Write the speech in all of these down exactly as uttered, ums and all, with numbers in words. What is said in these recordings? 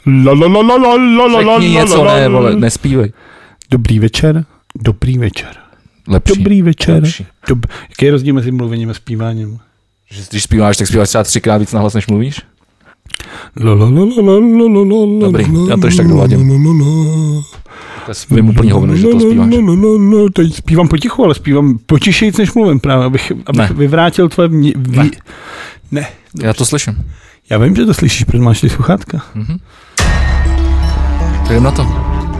La la la la la la la la. Řekni něco, ne, vole, nespívej. Dobrý večer, dobrý večer. Lepší. Dobrý večer. Lepší. Dob... Jaký je rozdíl mezi mluvením a zpíváním? Že když zpíváš, tak zpíváš třeba třikrát víc nahlas, než mluvíš? La la la la la la la. Dobrý, já to ještě tak doladím. To je úplně hovno, že to zpíváš. Teď zpívám potichu, ale zpívám potišejc, než mluvím právě, abych, abych vyvrátil tvoje... Mě, vý... Ne. ne. Já to slyším. Já vím, že to slyšíš, protože máš ty sluchátka. Mhm. Jdem na to.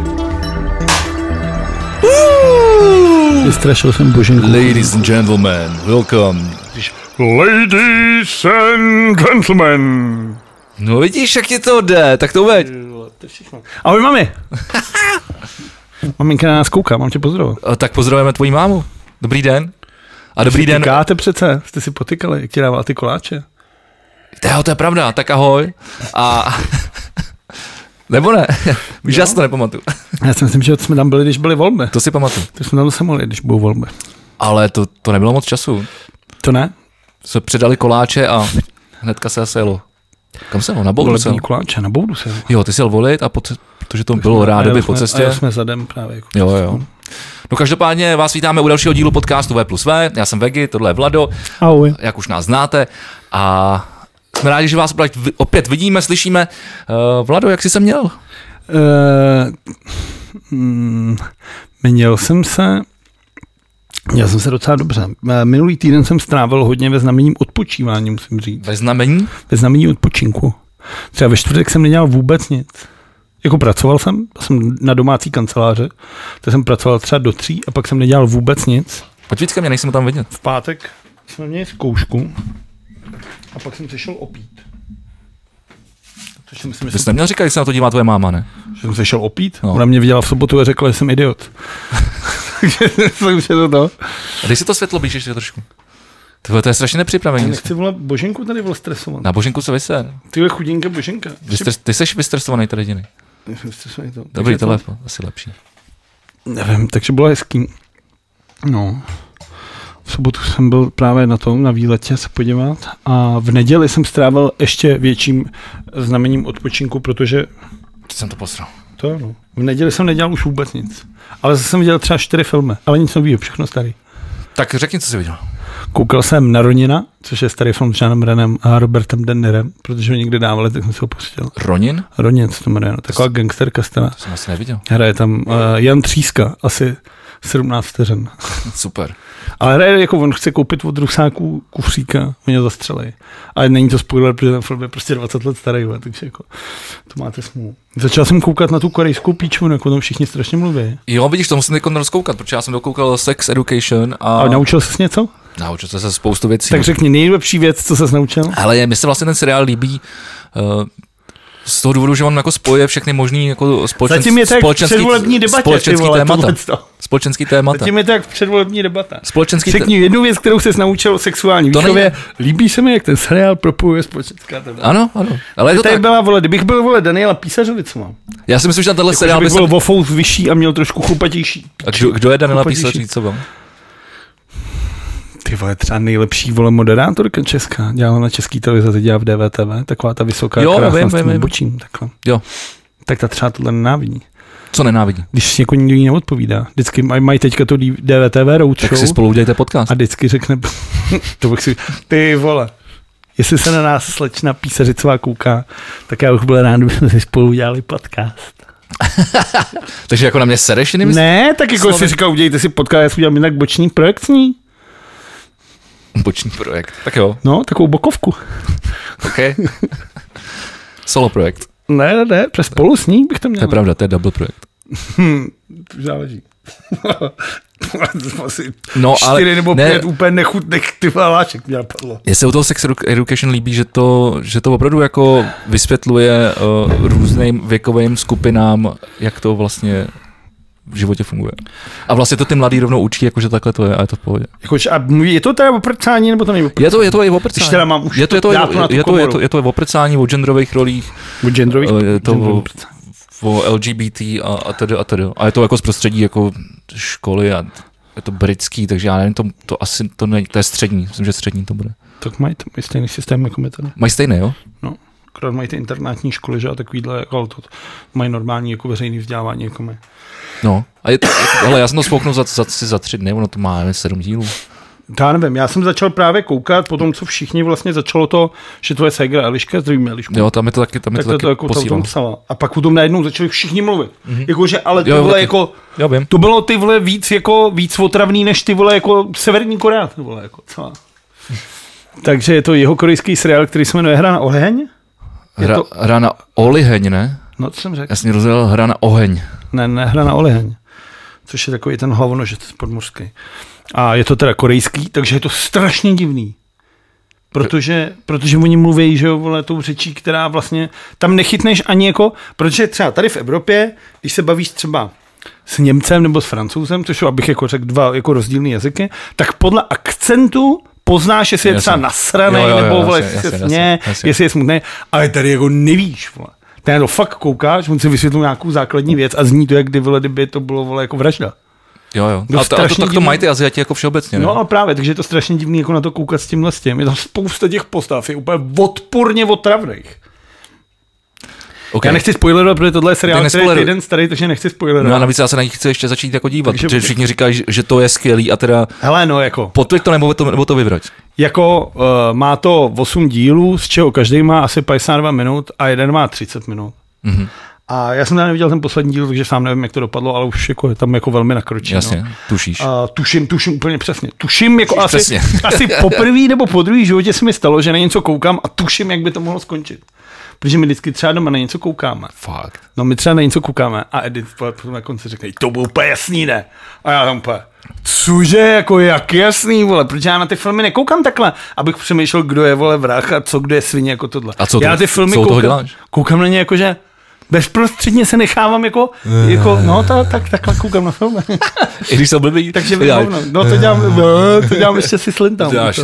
Vystrašil jsem Boženku. Ladies and gentlemen, welcome. Ladies and gentlemen. No vidíš, jak ti to jde, tak to veď. Ahoj, mami. Maminka na nás kouká, mám tě pozdravovat. Tak pozdravujeme tvoji mámu. Dobrý den. A dobrý den. Tykáte přece, jste si potykali, jak ti dával ty koláče. Jo, to je pravda, tak ahoj. A... Nebo ne, víš, já si to nepamatuju. Já si myslím, že jsme tam byli, když byly volby. To si pamatuju. To jsme tam zase mohli, když budou volby. Ale to, to nebylo moc času. To ne? Se předali koláče a hnedka se zase jelo. Kam se jelo? Na Boudu se jelo? Koláče, na Boudu se jelo. Jo, ty jsi jel volit, a po, protože to bylo rádoby po cestě. A jsme zadem právě. Jako jo, jo. No každopádně vás vítáme u dalšího dílu podcastu V plus V. Já jsem Vegi, tohle je Vlado. Ahoj. Jak už nás znáte. A jsme rádi, že vás opět vidíme, slyšíme. Uh, Vlado, jak jsi se měl? Uh, mm, měl jsem se... Měl jsem se docela dobře. Minulý týden jsem strávil hodně ve znamení odpočívání, musím říct. Ve znamení? Ve znamení odpočinku. Třeba ve čtvrtek jsem nedělal vůbec nic. Jako pracoval jsem, jsem na domácí kanceláře, to jsem pracoval třeba do tří a pak jsem nedělal vůbec nic. Pojď víc ke mně, nejsem tam vidět. V pátek jsme měli zkoušku a pak jsem se šel opít. Což myslím, že jsi neměl říkat, že se na to dívá tvoje máma, ne? Že jsem se šel opít? No. Ona mě viděla v sobotu a řekla, že jsem idiot. Takže jsem se to dal. A dej si to světlo blíž ještě trošku. Tyhle, to je strašně nepřipravený. Nechci volat Boženku tady byl stresovaný. Na Boženku se vyser. Tyhle chudinka Boženka. Vystres, ty jsi vystresovaný tady jediný. To. Dobrý telefon, to... asi lepší. Nevím, takže bylo hezký. No. V sobotu jsem byl právě na tom, na výletě se podívat a v neděli jsem strávil ještě větším znamením odpočinku, protože... Teď jsem to posral. To no. V neděli jsem nedělal už vůbec nic. Ale zase jsem viděl třeba čtyři filmy, ale nic novýho, všechno starý. Tak řekni, co jsi viděl. Koukal jsem na Ronina, což je starý film s Jeanem Renem a Robertem De Nirem, protože ho někde dávali, tak jsem se ho pustil. Ronin? Ronin, co to jmenuje, no, taková to gangsterka stará. To jsem asi neviděl. Hraje tam uh, Jan Tříska, asi sedmnáct vteřin. Super. Ale hraje, jako on chce koupit od Rusáků kufříka, oni ho zastřelej. Ale není to spoiler, protože ten film je prostě dvacet let starý, takže jako to máte smůlu. Začal jsem koukat na tu korejskou píčmu, jako tam všichni strašně mluví. Jo, vidíš, to musím někdo rozkoukat, protože já jsem dokoukal Sex Education a... A naučil jsi něco? Naučil jsem se spoustu věcí. Tak řekni nejlepší věc, co ses naučil. Ale mně se vlastně ten seriál líbí uh, z toho důvodu, že on jako spojuje všechny možný jako společenský, Zatím je to jak předvolební debatě, společenský vole, témata. Společenský témata. Zatím je to jak předvolební debata. Společenský Řekni te... jednu věc, kterou ses naučil o sexuální výchově. Líbí se mi, jak ten seriál propojuje společenská témata. Ano, ano. Ale je to tady tak. Byla, vole, kdybych byl, vole, Daniela Písařovi, co mám? Já si myslím, že na tenhle jako, seriál by bych byl vofous vyšší a měl trošku chlupatější. A kdo, kdo je Daniela Písař, co vám? Ty vole, třeba nejlepší, vole, moderátorka česká. Dělala na český televizi, teď dělá v D V T V. Taková ta vysoká, jo, krásná vím, s tím vím, bočím. Takhle. Jo. Tak ta třeba tohle nenávidí. Co nenávidí? Když jako nikdo jí neodpovídá. Vždycky maj, mají teďka to D V T V roadshow. Tak si spolu udělejte podcast. A vždycky řekne, to bych si, ty vole, jestli se na nás slečna Písařicová kouká, tak já bych byl rád, kdybychom si spolu udělali podcast. Takže jako na mě sereš jinými? Ne, tak jako si říkal, udělejte si podcast, já si udělám jinak boční projekt s ní. Boční projekt, tak jo. No, takovou bokovku. OK. Solo projekt. Ne, ne, ne, přes spolu s ní bych to měl. To je pravda, to je double projekt. Hmm, to záleží. Asi no, čtyři ale nebo ne, pět úplně nechutných ty váláček mě napadlo. Mně se u toho Sex Education líbí, že to, že to opravdu jako vysvětluje uh, různým věkovým skupinám, jak to vlastně v životě funguje. A vlastně to ty mladý rovnou učí, jakože takhle to je a je to v pohodě. Jakože, a je to teda o prcání, nebo to není o prcání? Je to, je to i o prcání. Teda mám už je to, je to, je, to, je, to, je, to, je to o prcání, o genderových rolích. O genderových? Je to o, o L G B T a, a tedy a tedy. A je to jako z prostředí jako školy a je to britský, takže já nevím, to, to asi to, ne, to je střední. Myslím, že střední to bude. Tak mají, mají stejný systém jako my tady. Mají stejný, jo? No. Akorát mají ty internátní školy, že a takovýhle, jako to mají normální jako veřejný vzdělávání. Jako my. No, a je to, hele, já jsem to spouknul za, za, za tři dny, ono to má nevím, sedm dílů. Já nevím, já jsem začal právě koukat po tom, co všichni vlastně začalo to, že tvoje ségra Eliška, zdravíme Elišku. Jo, tam je to taky, tam je tak to, to taky jako posílalo. Psala. A pak potom najednou začali všichni mluvit. Mm-hmm. Jakože, ale ty jo, vole taky. jako, jo, vím. to bylo ty vole víc jako, víc otravný, než ty vole jako Severní Korea, ty vole jako celá. Takže je to jihokorejský seriál, který se jmenuje Hra na oheň. Hra, to... hra na oliheň, ne? No, co jsem řekl? Já jsem rozdělal hra na oheň. Ne, ne, Hra na oheň. Což je takový ten hlavonožec podmořský. A je to teda korejský, takže je to strašně divný. Protože, protože oni mluví, že jo, vole, tou řečí, která vlastně tam nechytneš ani jako, protože třeba tady v Evropě, když se bavíš třeba s Němcem nebo s Francouzem, což abych jako řekl dva jako rozdílný jazyky, tak podle akcentu poznáš, jestli je třeba nasranej, nebo vole, jestli je sně, jestli je smutný, ale tady jako nevíš, vole. Ten to fakt koukáš, on si vysvětlil nějakou základní věc a zní to, jak kdyby, kdyby to bylo vole, jako vražda. Jo, jo. No, a to, a to, tak to mají ty Aziati jako všeobecně, ne? No a právě, takže je to strašně divný jako na to koukat s tímhle s tím. Je tam spousta těch postav, je úplně odporně otravných. Okay. Já nechci spoilerovat, protože tohle je seriál, který je týden starý, takže nechci spoilerovat. No a navíc já se na nich chci ještě začít jako dívat, takže protože všichni říkají, že to je skvělý a teda... Hele, no jako... Potvrď to nebo to, nebo to vyvrať. Jako uh, má to osm dílů, z čeho každý má asi padesát dva minut a jeden má třicet minut. Mm-hmm. A já jsem tam neviděl ten poslední díl, takže sám nevím, jak to dopadlo, ale už jako je tam jako velmi nakročí. Jasně, no. tušíš. A tuším, tuším úplně přesně. Tuším, jako tušíš asi, přesně. asi poprvý nebo po druhý životě se mi stalo, že na něco koukám a tuším, jak by to mohlo skončit. Protože my vždycky třeba doma na něco koukáme. Fakt. No my třeba na něco koukáme a Edith potom na konci řekne, to bylo úplně jasný, ne? A já tam úplně, cože, jako jak jasný, vole, protože já na ty filmy nekoukám takhle, abych přemýšlel, kdo je, vole, vrah a co, kdo je svině, jako tohle. A co, já to, na ty filmy co koukám, toho děláš? Koukám na ně jako, že bezprostředně se nechávám jako, jako no tak, tak, takhle koukám na filmy. I když jsou blbý, takže vyhovno. No to dělám, no, to dělám ještě si slintám. Děláš,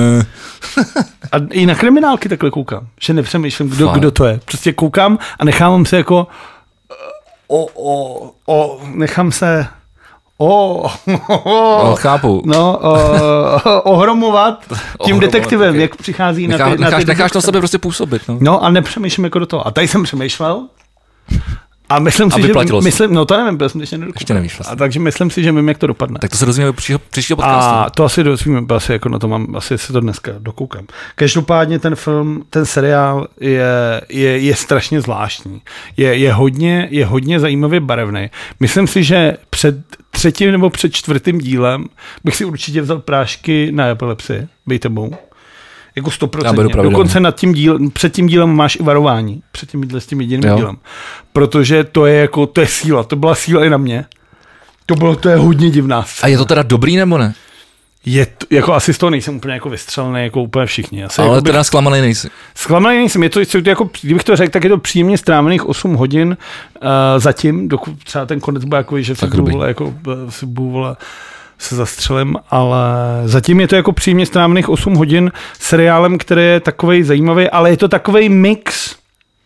a i na kriminálky takhle koukám, že nepřemýšlím, kdo, kdo to je. Prostě koukám a nechávám se jako o, o, o, nechám se o, o no, chápu. No, o, ohromovat tím detektivem, okay. Jak přichází Nechá, na ty... Necháš, na ty necháš to sebe prostě působit. No, no a nepřemýšlím jako do toho. A tady jsem přemýšlel a myslím si, a že... Se. Myslím, no to nevím, byl jsem ještě nedokoupil. Ještě nevíš vlastně. A takže myslím si, že vím, jak to dopadne. Tak to se dozvíme příštího, příštího podcastu. A to asi dozvíme, asi jako na to mám, asi se to dneska dokoukám. Každopádně ten film, ten seriál je, je, je strašně zvláštní. Je, je, hodně, je hodně zajímavě barevný. Myslím si, že před třetím nebo před čtvrtým dílem bych si určitě vzal prášky na epilepsii, bej tebou. Jako sto procent. Dokonce nad tím díl, před tím dílem máš i varování. Před tím, s tím jediným jo. dílem. Protože to je jako, to je síla. To byla síla i na mě. To bylo, to je hodně divná scéna. A je to teda dobrý nebo ne? Je to, jako asi z toho nejsem úplně jako vystřelený, jako úplně všichni. Asi ale jako teda bych, zklamaný nejsi. Zklamaný nejsem. Je to, je to jako, kdybych to řekl, tak je to příjemně strávených osm hodin uh, zatím, dokud třeba ten konec bude jako, že se budu, jako, si budu, se zastřelím, ale zatím je to jako příjemně strávených osm hodin seriálem, který je takovej zajímavý, ale je to takovej mix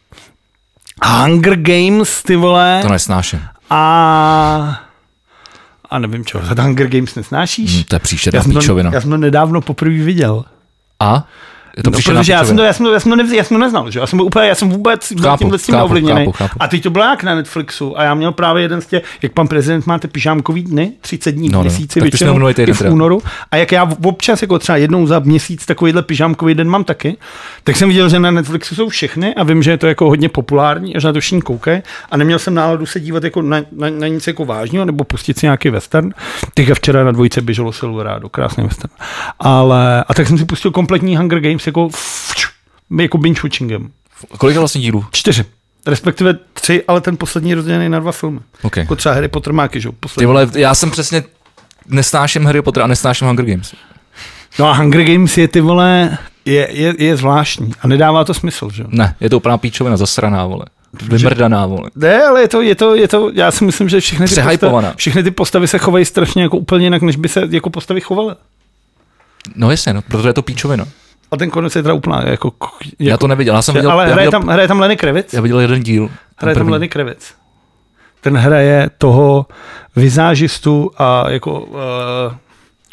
Hunger Games, ty vole. To nesnáším. A... A nevím čo, Hunger Games nesnášíš? Hmm, to je příšerná píčovina. Já jsem to nedávno poprvé viděl. A? Je to no, protože já jsem to, já jsem to, já jsem to, nevz, já jsem to neznal, že? Já jsem úplně, já jsem vůbec byl tímhle s tím ovlivněný. A teď to bylo jak na Netflixu a já měl právě jeden z těch, jak pan prezident máte pyžámkový dny, třicet dní v no, měsíci, no. většinou i v únoru. A jak já občas jako třeba jednou za měsíc takovýhle pyžámkový den mám taky, tak jsem viděl, že na Netflixu jsou všechny a vím, že je to jako hodně populární, až na to všichni koukají a neměl jsem náladu se dívat jako na, na, na nic jako vážného nebo pustit si nějaký western. Teďka včera na dvojce běželo Silverado, krásný western. Ale a tak jsem si pustil kompletní Hunger Games jako jako binge watchingem. Kolik je vlastně dílů? Čtyři. Respektive tři, ale ten poslední je rozdělený na dva filmy. Okay. Jako třeba Harry Potter máky, že? Ty vole, já jsem přesně nesnáším Harry Potter a nesnáším Hunger Games. No a Hunger Games je ty vole, je, je, je zvláštní a nedává to smysl, že? Ne, je to úplná píčovina, zasraná, vole. Vymrdaná, vole. Ne, ale je to, je to, je to, já si myslím, že všechny ty, postavy, všechny ty postavy se chovají strašně jako úplně jinak, než by se jako postavy chovaly. No jasně, no, protože je to píčovina. A ten konec je teda úplná, jako... jako já to neviděl, já jsem viděl... Ale já hraje, viděl, tam, hraje tam Lenny Kravitz? Já viděl jeden díl. Hraje tam Lenny Kravitz. Ten hraje toho vizážistu a jako... Uh,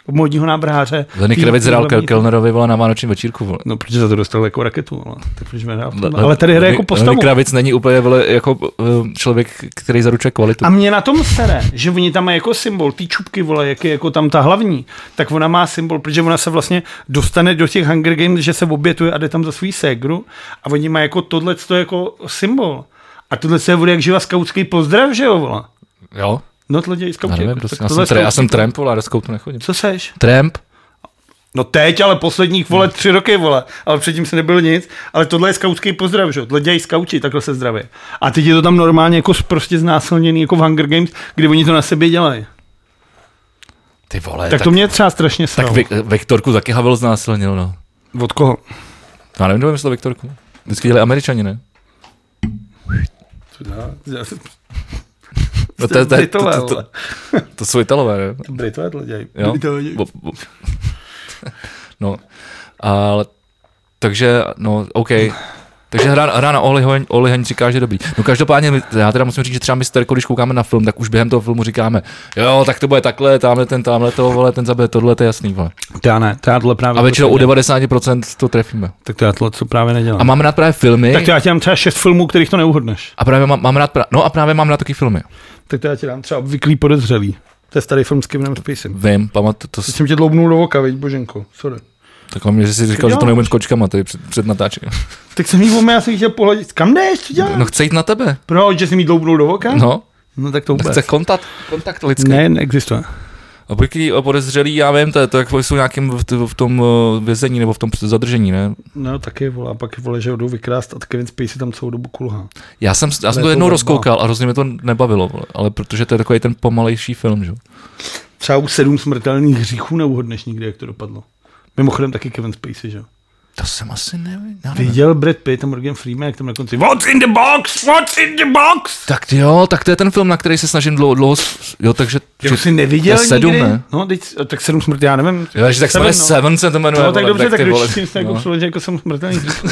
módního návrháře. Lenny Kravitz hrál Kellnerovi, vole, na vánočním večírku, vole. No, protože za to dostal jako raketu, vole. Tak proč mě hrál v tom? Ale tady hraje jako postavu. Lenny Kravitz není úplně, vole, jako člověk, který zaručuje kvalitu. A mě na tom sere, že oni tam mají jako symbol, ty čupky, vole, jak je jako tam ta hlavní, tak ona má symbol, protože ona se vlastně dostane do těch Hunger Games, že se obětuje a jde tam za svou ségru a oni mají jako tohleto jako symbol. A tohle se bude jak živa skautský pozdrav, že jo, vole? Jo. No tohle dějí skauti. Já, prostě, já, jsem tre, já jsem tramp, vole, a do skautu nechodím. Co seš? Tramp. No teď, ale posledních, vole, tři roky, vole. Ale předtím se nebylo nic. Ale tohle je skautský pozdrav, že jo? Tohle dějí skauti, takhle se zdraví. A teď je to tam normálně jako prostě znásilněný, jako v Hunger Games, kdy oni to na sobě dělají. Ty vole. Tak, tak to mě třeba strašně sralo. Tak Viktorku taky Havel znásilnil, no. Od koho? Já nevím, kdo vymyslel Viktorku. Vždycky dělali Američani, ne? No to, to, to, to, to, to jsou Italové, ne? Britové to dělají. No, ale takže, no, OK. Takže hra, hra na Olihaň říká, že je dobrý. No každopádně, já teda musím říct, že třeba my Sterko, když koukáme na film, tak už během toho filmu říkáme, jo, tak to bude takhle, tamhle ten, tamhle to, vole, ten zabije tohle, to je jasný, vole. To já ne, to já tohle právě... A většinou u devadesát procent to trefíme. Tak to já tohle co právě nedělám. A máme rád právě filmy. Tak to já ti dám třeba šest filmů, kterých to neuhodneš. A právě mám, mám rád, pra... no a právě mám rád taky filmy. Tak to já ti dám třeba Obvyklý podezřelý. To je starý film s Kevinem Spacem. Vím, pamatuju to. Teď jsem tě dloubnul do oka, viď, boženko, sorry. Tak mě, že jsi říkal, že to neumím s kočkama tady před, před natáčením. Tak jsem jí vůbec, já jsem chtěl pohledit. Kam jdeš, co děláš? No chce jít na tebe. Proč, že jsi mi dloubnul do oka? No. No tak to vůbec. Chce kontakt, kontakt lidský. Ne, neexistuje. Obvyklý podezřelý, já vím, to je to, jak jsou nějakým v, v tom vězení nebo v tom zadržení, ne? No taky, vole, a pak vole, že ho jdou vykrást a Kevin Spacey tam celou dobu kulhá. Já jsem, já jsem to jednou rozkoukal a hrozně mě to nebavilo, vole, ale protože to je takový ten pomalejší film, že? Třeba u sedm smrtelných hříchů neuhodneš nikdy, jak to dopadlo. Mimochodem taky Kevin Spacey, že? To jsem asi nevím. Viděl Brad Pitt a Morgan Freeman, jak tam na konci What's in the box? What's in the box? Tak jo, tak to je ten film, na který se snažím dlouho, dlouho jo, takže... Jo, jsi neviděl nikdy? Sedm, ne? No, teď, tak sedm smrti, já nevím. Jo, že tak se jmenuje Seven, se to jmenuje. No, tak dobře, tak vole, dočím si to jako přeložit jako sedm smrtelných hříchů.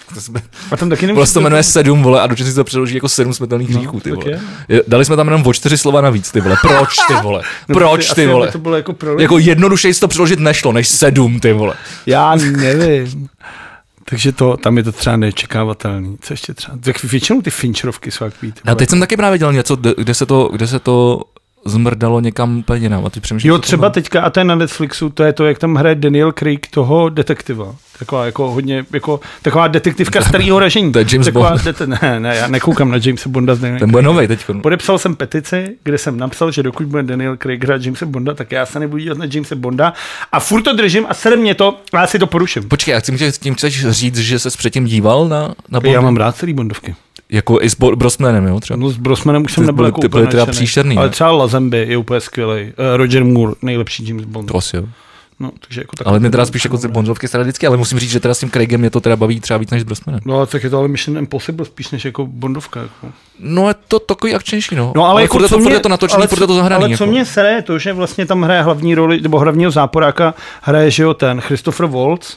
A tam taky nemusí... to jmenuje sedm, vole, a dočím si to přeložit jako sedm smrtelných hříchů, no, ty vole. Je. Dali jsme tam jenom o čtyři slova navíc, ty vole. Proč, ty vole? Proč, ty vole? To bylo jako, jako jednodušeji to přeložit nešlo, než sedm, ty vole. Já nevím. Takže to, tam je to třeba neočekávatelný. Co ještě třeba? Tak většinou ty Fincherovky jsou jak víte. Já teď jsem taky právě dělal něco, kde se to, kde se to zmrdalo někam úplně jinam. A ty jo, třeba teďka, a to je na Netflixu, to je to, jak tam hraje Daniel Craig toho detektiva. Taková jako hodně, jako taková detektivka starého ražení. To je James taková, Bond. Det, ne, ne, já nekoukám na Jamesa Bonda. Ten bude novej teď. Podepsal jsem petici, kde jsem napsal, že dokud bude Daniel Craig hrát Jamesa Bonda, tak já se nebudu dívat na Jamesa Bonda. A furt to držím a sere mě to a já si to poruším. Počkej, já chci mi tím chceš říct, že ses předtím díval na, na Bonda? Já mám rád celý Bondovky. Jako i s Brosnanem, jo? Třeba. No s Brosnanem už jsem nebyl jako úplně teda příšerný. Ale třeba Lazenby je úplně skvělej. Uh, Roger Moore, nejlepší James Bond. To asi jo. No, takže jako ale mě teda spíš jako Bondovky stradicky, ale musím říct, že teda s tím Craigem mě to teda baví třeba víc než s Brosnanem. No, tak je to ale Mission Impossible spíš než jako Bondovka. Jako. No je to takový akčnější, no. No ale, ale jako furt, to, mě, je to natočený, ale, furt je to zahraný. Ale co jako. mě sere je to, že vlastně tam hraje hlavní roli, nebo hlavního záporáka hraje, že jo, ten Christopher Waltz.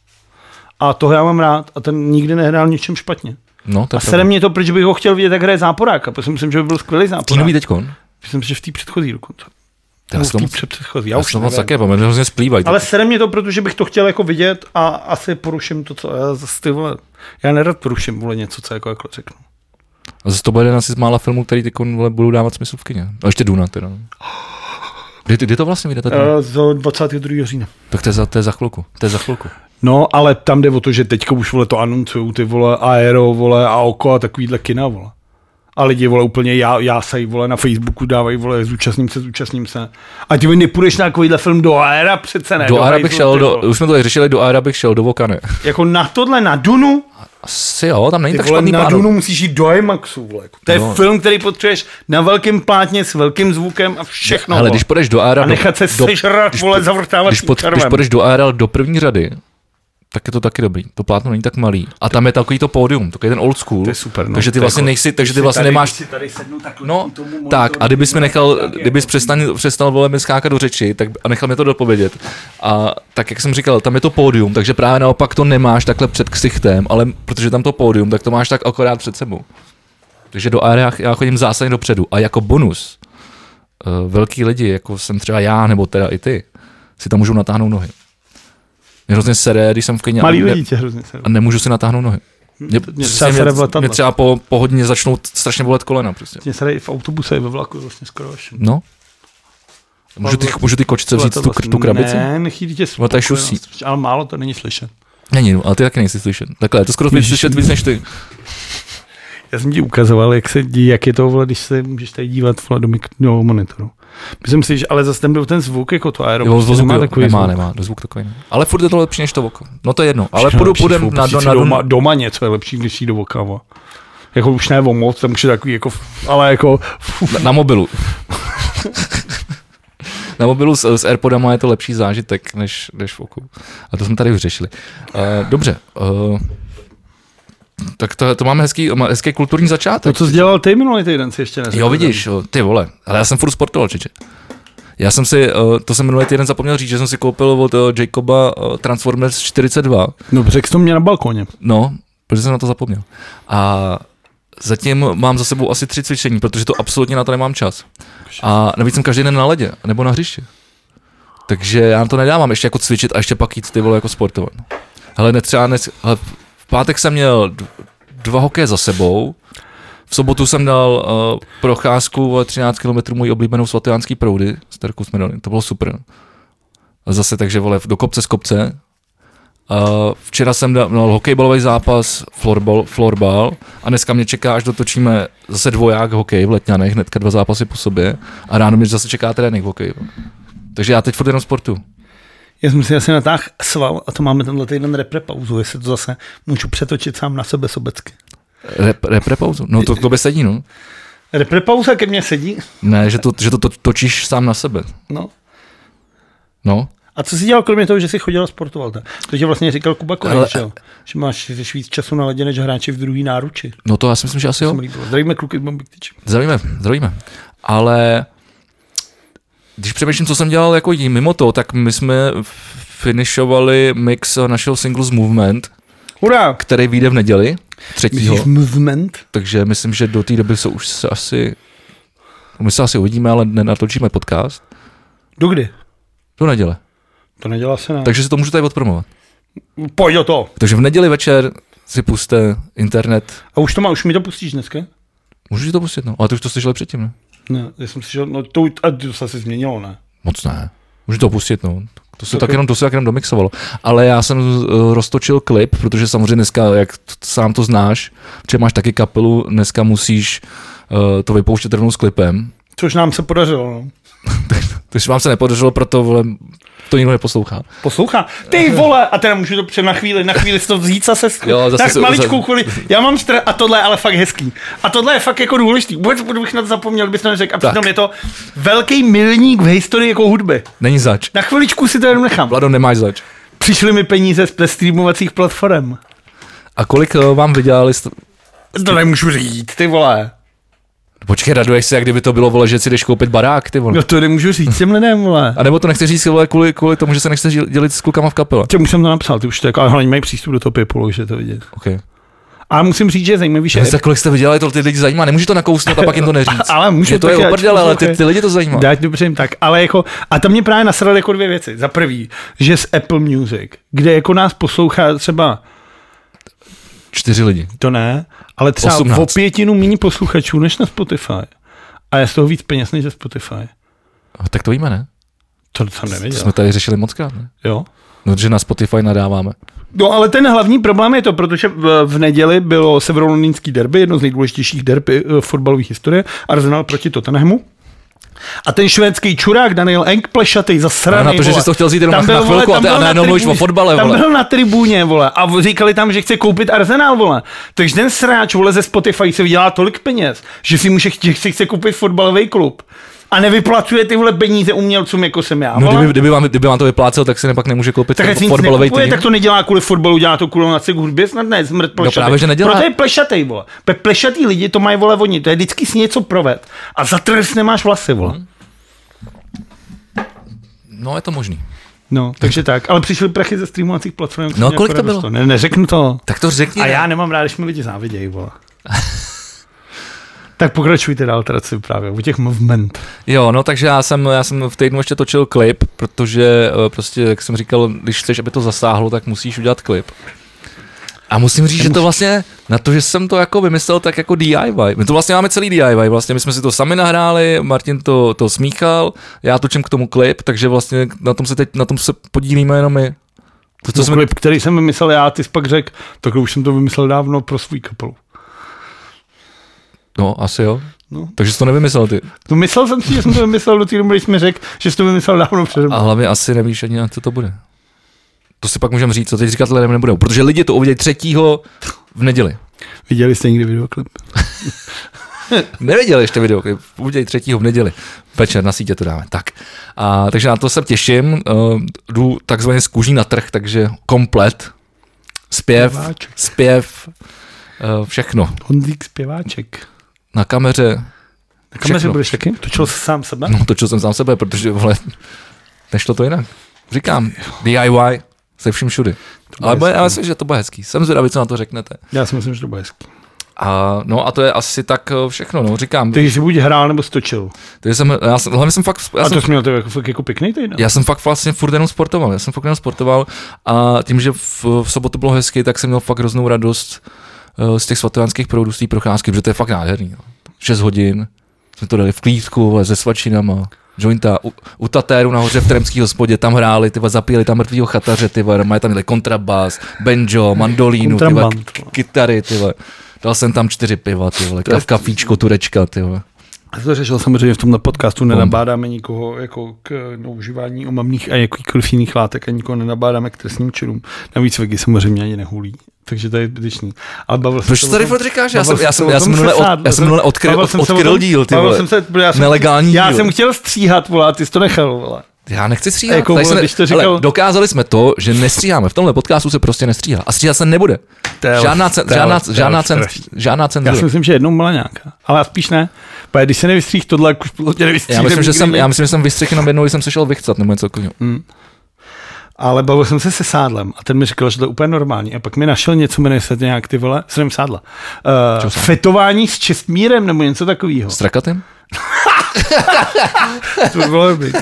A toho já mám rád a ten nikdy nehrál ničem špatně. No, a sere mě to, proč bych ho chtěl vidět, jak hraje záporáka, protože myslím, že by byl skvělý záporák. Týnový teďkon? Myslím, že v té předchozí dokonce. Já jsem předchozí. Já, já už moc také, protože hrozně splývají. Ale sere mě to, protože bych to chtěl jako vidět a asi poruším to, co já zase ty vole, já nerad poruším vole něco, co jako, jako řeknu. A zase to bude jeden asi z mála filmů, který teďkon vole budou dávat smysl v kině. A ještě Duna teda. Kdy, kdy to vlastně vyjde? Uh, za dvacátého druhého října. Tak to je za, to je za chvilku. To je za chvilku. No, ale tam jde o to, že teďka už vole to anuncujou ty vole Aero, vole a Oko a takovýhle kina, vole. A lidi, vole, úplně já, jásají, vole, na Facebooku dávají, vole, zúčastním se, zúčastním se. A ty nepůjdeš na takovýhle film do Aera, přece ne. Do, do Aera bych šel, do, už jsme to řešili, do Aera bych šel, do Vokane. Jako na tohle, na Dunu? Asi jo, tam není ty tak vole, špatný na plánu. Dunu musíš jít do IMAXu, vole. To je no. film, který potřebuješ na velkém plátně s velkým zvukem a všechno. Ale když půjdeš do Aera... A nechat se do, sežrat, vole, zavrtávat tím červem. Když půjdeš do Aera do první řady, tak je to taky dobrý. To plátno není tak malý. A tam je takový to pódium, takový ten old school. To je super, no. Takže ty vlastně jako, nejsi, takže ty vlastně tady, nemáš... Si tady sednu no, tak a kdybys mi nechal, kdybys přestal, přestal vole mi skákat do řeči, tak a nechal mě to dopovědět. A tak jak jsem říkal, tam je to pódium, takže právě naopak to nemáš takhle před ksichtem, ale protože tam to pódium, tak to máš tak akorát před sebou. Takže do Aera já chodím zásadně dopředu. A jako bonus, uh, velký lidi, jako jsem třeba já, nebo teda i ty, si tam můžou natáhnout nohy. Mě hrozně sere, když jsem v kyně Malý a, ne, lidi hrozně sere. a nemůžu si natáhnout nohy. Mě, mě, třeba, mě, mě třeba po, po hodině začnou strašně bolet kolena. Prostě. Mě sere i v autobuse, i ve vlaku vlastně skoro až. No. Můžu ty, můžu ty kočce vzít tu, vlastně, tu krabici? Ne, nechý tě spokojnost. To je šusí. Ale málo to není slyšet. Není, ale ty taky nejsi slyšet. Takhle, je to skoro víc slyšet víc než ty. Já jsem ti ukazoval, jak, se, jak je to, vole, když se můžeš tady dívat vole, do, mik- do monitoru. Myslím si, že ale zase tam byl ten zvuk, jako to aero. Jo, zvuk nemá, takový nemá, zvuk. nemá, zvuk takový. Ne. Ale furt je to lepší než to oko. No to je jedno. Ale půjdu, půjdem na, do, na doma, doma něco je lepší, když jít do oka. Vo. Jako už ne o moc, tam už je takový jako, ale jako... Na, na mobilu. Na mobilu s, s AirPodama je to lepší zážitek, než, než v oku. A to jsme tady už řešili. Uh, dobře. Uh, tak to, to máme hezký, hezký kulturní začátek. No co jsi dělal ty minulý týden, si ještě neřekl. Jo, vidíš, jo, ty vole. Ale já jsem furt sportoval, čiče. Já jsem si, to jsem minulý týden zapomněl říct, že jsem si koupil od Jacoba Transformers čtyřicet dva. No, řekl jsi to mě na balkoně. No, protože jsem na to zapomněl. A zatím mám za sebou asi tři cvičení, protože to absolutně na to nemám čas. A navíc jsem každý den na ledě, nebo na hřišti. Takže já na to nedávám ještě jako cvičit a ještě pak jít ty vole jako sportovat. Hele, netřeba, ne, hele, v pátek jsem měl dva hokeje za sebou, v sobotu jsem dal uh, procházku třináct kilometrů mojí oblíbenou svatojánský proudy, s Terkou jsme dali, to bylo super. A zase takže vole, do kopce z kopce. Uh, včera jsem dal no, hokejbalový zápas, florbal, florbal a dneska mě čeká, až dotočíme zase dvoják hokej v Letňanech, hnedka dva zápasy po sobě a ráno mě zase čeká trénink v hokeji. Takže já teď furt jenom sportu. Já jsem si asi natáhl sval a to máme tenhle týden repre pauzu, jestli to zase můžu přetočit sám na sebe sobecky. Rep, repre pauzu? No to k tobě sedí, no. Repre pauza ke mně sedí? Ne, že to, že to, to točíš sám na sebe. No. No. A co jsi dělal kromě toho, že jsi chodil a sportoval? To tě vlastně říkal Kuba Koněč, že, že máš víc času na ledě než hráči v druhý náruči. No to já si myslím, že asi jo. Zdravíme kluky z Bombik tyči. Zdravíme, zdravíme. Ale když přemýšlím, co jsem dělal jako mimo to, tak my jsme finišovali mix našeho singles Movement, Hurá! který vyjde v neděli. Třetího. Movement? Takže myslím, že do té doby se už se asi, my se asi uvidíme, ale nenatočíme podcast. Do kdy? Do neděle. To nedělá se ne. Takže si to můžu tady odpromovat. Pojď o to. Takže v neděli večer si puste internet. A už to má, už mi to pustíš dneska? Můžu ti to pustit, no. Ale ty už to slyšeli předtím, ne? Ne, já jsem slyšel, no to, a to se asi změnilo, ne? Moc ne. Můžu to pustit, no. To se tak jenom, to se tak jenom domixovalo. Ale já jsem uh, roztočil klip, protože samozřejmě dneska, jak t- sám to znáš, že máš taky kapelu, dneska musíš uh, to vypouštět rovnou s klipem. Což nám se podařilo, no. Takže vám se nepodařilo, proto vole, to nikdo neposlouchá. Poslouchá. Ty vole, a teda můžu to před na chvíli, na chvíli si to vzít zase. Jo, zase tak se, maličkou chvíli. Já mám stre- a tohle je ale fakt hezký. A tohle je fakt jako důležitý. Vůbec bych na to zapomněl, kdybych to neřekl. A přitom je to velký milník v historii jako hudby. Není zač. Na chviličku si to jenom nechám. Vlado, nemáš zač. Přišly mi peníze z streamovacích platform. A kolik uh, vám vydělali? St- To nemůžu říct, ty vole. Počkej, raduješ se, jak kdyby to bylo, vole, že si jdeš koupit barák, ty vole. No to nemůžu říct těm lidem, vole. A nebo to nechceš říct, vole, kvůli, kvůli tomu, že se nechceš dělit s klukama v kapele. Těm už jsem to napsal, ty už to jako, ale hlavně mají přístup do toho Paypalu, že to vidět. Okay. A musím říct, že je zajímavý, že... Za kolik jste vydělali, to ty lidi zajímá, nemůže to nakousnout a pak jim to neříct. Ale můžu to je oprdele, ale ty, ty lidi to zajímá. Dát dobře jim tak, ale jako, a tam mě právě nasrali jako dvě věci. Za prvý, že z Apple Music, kde jako nás poslouchá třeba... Čtyři lidi. To ne, ale třeba osmnáct. o pětinu méně posluchačů než na Spotify. A je z toho víc peněz než ze Spotify. A tak to víme, ne? To jsem nevěděl. To jsme tady řešili mockrát, ne? Jo. No, že na Spotify nadáváme. No, ale ten hlavní problém je to, protože v, v neděli bylo severolondýnský derby, jedno z nejdůležitějších derby uh, fotbalové historie, Arsenal proti Tottenhamu. A ten švédský čurák Daniel Eng plešatej zasranej, na to, že jsi to chtěl vzít jenom na chvilku a, a najednou mluvíš o fotbale, tam vole. byl na tribuně, vole, a říkali tam, že chce koupit Arsenal, vole. Takže ten sráč, vole, ze Spotify se vydělá tolik peněz, že si může chtít, že si chce koupit fotbalový klub. A nevyplacuje ty vole peníze umělcům, jako jsem já. No, kdyby, kdyby, vám, kdyby vám to vyplácel, tak si nepak nemůže koupit tak fotbalový tým. Tak to nedělá kvůli fotbalu, dělá to kvůli naci hudbě, snad ne, zmrt plešatý. No právě, že nedělá. Proto je plešatej, vole. Pe plešatý lidi to mají, vole, oni, to je vždycky si něco proved. A za trest nemáš vlasy, vole. Hmm. No, je to možný. No, takže tak, ale přišly prachy ze streamovacích platform. No, kolik to bylo? Ne, neřeknu to. Tak to řekni. A já nemám rád, když mi lidi závidějí, vole. Tak pokračujte dál teda, co právě u těch movement. Jo, no takže já jsem, já jsem v týdnu ještě točil klip, protože prostě, jak jsem říkal, když chceš, aby to zasáhlo, tak musíš udělat klip. A musím říct, že to vlastně, na to, že jsem to jako vymyslel tak jako D I Y. My to vlastně máme celý D I Y, vlastně my jsme si to sami nahráli, Martin to, to smíchal, já točím k tomu klip, takže vlastně na tom se teď, na tom se podílíme jenom my. To, co no, jsme... klip, který jsem vymyslel já, ty jsi pak řekl, tak už jsem to vymyslel dávno pro svůj kapelu. No, asi jo. No. Takže jsi to nevymyslel ty. No myslel jsem si, že jsem to vymyslel do té doby, když jsme řekl, že jsi to vymyslel dávno před. A hlavně asi nevíš ani, co to bude. To si pak můžeme říct, co teď říkat lidem nebudou, protože lidi to uvidějí třetího v neděli. Viděli jste někdy videoklip? Neviděli ještě videoklip, uvidějí třetího v neděli. Večer na sítě to dáme. Tak. A, takže na to se těším. Uh, jdu takzvaně z kůží na trh, takže komplet. Zpěv, zpěváček. zpěv, uh, všechno. Honzík zpěváček. Na kameře. Na kameře budeš taky? Točil jsi sám sebe? No, točil jsem sám sebe, protože vole, nešlo to jinak. Říkám, D I Y se vším všudy. Ale bude, já myslím, že to bude hezký. Jsem zvědavý, co na to řeknete. Já si myslím, že to bude hezký. A, no a to je asi tak všechno, no, říkám. Takže jsi buď hrál, nebo stočil. Takže jsem, já jsem, hlavně jsem fakt... Já a to jsem, jsi měl to jako, jako pěkný týden. Já jsem fakt vlastně furt jenom sportoval, já jsem fakt jenom sportoval a tím, že v, v sobotu bylo hezky, tak jsem měl fakt hroznou radost uh, z těch svatojánských proudů, z té procházky, protože to je fakt nádherný. No. šest hodin, jsme to dali v klídku, se svačinama, jointa, u, u Tatéru nahoře v Tremský hospodě, tam hráli, tyva, zapíjeli tam mrtvýho chataře, tyva, mají tam měli kontrabas, banjo, mandolínu, tyva, k- kytary, tyva. Dal jsem tam čtyři piva, ty vole, kav, kafíčko, turečka, ty vole. Já to řešil samozřejmě v tomhle podcastu, nenabádáme nikoho jako k užívání omamných a jakýkoliv jiných látek a nikoho nenabádáme k trestním činům. Navíc vegy samozřejmě ani nehulí, takže to je zbytečný. Ale bavil Proč to tady furt říkáš? Já jsem, já jsem, já jsem minule od, já jsem minule odkryl, od, odkryl díl, ty vole. Jsem se, já jsem, nelegální já díl. jsem chtěl stříhat, vole, ty jsi to nechal, vole. Já nechci stříhat. Jako, vole, ne, to říkal... ale dokázali jsme to, že nestříháme. V tomhle podcastu se prostě nestříhá. A stříhat se nebude. Žádná, cen, žádná, žádná, cen, žádná cenzura. Já si myslím, že jednou byla nějaká. Ale spíš ne. Protože když se nevystříh tohle, jak už podle nevystříh. Já myslím, že jsem, já myslím, že jsem vystřihl jenom jednou, když jsem se šel vychcat, nebo něco takového. Hmm. Ale bavil jsem se se Sádlem a ten mi řekl, že to je úplně normální. A pak mi našel něco, jmenuje se to nějak ty vole, jsem Sádla. Uh, fetování s Čestmírem nebo něco takového. S Trakatem? To by bylo dobrý.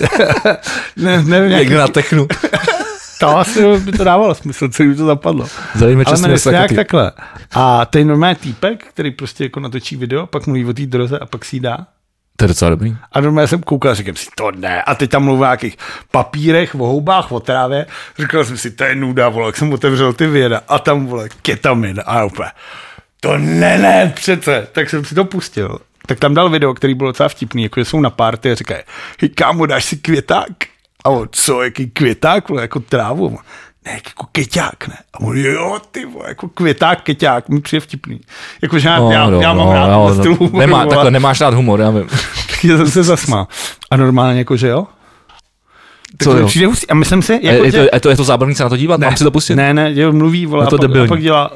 ne, nevím, někde na technu. To asi by to dávalo smysl, co by to zapadlo. Zajíme ale jmenuje se nějak takhle. A ten normální týpek, který prostě jako natočí video, pak mluví o té droze a pak si ji dá. To je docela dobrý. A normálně jsem koukal a říkám si, to ne. A teď tam mluví o nějakých papírech, o houbách, o trávě. Říkal jsem si, to je nuda, vole, jak jsem otevřel ty věda. A tam, vole, ketamin. A úplně, to ne, ne, přece. Tak jsem si to pustil. Tak tam dal video, který byl docela vtipný, jako že jsou na party a říkají, hej kámo, dáš si květák? A on, co, jaký květák, vole, jako trávu? Ne, jako keťák, ne. A on, jo, ty vole, jako květák, keťák, mi přijde vtipný. Jakože já, no, já, no, já mám no, rád no, no, stylu humoru. Nemá, takhle nemáš rád humor, já vím. Tak jsem se zasmál. A normálně jako, že jo? Co jo? Přijde hustý. A myslím si, jako, je, je, že... to, je, to, je to zábavný se na to dívat? Ne, mám si to pustit? Ne, ne, že mluví, vole, to a, pak, a pak dělá...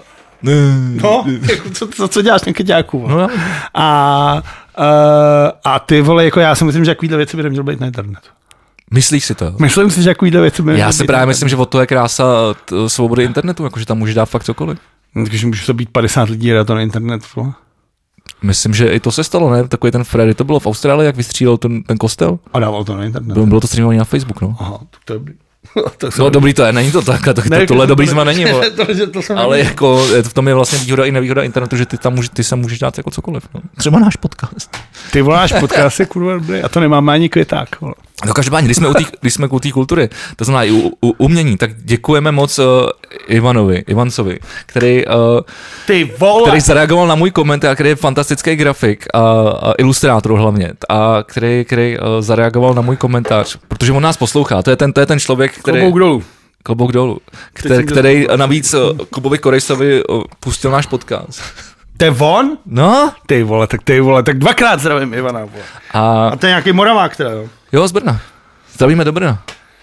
No, jako, co, co, co děláš na keťáku? No, a, uh, a ty vole, jako já si myslím, že takovýhle věci by neměl být na internetu. Myslíš si to? Myslím si, že takovýhle věci by Já si právě myslím, že od toho je krása t- svobody internetu, jakože tam můžeš dát fakt cokoliv. No, takže můžeš zabít padesát lidí a dát to na internet. Vole. Myslím, že i to se stalo, ne? Takový ten Freddy, to bylo v Austrálii, jak vystřílel ten, ten kostel. A dával to na internet. Bylo, bylo to streamované na Facebook, no. Aha, to je dobrý. to no dobrý to je, není to tak, to, to, ne, tohle to dobrý to zma není, to, to, to ale jako v tom je vlastně výhoda i nevýhoda internetu, že ty tam může, ty se můžeš dát jako cokoliv. No. Třeba náš podcast. Ty voláš podcast je kurva dobrý a to nemáme ani květák. Vole. No každopádně, když jsme u té, když jsme u té kultury, to znamená i u, u umění, tak děkujeme moc uh, Ivanovi, Ivancovi, který, uh, Ty vole. který zareagoval na můj komentář, který je fantastický grafik a, a ilustrátor hlavně, a který, který uh, zareagoval na můj komentář, protože on nás poslouchá, to je ten, to je ten člověk, který... Klobouk dolů. Klobouk dolů, který, který navíc uh, Kubovi Korejsovi uh, pustil náš podcast. To je on? No. Ty vole, tak ty vole, tak dvakrát zdravím Ivana. Vole. A... a to je nějaký Moravák teda, jo? Jo, z Brna. Zdravíme do Brna.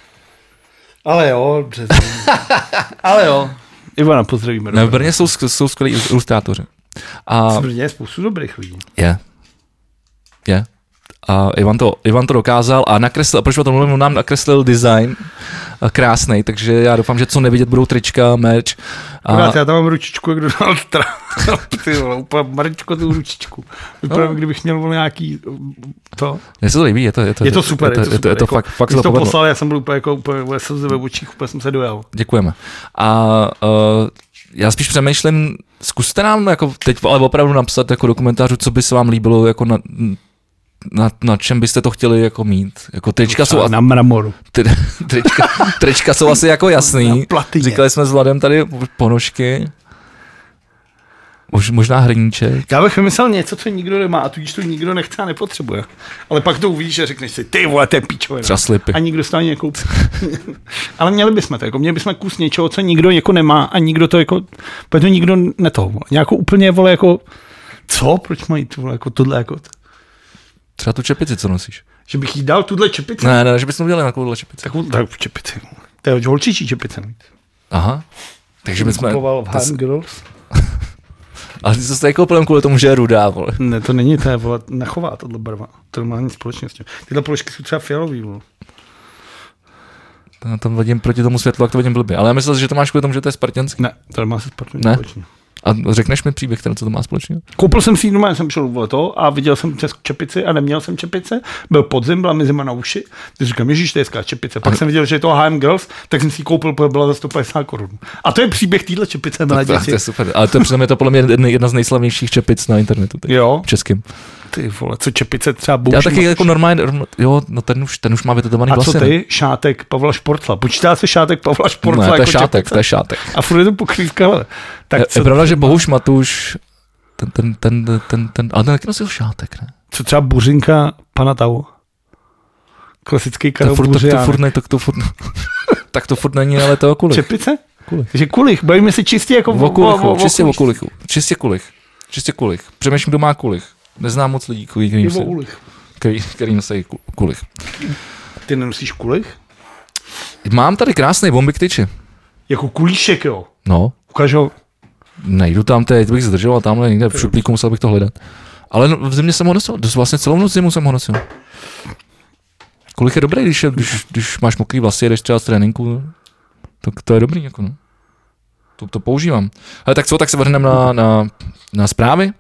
Ale jo, přesně. Ale jo. Ivana pozdravíme. Ne, v Brně jsou, jsou skvělí ilustrátoři. A... V Brně je spoustu dobrých lidí. Je. Je. A Ivan to, Ivan to dokázal a nakreslil, a proč o tom mluvím, on nám nakreslil design krásnej, takže já doufám, že co nevidět budou trička, merch. A... Já tam mám ručičku, jak Donald Trump. Ty vole, úplně maričko tu ručičku. Vypadám, no. Kdybych měl nějaký to. Mně se to líbí, je to, je to, je to super. Je to, je to, je to, je to jako, fakt, fakt to poslal, já jsem byl úplně jako úplně slzy ve očích, úplně jsem se dojel. Děkujeme. A uh, já spíš přemýšlím, zkuste nám jako teď ale opravdu napsat jako do komentářů, co by se vám líbilo jako na, na, na čem byste to chtěli jako mít. Jako trička jsou... Na mramoru. Trička, trička jsou asi jako jasný. Říkali jsme s Vladem tady ponožky. Mož, možná hrníček. Já bych vymyslel něco, co nikdo nemá a tudíž to nikdo nechce a nepotřebuje. Ale pak to uvidíš a řekneš si, ty vole, to je píčovina. Třeba slipy. A nikdo stane nekoupí. Ale měli bychom to, jako měli bychom kus něčeho, co nikdo jako nemá a nikdo to jako, protože to nikdo netoho. Nějakou úplně, vole, jako, co? Proč mají tu, vole, jako tohle, jako... Třeba tu čepici, co nosíš? Že bych jí dal tuhle čepici? Ne, ne, že bys udělal takovouhle čepici. Takovou tak čepici. To je holčičí čepice mít. Aha. Takže bychom... Kupoval v H and Girls. Ale ty jsi se koupil kvůli tomu, že je rudá, vole. Ne, to není, to je, vole, nechová tohle barva. To má nic společného s tím. Tyhle položky jsou třeba fialový, vole. Na tom vidím proti tomu světlu, jak to vidím blbě. Ale já myslel, že to máš kvůli tomu, že to je spartanský. Ne, to má se spartanský společně. A řekneš mi příběh, ten, co to má společného? Koupil jsem si normálně, jsem šel v to a viděl jsem českou čepici a neměl jsem čepice. Byl podzim, byla mi zima na uši. Teď říkám, ježíš, to je hezká čepice. Pak a... jsem viděl, že je to H and Girls, tak jsem si ji koupil, protože byla za sto padesát korun. A to je příběh téhle čepice, milé děti. To je super. Ale to je, je to podle mě jedna z nejslavnějších čepic na internetu. Tak, jo. Českým. Ty vole, co čepice třeba bouši. Já taky jako normálně, jo, no ten už, ten už má vytetovaný vlasy. A co ty? Šátek Pavla Športla. Počítá se šátek Pavla Športla? Ne, to je jako šátek, čepice? to je šátek. A furt je to pokrývka, ale. Tak je, co je pravda, že Bohuš Matuš, ten, ten, ten, ten, ten, ten, ale ten taky nosil šátek, ne? Co třeba Buřinka pana Tau? Klasický Karel Buřiánek. To, to furt ne, tak to furt, tak to furt není, ale to kulich. Čepice? Kulich. Takže kulich, bavíme se čistě jako o kulichu, o, o, čistě o kulichu, čistě kulich, čistě kulich. Přemýšlím, kdo má kulich. Neznám moc lidí, který, který, který nosí kulich. Ty nenosíš kulich? Mám tady krásný bombik tyči. Jako kulíšek, jo? No. Ukáž ho. Nejdu tam teď, bych zdržoval tamhle někde v šuplíku, musel bych to hledat. Ale no, v zimě jsem ho nosil, vlastně celou noc zimu jsem ho nosil. Kulich je dobrý, když, je, když, když máš mokrý vlasy, jdeš třeba z tréninku, tak to je dobrý, jako no. To, to používám. Ale tak co, tak se vrhneme na, na, na zprávy.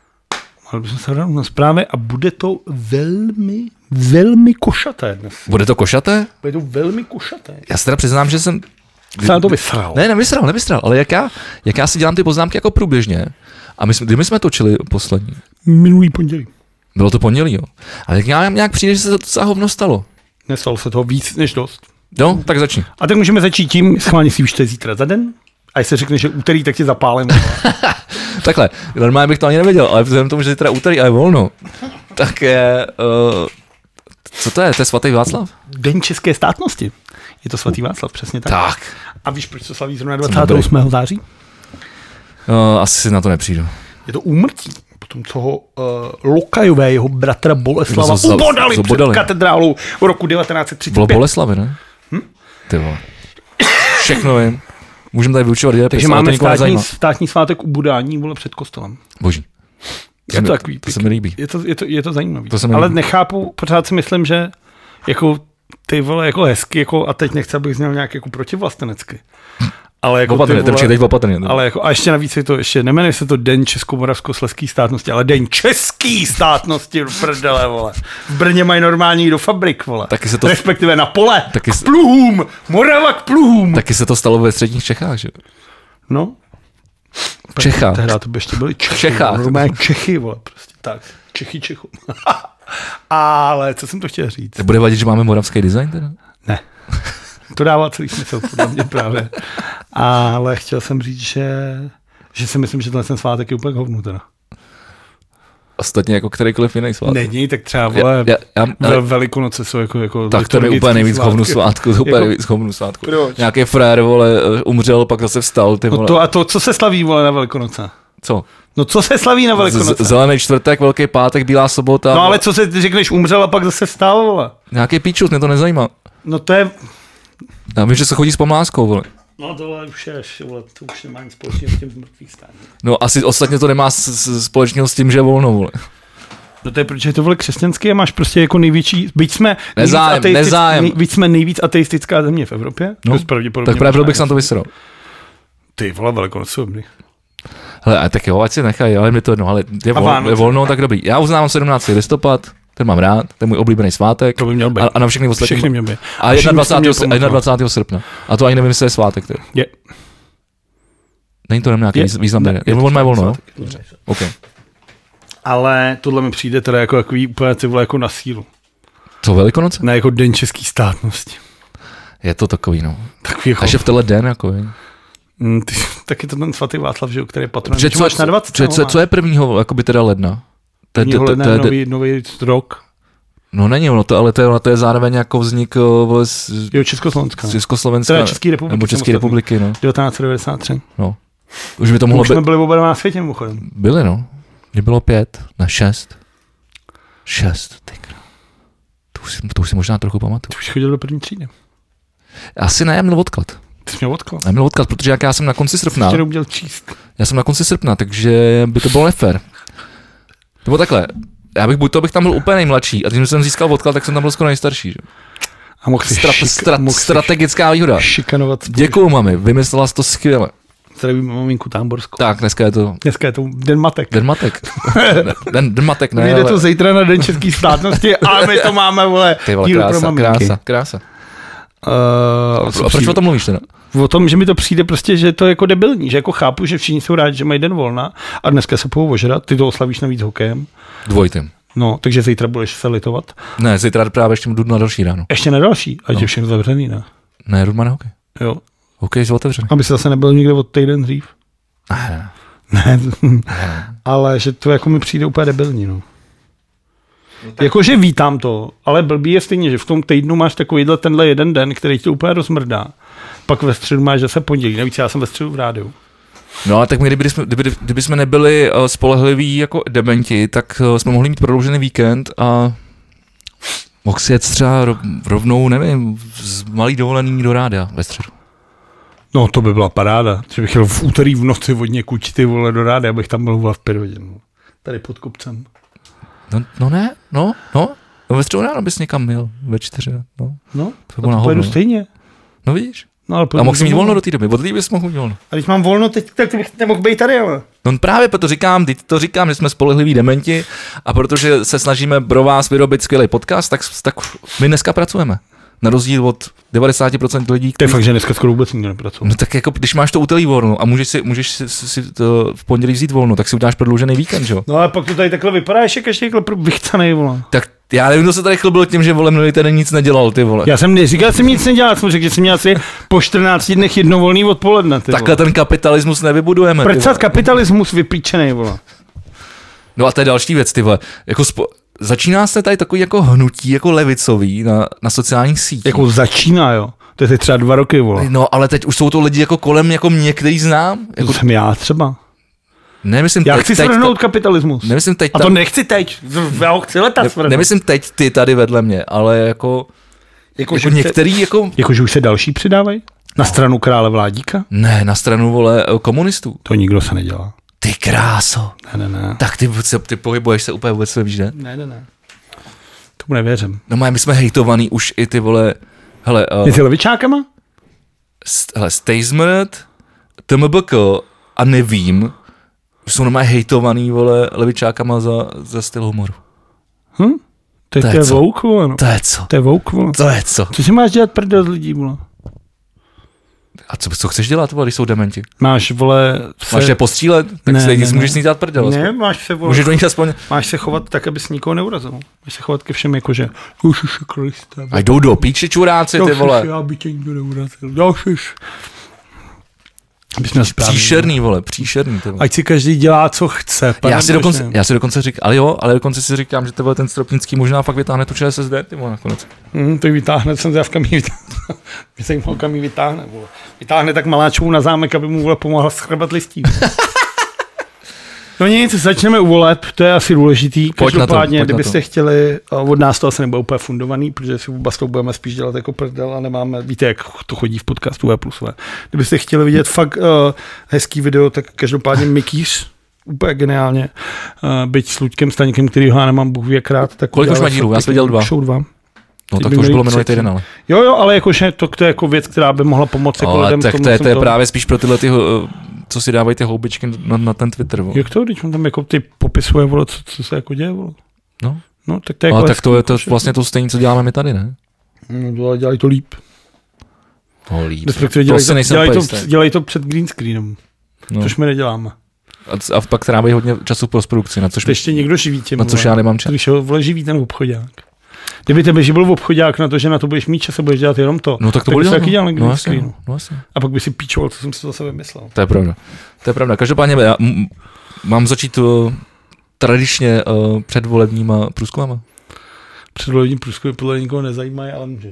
Ale bychom se vrhnuli na zprávy a bude to velmi, velmi košaté dnes. Bude to košaté? Bude to velmi košaté. Já se teda přiznám, že jsem... Jsem to vysral. Ne, nevysral, nevysral, ale jak já, jak já si dělám ty poznámky jako průběžně. A my jsme, kdy my jsme točili poslední? Minulý pondělí. Bylo to pondělí, jo. Ale jak já nějak přijde, že se to docela hovno stalo. Nestalo se toho víc než dost. Jo, tak začni. A tak můžeme začít tím, schválně si už to je zítra za den. A jestli řekneš, že úterý, tak tě zapálím. Takhle, normálně bych to ani nevěděl, ale vzhledem tomu, že zítra úterý a je volno, tak je... Uh, co to je? To je svatý Václav? Den české státnosti. Je to svatý Václav, přesně tak. Tak. A víš, proč to slaví zrovna dvacátého osmého září? Uh, asi si na to nepřijdu. Je to úmrtí. Potom toho uh, Lokajové, jeho bratra Boleslava, Zla, ubodali zobodali. před katedrálou v roku devatenáct set třicet pět. Bylo Boleslavy, ne? Hm? Ty vole. Všechno vím. Můžeme tady vyučovat dějepis. Takže máme státní, státní svátek ubodání, vole, před kostelem. Boží. To je to, mi, takový, to se mi líbí. Je to, je to, je to zajímavý. To ale nechápu, pořád si myslím, že jako ty vole, jako hezky, jako, a teď nechci, abych zněl nějak jako protivlastenecky. Ale jako opatrně, ty vole, teď opatrně. Ale jako, a ještě navíc je to, ještě nemenuje se to Den českomoravskoslezský státnosti, ale Den český státnosti, v prdele, vole. V Brně mají normální do fabrik, vole. Taky se to... Respektive na pole, taky k pluhům, Morava k pluhům. Taky se to stalo ve středních Čechách, že? No. V Čechách. Tehdy to by ještě byly Čechy. V Čechách. Normálně Čechy, vole, prostě tak. Čechy Čechů. Ale co jsem to chtěl říct? Bude vadit, že máme moravský design teda? Ne. To dává celý smysl, podle mě právě. Ale chtěl jsem říct, že, že si myslím, že tenhle ten svátek je úplně hovnu teda. Ostatně jako kterýkoliv jiný svátek. Není, tak třeba vole, já, já, já, Velikonoce jsou jako, jako tak to je úplně nejvíc hovnu svátku, to úplně nejvíc hovnu svátku. Nějaký frér, vole, umřel, pak zase vstal, ty vole. No to a to, co se slaví, vole, na Velikonoce? Co? No co se slaví na Velikonoce? Z- zelený čtvrtek, velký pátek, bílá sobota. No ale co se řekneš, umřel a pak zase vstal, vole? Nějaký píčus, mě to nezajímá. No to je... Já vím, že se chodí s pomláskou, vole. No tohle už je, vole, to už nemá nic společného s tím mrtvých stání. No asi ostatně to nemá s, s, společného s tím, že je volno, vole. No to je, protože je to vole křesťanské a máš prostě jako největší, byť jsme nezájem, nejvíc, nezájem. Nej, byť jsme nejvíc ateistická země v Evropě. No, tak právě bych se na to vysral. Ty vole, velikonoce dobrý. Hele, a tak jo, ať si nechají, ale mi to jedno, ale je, vol, je volno, tak dobrý. Já uznávám sedmnáctého listopad, ten mám rád, to je můj oblíbený svátek. To by měl být. A, a na všechny ostatní. Všechny měl být. A dvacátého srpna. A to ani nevím, jestli je svátek. Tedy. Je. Není to nějaký významný. Je, je, on má volno, jo? OK. Ale tohle mi přijde teda jako takový úplně ty vole jako na sílu. Co, Velikonoce? Ne, jako den český státnosti. Je to takový, no. Takový jako... Až je v tenhle den, jako je. Mm, ty, tak je to ten svatý Václav, že, který je patronem. Co, co, na dvacet, co, co, co je prvního, jakoby teda ledna? Prvního ledna je nový, nový rok. No není ono, to, ale to je, to je zároveň jako vznik vole, z, jo, Československa. Z Československa. Teda České republiky. Nebo České republiky, no. devatenáct set devadesát tři. No. Už by to mohlo Už jsme byli oba na světě, mimochodem. Byli, no. Mě bylo pět, na šest. Šest, ty krát. To už, to už si možná trochu pamatuju. Ty už chodil do první třídy. Asi ne, já měl odklad. Ty jsi měl odklad? Já měl odklad, protože jak já jsem na konci srpna. Ty měl číst. Já jsem na konci srpna, takže by to bylo nefér. Nebo takhle, já bych buď to bych tam byl úplně nejmladší a tím jsem získal odklad, tak jsem tam byl skoro nejstarší. Že? A mohl si Stra- šik- stra- mohl strategická výhoda. Šikanovat. Děkuju, mami, vymyslela jsi to skvěle. Zdravím maminku Táborskou. Tak, dneska je to... Dneska je to Den matek. Den matek. den, den matek, ne, Jde ale... to zítra na Den český státnosti a my to máme, vole, ty vole, krása, krása, krása. Uh, a proč o tom mluvíš teda? O tom, že mi to přijde prostě, že to je jako debilní, že jako chápu, že všichni jsou rádi, že mají den volna a dneska se půjdou ožrat, ty to oslavíš navíc hokejem. Dvojitým. No, takže zítra budeš se litovat. Ne, zítra právě ještě jdu na další ráno. Ještě na další, ať no. je všechno zavřený, ne? Ne, jdu na hokej. Jo. Hokej je otevřený. Aby se zase nebyl nikde od týden dřív. Ne, ne. Ne, ale že to jako mi přijde úplně debilní, no. No jakože vítám to, ale blbý je stejně, že v tom týdnu máš takovýhle tenhle jeden den, který tě úplně rozmrdá. Pak ve středu máš zase pondělí. Navíc já jsem ve středu v rádiu. No ale tak my, kdyby jsme, kdyby, kdyby jsme nebyli uh, spolehliví jako dementi, tak uh, jsme mohli mít prodloužený víkend a mohl si jet třeba rovnou, nevím, z malý dovolený do rádia ve středu. No to by byla paráda. Že bych jel v úterý v noci od někud ty vole do rádia, abych tam byl volat v pět hodin. Tady pod kopcem. No, no ne, no, no. No ve středu ráno bys někam měl, ve čtyři, no. No, to, to pojedu stejně. No vidíš. No, ale a mohl jsi mít volno do té doby, od té bys mohl mít volno. A když mám volno teď, tak bych nemohl být tady, ale. No právě proto říkám, teď to říkám, že jsme spolehliví dementi a protože se snažíme pro vás vyrobit skvělý podcast, tak, tak my dneska pracujeme. Na rozdíl od devadesát procent lidí, kteří... To je fakt, že dneska skoro vůbec nikdo nepracuje. No tak jako, když máš to úterý volno a můžeš si, můžeš si, si to v pondělí vzít volno, tak si uděláš prodloužený víkend, že jo? No ale pak to tady takhle vypadá, ještě každý takhle vychcanej, vole. Tak já nevím, kdo se tady chlubil tím, že vole minulý týden nic nedělal, ty vole. Já jsem neříkal, že jsem nic nedělal, jsem řekl, že jsem měl asi po čtrnácti dnech jednovolný odpoledne, ty takhle vole. Ten kapitalismus nevybudujeme. Prcat kapitalismus vypíčenej, vole. No a to je další věc, ty vole. Jako spo... Začíná se tady takový jako hnutí, jako levicový na, na sociálních sítích. Jako začíná, jo. To je teď třeba dva roky, vole. No, ale teď už jsou to lidi jako kolem, jako mě, který znám. Jako... To jsem já třeba. Nemyslím já teď, chci svrhnout ta... kapitalismus. Nemyslím teď. A to nechci teď. Já ho chci letat ne, Nemyslím teď ty tady vedle mě, ale jako, jako, jako některý se... jako... Jako, že už se další přidávají? Na stranu krále Vládíka? Ne, na stranu, vole, komunistů. To nikdo se nedělá. Ty kráso. Ne, ne, ne. Tak ty, ty pohybuješ se úplně vůbec nevíš, ne? Ne, ne, ne. Tomu nevěřím. No my jsme hejtovaný už i ty, vole, hele... Uh, je ty levičákama? St- hele, Stejsmrt, T M B K a nevím, jsou normálně hejtovaný, vole, levičákama za, za styl humoru. Hm? To, to je vouk, vole, no. To je co? To je vouk, vole. To je co? Co si máš dělat prdel z lidí, vole? A co, co chceš dělat, vole, když jsou dementi? Máš, vole... Se... Máš je postřílet? Tak ne, se ne, můžeš si dát prdel. Ne, máš se, vole... Můžeš do nich aspoň... Máš se chovat tak, abys nikoho neurazil. Máš se chovat ke všem jako, že... Ježiši Kriste. A jdou do píči čuráci, ty vole. Já by tě nikdo neurazil. Ježiš. Příšerný, vole, příšerný. Ty vole. Ať si každý dělá, co chce. Já si, dokonce, já si dokonce říkám, ale jo, ale dokonce si říkám, že tebe ten Stropnický možná fakt vytáhne tu ČSSD, ty vole, nakonec. Hmm, to vytáhne, jsem zjavka kam jí vytáhne. Mě se jim kam jí vytáhne, vole. Vytáhne tak Maláčovu na zámek, aby mu, vole, pomohla schrabat listí. No nic, začneme u voleb, to je asi důležitý. Každopádně, kdybyste chtěli, od nás to asi nebude úplně fundovaný, protože si vůbec to budeme spíš dělat jako prdel a nemáme, víte, jak to chodí v podcastu V plus V. Kdybyste chtěli vidět fakt uh, hezký video, tak každopádně Mikýř úplně geniálně. Uh, byť s Luďkem Staňkem, kterýho já nemám Bůh ví krát. Tak kolik už má dílů? Já jsem viděl dva. Jsou dva. No tak to už bylo minulý týden, ale. Jo, jo, ale jakože to, to je jako věc, která by mohla pomoct jako lidem. Tak to je, to je právě spíš pro tyhle, ty, co si dávají ty houbičky na, na ten Twitter. Vole. Jak to, když on tam jako ty popisuje, vole, co, co se jako děje, vole. No. No, tak to je ale jako tak to je to vlastně to stejné, co děláme my tady, ne? No, dělají to líp. No líp. Respektive dělají to, dělají to, dělají to před green screenem, no. Což my neděláme. A, a pak tráví hodně času v postprodukci, na což, to ještě někdo živí těm, na což já nemám čas. Když ho vole živí ten obchodák. Kdyby tebe živil v obchodák na to, že na to budeš mít čas a budeš dělat jenom to, no tak to tak bys taky dělal na green no, screenu. No, a pak by si píčoval, co jsem si zase vymyslel. To je pravda. To je pravda. Každopádně já m- mám začít uh, tradičně uh, předvolebníma průzkumama. Předvolební průzkumy podle nikoho nezajímají, ale můžeš.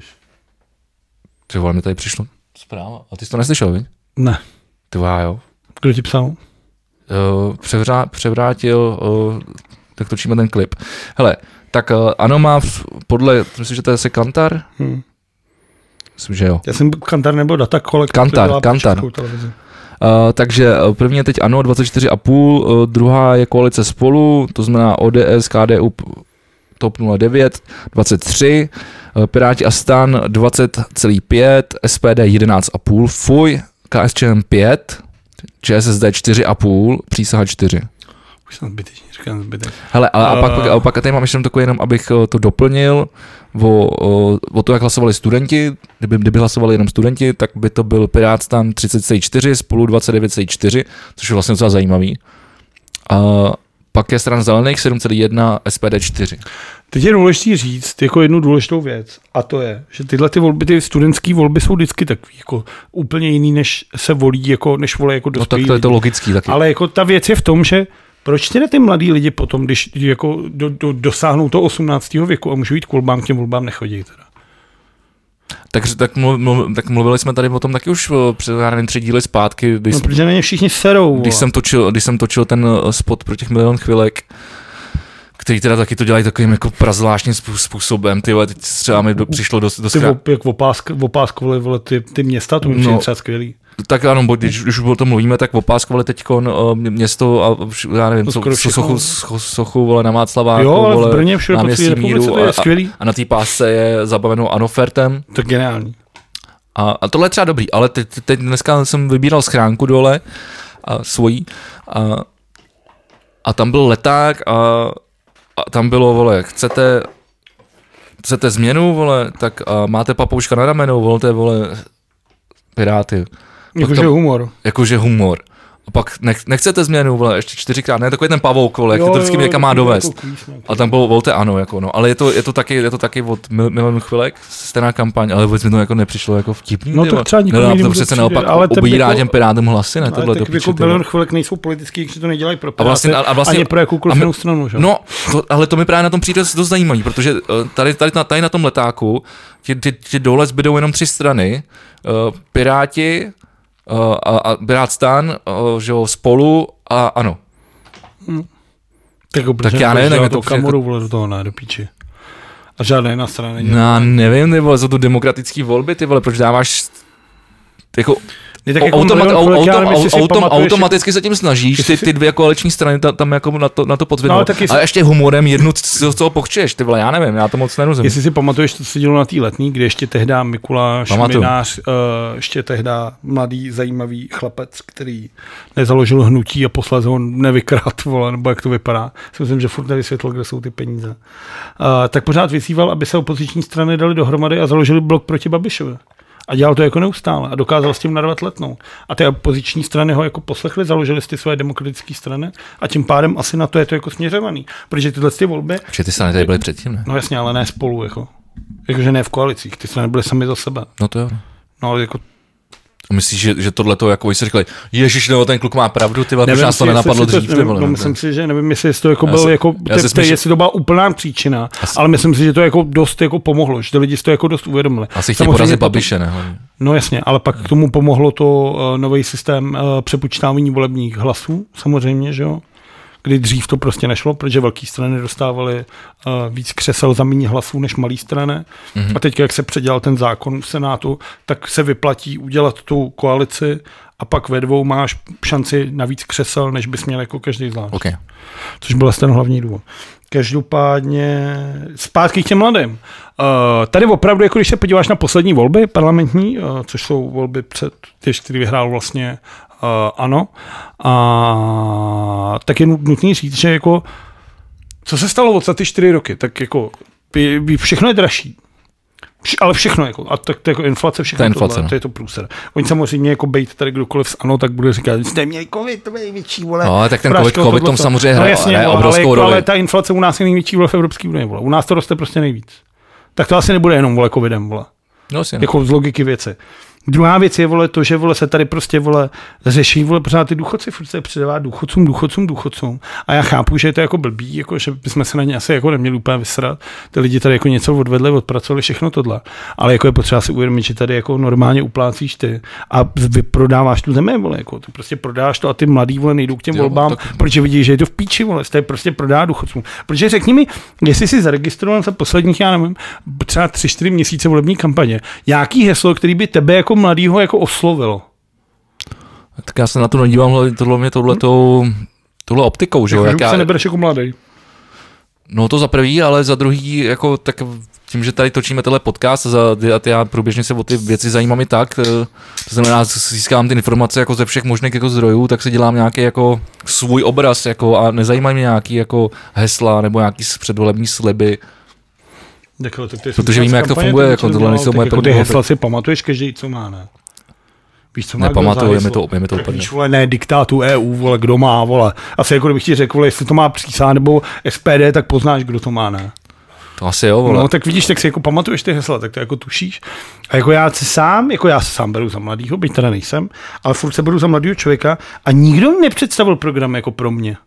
Ty vole, mi tady přišlo zpráva. A ty jsi to neslyšel, viď? Ne. Ty vole, jo. Kdo ti psal? Uh, převrá, převrátil, uh, tak točíme ten klip. Hele, tak uh, ano má v, podle, myslím, že to je asi Kantar? Hmm. Myslím, že jo. Já jsem Kantar nebo Data Collect. Kantar, Kantar. Uh, takže první je teď ANO dvacet čtyři celá pět, uh, druhá je koalice Spolu, to znamená O D S, K D U, TOP nula devět, dvacet tři, uh, Piráti a Stan dvacet celá pět, S P D jedenáct celá pět, Fuj, K S Č M pět, Č S S D čtyři celá pět, Přísaha čtyři. Už jsem zbytečný, říkám zbytek. Hele, a, a, pak, pak, a pak tady mám ještě takový jenom, abych to doplnil, o, o, o to, jak hlasovali studenti. Kdyby, kdyby hlasovali jenom studenti, tak by to byl Pirát Stan třicet celá čtyři, Spolu dvacet devět celá čtyři, což je vlastně docela zajímavý. A pak je Stran zelených sedm celá jedna, S P D čtyři. Teď je důležité říct jako jednu důležitou věc, a to je, že tyhle ty volby, ty studentské volby jsou vždycky takový jako úplně jiný, než se volí, jako, než volí jako dospělí. No tak to je to logický taky. Ale jako ta věc je v tom, že proč tyhle ty mladí lidi potom, když jako do, do, dosáhnou toho osmnáctého věku a můžou jít k volbám, k těm volbám nechodí teda. Tak, tak, mluv, tak mluvili jsme tady o tom taky už před, já nevím, tři díly zpátky. Když no, protože na ně všichni serou. Když jsem, točil, když jsem točil ten spot pro těch milion chvilek, který teda taky to dělají takovým jako prazvláštním způsobem, ty vole, teď třeba mi do, přišlo do, do skra... Ty jak opáskovali vole ty, ty města, to mi přijde no, třeba skvělý. Tak ano, bo, když, když už o tom mluvíme, tak opáskovali teďkon uh, město a já nevím, co, co sochu, sochu vole, na Václaváku, jo, ale vole, v Brně všude po celé republice, to je skvělý. A, a na té pásce je zabavenou Anofertem. To je geniální. A, a tohle je třeba dobrý, ale teď, teď dneska jsem vybíral schránku dole a svojí a, a tam byl leták a, a tam bylo, vole, chcete chcete změnu, vole, tak a máte papouška na ramenou, volte, vole, Piráty. Jakože humor. Jakože humor. A pak nech, nechcete změnu, vole, ještě čtyřikrát, ne, takový ten pavouk, vole, jak to vždycky někam má dovést. A tam bylo, volte ano, jako no, ale je to, je to taky, je to taky od mil, milion chvilek, stejná kampaň, ale vůbec mi to jako nepřišlo jako vtipný. No to třeba nikomu jinému to přece naopak ubírá těm Pirátům hlasy, ne, tohle to píče. Ale milion chvilek nejsou politický, když to nedělají pro Piráty, vlastně, a vlastně, ani pro jakoukoliv jinou stranu, že? No, to, ale to mi právě na tom přijde dost zajímavý, protože tady, tady, tady na tom letáku ti, ti, ti dole zbydou jenom tři strany, uh, Piráti, Uh, a, a Pirát Stan, uh, že jo, Spolu a ano. Hmm. Tak, tak já nevím, nevím, to Kamoru, vole, do toho ne, do píči. A žádná jiná strana není. No, nevím, ty vole, za tu demokratický volby, ty vole, proč dáváš jako... Jako automat, autom, autom, autom, automaticky se tím snažíš, ty, ty dvě koaliční strany tam, tam jako na to, na to podzvednout. No, ale ještě humorem jednu z toho pochčeš, ty vole, já nevím, já to moc nerozumím. Jestli si pamatuješ, to se dělo na té Letný, kde ještě tehda Mikuláš Minář, uh, ještě tehda mladý, zajímavý chlapec, který nezaložil hnutí a posléze ho nevykrát, vole, nebo jak to vypadá. Si myslím, že furt nevysvětlil, kde jsou ty peníze. Uh, tak pořád vyzýval, aby se opoziční strany dali dohromady a založili blok proti Babišovi. A dělal to jako neustále a dokázal s tím narvat Letnou. A ty opoziční strany ho jako poslechly, založili ty svoje demokratické strany a tím pádem asi na to je to jako směřovaný. Protože tyhle ty volby... Protože ty strany tady byly předtím, ne? No jasně, ale ne spolu, jako. Jakože ne v koalicích, ty strany byly sami za sebe. No to jo. No ale jako... Myslíš, že, že tohle to, jako jsi řekli, ježiš, nebo ten kluk má pravdu, ty vole, proč nás to nenapadlo dřív, ty vole. No, myslím si, že nevím, jestli to jako byl, jako, jestli to byla úplná příčina, ale myslím si, že to jako dost jako pomohlo, že ty lidi si to jako dost uvědomili. Asi chtějí porazit Babiše, ne? No jasně, ale pak k tomu pomohlo to uh, nový systém uh, přepočítávání volebních hlasů, samozřejmě, že jo, kdy dřív to prostě nešlo, protože velké strany dostávaly uh, víc křesel za méně hlasů než malé strany. Mm-hmm. A teď, jak se předělal ten zákon v Senátu, tak se vyplatí udělat tu koalici a pak ve dvou máš šanci na víc křesel, než bys měl jako každý zvlášť. Okay. Což byl ten hlavní důvod. Každopádně zpátky k těm mladým. Uh, tady opravdu, jako když se podíváš na poslední volby parlamentní, uh, což jsou volby před ty, který vyhrál vlastně uh, ANO, a tak je nutný říct, že jako co se stalo za ty čtyři roky, tak jako by, by všechno je dražší. Ale všechno, jako, a tak to jako inflace, všechno, to, inflace, tohle, no. to je to průser. Oni samozřejmě jako bejt tady kdokoliv z ANO, tak bude říkat, že jste měli covid, to je největší, vole. No, tak ten covid, covid tom samozřejmě hraje, no, jasně, hraje vole, obrovskou ale, roli. Ale ta inflace u nás je největší, vole, v Evropské unii, vole. U nás to roste prostě nejvíc. Tak to asi nebude jenom, vole, covidem, vole. No, jasně, jako z logiky věci. Druhá věc je, vole, to, že, vole, se tady prostě, vole, řeší, vole, pořád ty důchodci, furt se předává důchodcům, důchodcům, důchodcům. A já chápu, že je to jako blbý, jako, že bychom se na ně asi jako neměli úplně vysrat. Ty lidi tady jako něco odvedli, odpracovali, všechno tohle. Ale jako je potřeba si uvědomit, že tady jako normálně uplácíš ty a vyprodáváš tu zemi, vole, jako ty prostě prodáš to a ty mladý, vole, nejdou k těm jo, volbám, tak... protože vidíš, že je to v píči, vole, to je prostě prodá důchodcům. Protože řekni mi, jestli jsi zaregistroval za posledních, já nevím, třeba tři čtyři měsíce volební kampaně, jaký heslo, který by tebe jako mladýho jako oslovilo. Tak já se na to nedívám, tohle mě touhletou, tohle optikou, že jo. Jak se nebereš jako mladý. No to za prvý, ale za druhý, jako tak tím, že tady točíme tenhle podcast a já průběžně se o ty věci zajímám i tak, to znamená, získám ty informace jako ze všech možných jako zdrojů, tak si dělám nějaký jako svůj obraz jako a nezajímají mě nějaký jako hesla nebo nějaký předvolební sliby. Dekle, tak protože víme, jak to funguje, jako tohle nejsou moje první. Ty hesla si pamatuješ každý, co má, ne? Víš, co má nepamatuju, je mi to, je mi to úplně. Víš, vole, ne, diktátu E U, vole, kdo má, vole. Asi jako kdybych ti řekl, vole, jestli to má přísah nebo S P D, tak poznáš, kdo to má, ne? To asi jo, vole. No, tak vidíš, tak si jako pamatuješ ty hesla, tak to jako tušíš. A jako já se sám, jako já se sám beru za mladýho, byť teda nejsem, ale furt se beru za mladýho člověka a nikdo nepředstavil program jako pro mě.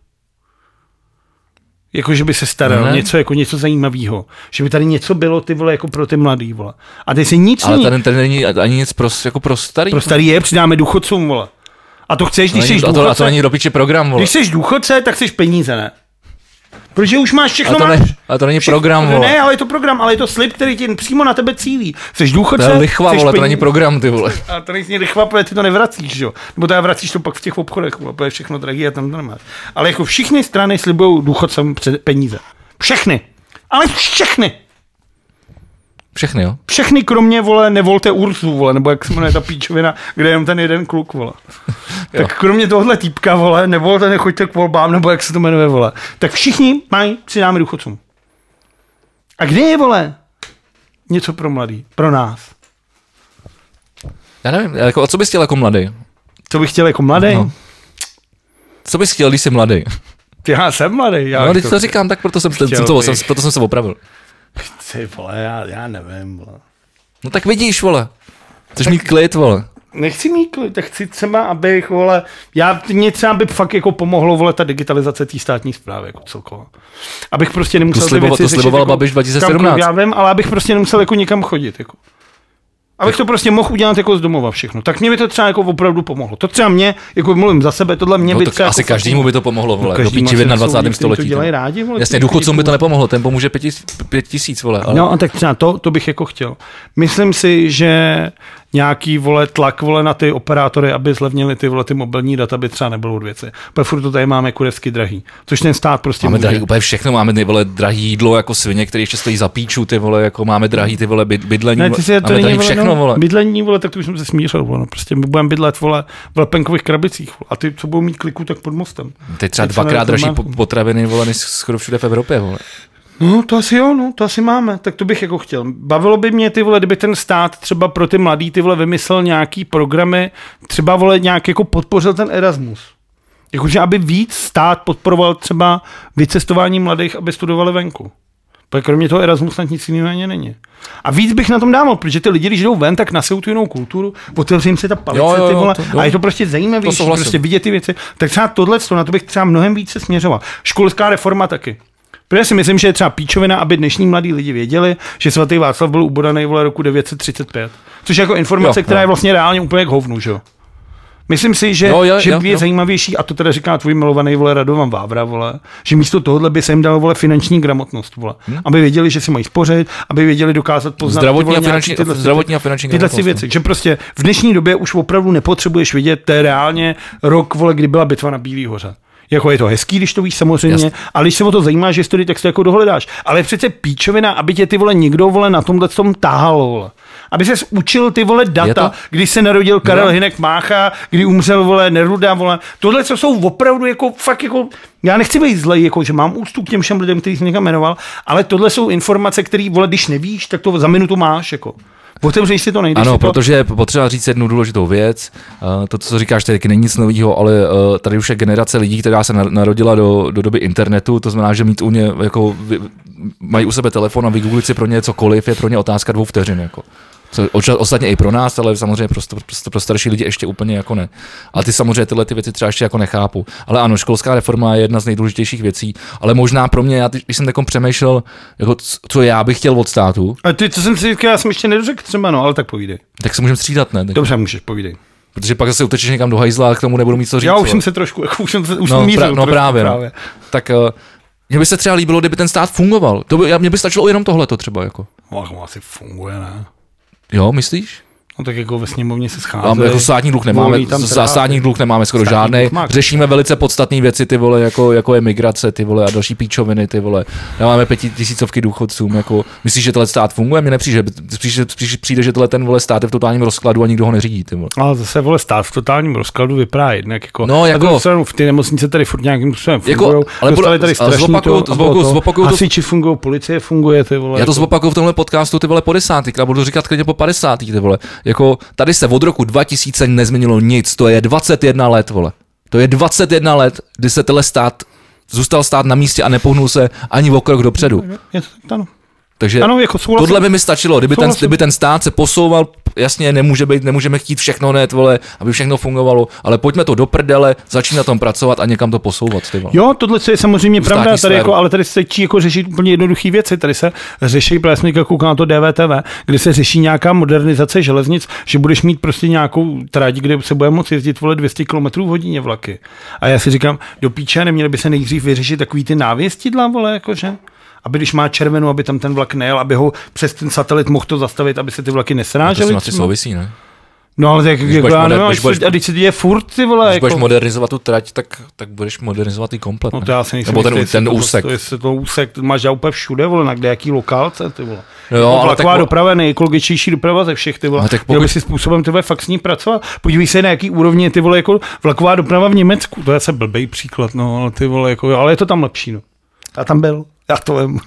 Jako, že by se staral, no něco jako něco zajímavého. Že by tady něco bylo, ty vole, jako pro ty mladý, vole. A teď se nic ale tady, tady není ani nic pro, jako pro starý. Pro starý je, přidáme důchodcům, vole. A to chceš, když no, jsi důchodce. A to není do piče program, vole. Když jsi důchodce, tak chceš peníze, ne? Protože už máš všechno, a to, máš. Ne, a to není všechno, program, vole. Ne, ale je to program, ale je to slib, který ti přímo na tebe cílí. Jsi důchodce, to je lichva, vole, to není program, ty vole. A to není lichva, protože ty to nevracíš, jo. Nebo to vracíš to pak v těch obchodech, vole, protože je všechno drahý a tam to nemáš. Ale jako všechny strany slibují důchodcům peníze. Všechny. Ale všechny. Všechny, jo? Všechny kromě, vole, nevolte Ursu, vole, nebo jak se jmenuje ta píčovina, kde je jen ten jeden kluk, vole. Tak kromě tohohle týpka, vole, nevolte, nechoďte k volbám, nebo jak se to jmenuje, vole. Tak všichni mají, přidáme důchodcům. A kde je, vole, něco pro mladý, pro nás? Já nevím, jako, co bys chtěl jako mladý? Co bych chtěl jako mladý? No. Co bys chtěl, když jsi mladý? Já jsem mladý. Já no, když to, to říkám, tak proto jsem, chtěl, to, jsem, proto jsem se opravil. Ty vole, já, já nevím, vole. No tak vidíš, vole. Chceš mít klid, vole. Nechci mít klid, tak chci třeba, abych, vole, já, mě třeba by fakt jako pomohlo, vole, ta digitalizace té státní správy, jako celková. Abych prostě nemusel to sliboval, ty věci to sliboval řešit, Babiš dva tisíce sedmnáct. Kam, já vím, ale abych prostě nemusel jako nikam chodit, jako. Abych to prostě mohl udělat jako z domova všechno. Tak mě by to třeba jako opravdu pomohlo. To třeba mě, jako mluvím za sebe, tohle mě no, by tak třeba asi jako každému by to pomohlo, vole. No, do píči v dvacátém století. To dělají rádi, vole. Jasně, důchodcům by to nepomohlo, ten pomůže pět, pět tisíc, vole. Ale... No a tak třeba to, to bych jako chtěl. Myslím si, že nějaký, vole, tlak, vole, na ty operátory, aby zlevnili ty, vole, ty mobilní data, by třeba nebylo od věci. Protože furt to tady máme kurevsky drahý. Což ten stát prostě máme může. Drahý úplně všechno, máme ty, vole, drahý jídlo jako svině, které ještě stojí za píču, ty, vole, jako máme drahý ty, vole, bydlení. Ne, ty si, máme drahý všechno, no, vole. Bydlení, vole, tak to už jsem se smířil, vole. No, prostě my budeme bydlet, vole, v lepenkových krabicích, vole. A ty, co budou mít kliku, tak pod mostem. Teď třeba dvakrát dražší potraviny, vole, než skoro všude v Evropě, vole. No, to asi jo, no, to asi máme, tak to bych jako chtěl. Bavilo by mě, ty vole, kdyby ten stát třeba pro ty mladý, ty vole, vymyslel nějaký programy, třeba, vole, nějak jako podpořil ten Erasmus. Jakože, aby víc stát podporoval třeba vycestování mladých, aby studovali venku. Protože kromě toho Erasmus snad nic jiného ani není. A víc bych na tom dával, protože ty lidi, když jdou ven, tak nasejou tu jinou kulturu, otevřím jim se ta palice, jo, jo, ty vole, to, a je to prostě zajímavější, to prostě vidět ty věci. Tak třeba tohle, na to bych třeba mnohem více směřoval. Školská reforma taky. Protože si myslím, že je třeba píčovina, aby dnešní mladí lidi věděli, že svatý Václav byl ubodaný, vole, roku devět set třicet pět. Což je jako informace, jo, která jo. je vlastně reálně úplně k hovnu, že jo. Myslím si, že, jo, jo, že jo, je jo. zajímavější, a to teda říká tvůj milovaný vole Radovan Vávra, vole, že místo tohohle by se jim dalo vole finanční gramotnost, vole, hmm? aby věděli, že si mají spořit, aby věděli dokázat poznat zdravotní vole, a finanční, tyhle, zdravotní a finanční tyhle si věci, že prostě v dnešní době už opravdu nepotřebuješ vidět, to je reálně rok, vole, kdy byla bitva na Bílý hoře. Jako je to hezký, když to víš samozřejmě, Jasne. ale když se o to zajímáš historii, tak si to jako dohledáš. Ale přece píčovina, aby tě ty vole někdo vole na tomhle tom táhalo, vole. Aby ses učil ty vole data, kdy se narodil Karel no. Hynek Mácha, kdy umřel vole Neruda, vole. Tohle, co jsou opravdu jako fakt jako, já nechci být zlej, jako, že mám úctu k těm všem lidem, který jsi někam jmenoval, ale tohle jsou informace, které vole, když nevíš, tak to za minutu máš, jako. Otevřeš si to, nejdeš Ano, si to. protože je potřeba říct jednu důležitou věc. Uh, to, co říkáš, tady není nic nového, ale uh, tady už je generace lidí, která se narodila do, do doby internetu, to znamená, že mít u ně, jako, mají u sebe telefon a vygooglit si pro ně cokoliv, je pro ně otázka dvou vteřin. Jako. Co, ostatně i pro nás, ale samozřejmě pro, pro, pro starší lidi ještě úplně jako ne. A ty samozřejmě tyhle ty věci třeba ještě jako nechápu. Ale ano, školská reforma je jedna z nejdůležitějších věcí, ale možná pro mě, já, když jsem takom přemýšlel, jako, co já bych chtěl od státu. A ty, co jsem si říkal, já jsem ještě nedořekl třeba, no, ale tak povídej. Tak se můžeme střídat, ne? Tak... Dobře, můžeš, povídej. Protože pak zase utečeš někam do hajzla a k tomu nebudu mít co říct. Já už jsem se trošku, jako už jsem se už no, mířil, pra, no trošku, právě, právě. No. Tak uh, mně by se třeba líbilo, kdyby ten stát fungoval. To by, mně by stačilo jenom tohleto třeba. Jako. No, asi funguje, ne? Jo, myslíš? No tak jako ve sněmovně se schází. Máme jako státní dluh nemáme, státní dluh nemáme skoro žádný. Řešíme velice podstatné věci, ty vole, jako, jako je migrace, ty vole, a další píčoviny, ty vole. Dáváme pětitisícovky důchodcům, jako, myslíš, že tenhle stát funguje? Mně nepřijde, spíš, spíš přijde, že tenhle ten vole stát je v totálním rozkladu a nikdo ho neřídí, ty vole. Ale zase vole stát v totálním rozkladu vypadá jednak jako. No, jako stranu, v ty nemocnice tady furt nějakým způsobem jako, fungují. Ale dostali tady strašný to, to, hasiči fungují, policie funguje, ty vole. Já to zopakuju v tomhle podcastu, ty vole, po desátý, a budu říkat klidně po padesátý, ty vole. Jako, tady se od roku dva tisíce nezměnilo nic, to je dvacet jedna let, vole. To je dvacet jedna let, kdy se tenhle stát, zůstal stát na místě a nepohnul se ani o krok dopředu. Je to, ano. Takže ano, jako tohle by mi stačilo, kdyby ten, kdyby ten stát se posouval, jasně nemůže být, nemůžeme chtít všechno hned, vole, aby všechno fungovalo, ale pojďme to do prdele, začít na tom pracovat a někam to posouvat. Ty vole. Jo, tohle je samozřejmě pravda, tady jako, ale tady se čí jako řešit úplně jednoduché věci, tady se řeší, právě jsem koukal na to D V T V, kde se řeší nějaká modernizace železnic, že budeš mít prostě nějakou trať, kde se bude moci jezdit vole dvě stě kilometrů v hodině vlaky. A já si říkám, do píče, neměli by se nejdřív vyřešit takový ty návěstidla, vole, jakože? Aby když má červenou, aby tam ten vlak nejel, aby ho přes ten satelit mohl to zastavit, aby se ty vlaky nesrážely. To asi souvisí, ne? No ale tak jako já nevím, a když se děje furt, ty vole. Když jako... budeš modernizovat tu trať, tak, tak budeš modernizovat i komplet. No to já si nejsem Nebo ten, jistý, ten to, úsek. To, to, to úsek, to máš já úplně všude, vole, na kdejaký lokálce, ty vole. No jo, jako ale vlaková tak... doprava je nejekologičtější doprava ze všech, ty vole. Pokud... Měl by si způsobem, ty vole, fakt s ní pracovat. Podívej se, na jaký úrovni je, ty vole, jako vlaková doprava v Německu. To je se blbej příklad, no, ale ty vole, jako, ale je to tam lepší, no. Já tam byl, já to vím.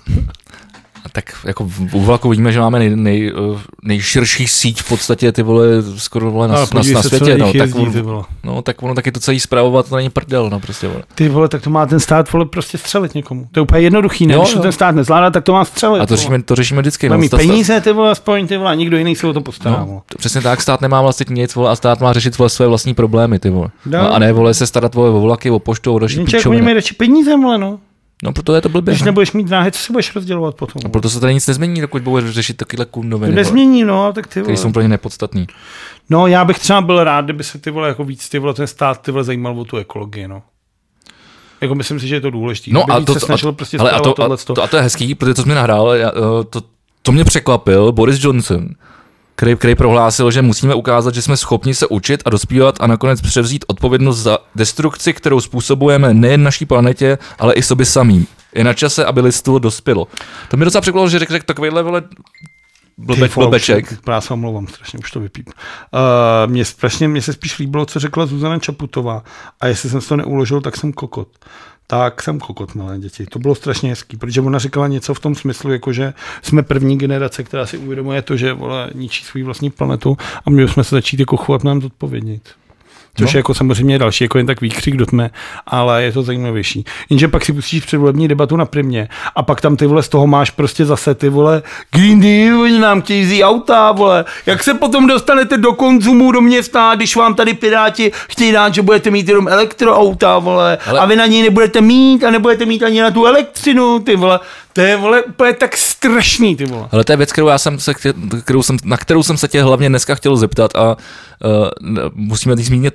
Tak jako u vlaku vidíme, že máme nej, nej, nejširší síť v podstatě, ty vole, skoro vole na, na, na světě, no, jezdí, tak on, no, tak ono taky to celý spravovat, to není prdel, no, prostě, vole. Ty vole, tak to má ten stát, vole, prostě střelit někomu. To je úplně jednoduchý, ne? Jo, Když jo. ten stát nezvládá, tak to má střelit. A to řešíme, to řešíme vždycky, no. Mít peníze, ty vole, aspoň, ty vole, nikdo jiný se o to postará, no, to přesně tak, stát nemá vlastně nic, vole, a stát má řešit vole své vlastní problémy, ty vole. No, a ne, vole, se starat, vole, o vlaky, o poštu, o další píčoviny. Oni mají radši peníze, vole, no. No, proto je to blbě. Když nebudeš mít dráhy, co si budeš rozdělovat potom? A proto se tady nic nezmění, dokud budeš řešit takovýhle kundoviny. To nezmění, no, tak ty vole. Které jsou pro ně nepodstatný. No, já bych třeba byl rád, kdyby se ty vole jako víc ty vole ten stát ty vole zajímal o tu ekologii, no. Jako myslím si, že je to důležité. No a to, a, prostě ale a, to, a, to, a to je hezký, protože to jsi mi nahrál, já, to, to mě překvapil, Boris Johnson, který, který prohlásil, že musíme ukázat, že jsme schopni se učit a dospívat a nakonec převzít odpovědnost za destrukci, kterou způsobujeme nejen naší planetě, ale i sobě samým. Je na čase, aby lidstvo dospělo. To mě docela překvapilo, že řekl řek takovýhle vole blbe, blbeček. Já se omlouvám, strašně už to vypím. Uh, mě, strašně, mě se spíš líbilo, co řekla Zuzana Čaputová. A jestli jsem si to neuložil, tak jsem kokot. Tak jsem kokot, milé děti. To bylo strašně hezký, protože ona říkala něco v tom smyslu, jako že jsme první generace, která si uvědomuje to, že vole, ničí svou vlastní planetu a měli jsme se začít jako chovat nám zodpovědnit. Což no. je jako samozřejmě další, jako jen tak výkřik do tmy, ale je to zajímavější. Jenže pak si pustíš předvolební debatu na Primě a pak tam ty vole z toho máš prostě zase ty vole Green Deal, oni nám chtějí vzít auta, vole. Jak se potom dostanete do konzumu, do města, když vám tady Piráti chtějí dát, že budete mít jenom elektroauta, vole, ale... a vy na něj nebudete mít a nebudete mít ani na tu elektřinu, ty vole. To je, vole, úplně tak strašný, ty vole. Ale to je věc, kterou já jsem se chtěl, kterou jsem, na kterou jsem se tě hlavně dneska chtěl zeptat a uh, musíme teď zmínit teď,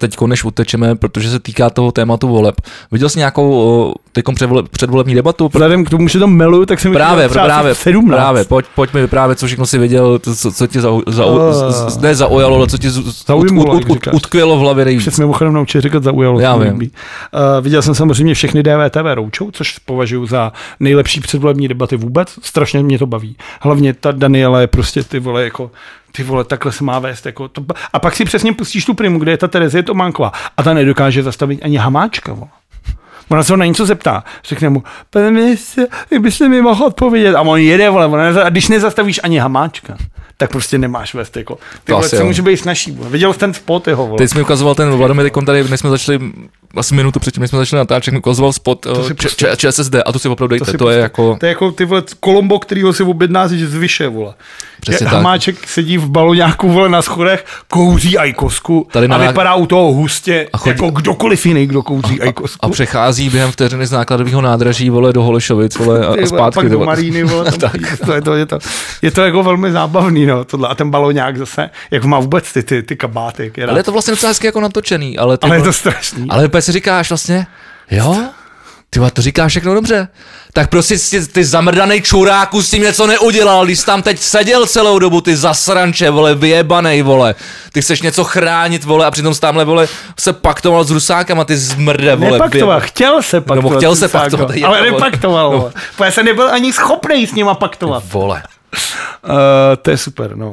teď než utečeme, protože se týká toho tématu voleb. Viděl jsi nějakou teďkom předvolební debatu? Vzhledem k tomu, že to miluju, tak jsem právě, právě, sedmnáct. Právě, pojď, pojď mi vyprávět, co všechno jsi viděl, co, co tě zau, zau, uh, ne zaujalo, ale co ti zaujmulo, ut, ut, ut, utkvělo v hlavě nejvíc. Že jsme mimochodem naučili říkat zaujalo. Já vím. Uh, viděl jsem samozřejmě všechny D V T V Roučou, což považuji za nejlepší předvolební debaty vůbec. Strašně mě to baví. Hlavně ta Daniela je prostě ty vole jako ty vole, takhle se má vést. Jako to, a pak si přesně pustíš tu primu, kde je ta Terezie Tománková a ta nedokáže zastavit ani Hamáčka. Vole. Ona se ho na něco zeptá. Řekne mu, pane ministře, jak byste mi mohl odpovědět? A on jede, vole, a když nezastavíš ani Hamáčka, tak prostě nemáš vést. Jako. Ty vole, co může být snažší. Vole. Viděl jsi ten spot jeho, vole. Teď jsi mi ukazoval ten Vladimír, teď tady, než jsme začali, asi minutu předtím, než jsme začali natáčet, mi ukazoval spot ČSSD a to si opravdu dejte. To, to je jako... To je jako ty vole Kolombo, kterýho si objedná z Vyše, vole. Přesně Hamáček tak. Sedí v baloňáku, vole, na schodech, kouří ajkosku a na... vypadá u toho hustě, chodí... jako kdokoliv jiný, kdo kouří a, ajkosku. A přechází během vteřiny z nákladového nádraží, vole, do Holešovic, vole, a, a zpátky. Pak do Maríny, vole, tam to, je, to, je, to, je to jako velmi zábavný, no, tohle. A ten baloňák zase, jak má vůbec ty, ty, ty kabáty. Je ale je to vlastně docela hezky jako natočený. Ale, ale je to strašný. Ale opět si říkáš vlastně, jo, ty to říkáš všechno dobře. Tak prostě ty, ty zamrdanej čuráku s tím něco neudělal, když jsi tam teď seděl celou dobu, ty zasranče, vole, vyjebanej, vole. Ty chceš něco chránit, vole, a přitom tamhle, vole, se paktoval s Rusákama, ty zmrde, vole. Nepaktoval, chtěl se paktovat. No, chtěl se paktovat. Ale nepaktoval, vole. No. Já jsem nebyl ani schopnej s nima paktovat. Vole. Uh, to je super, no. Uh,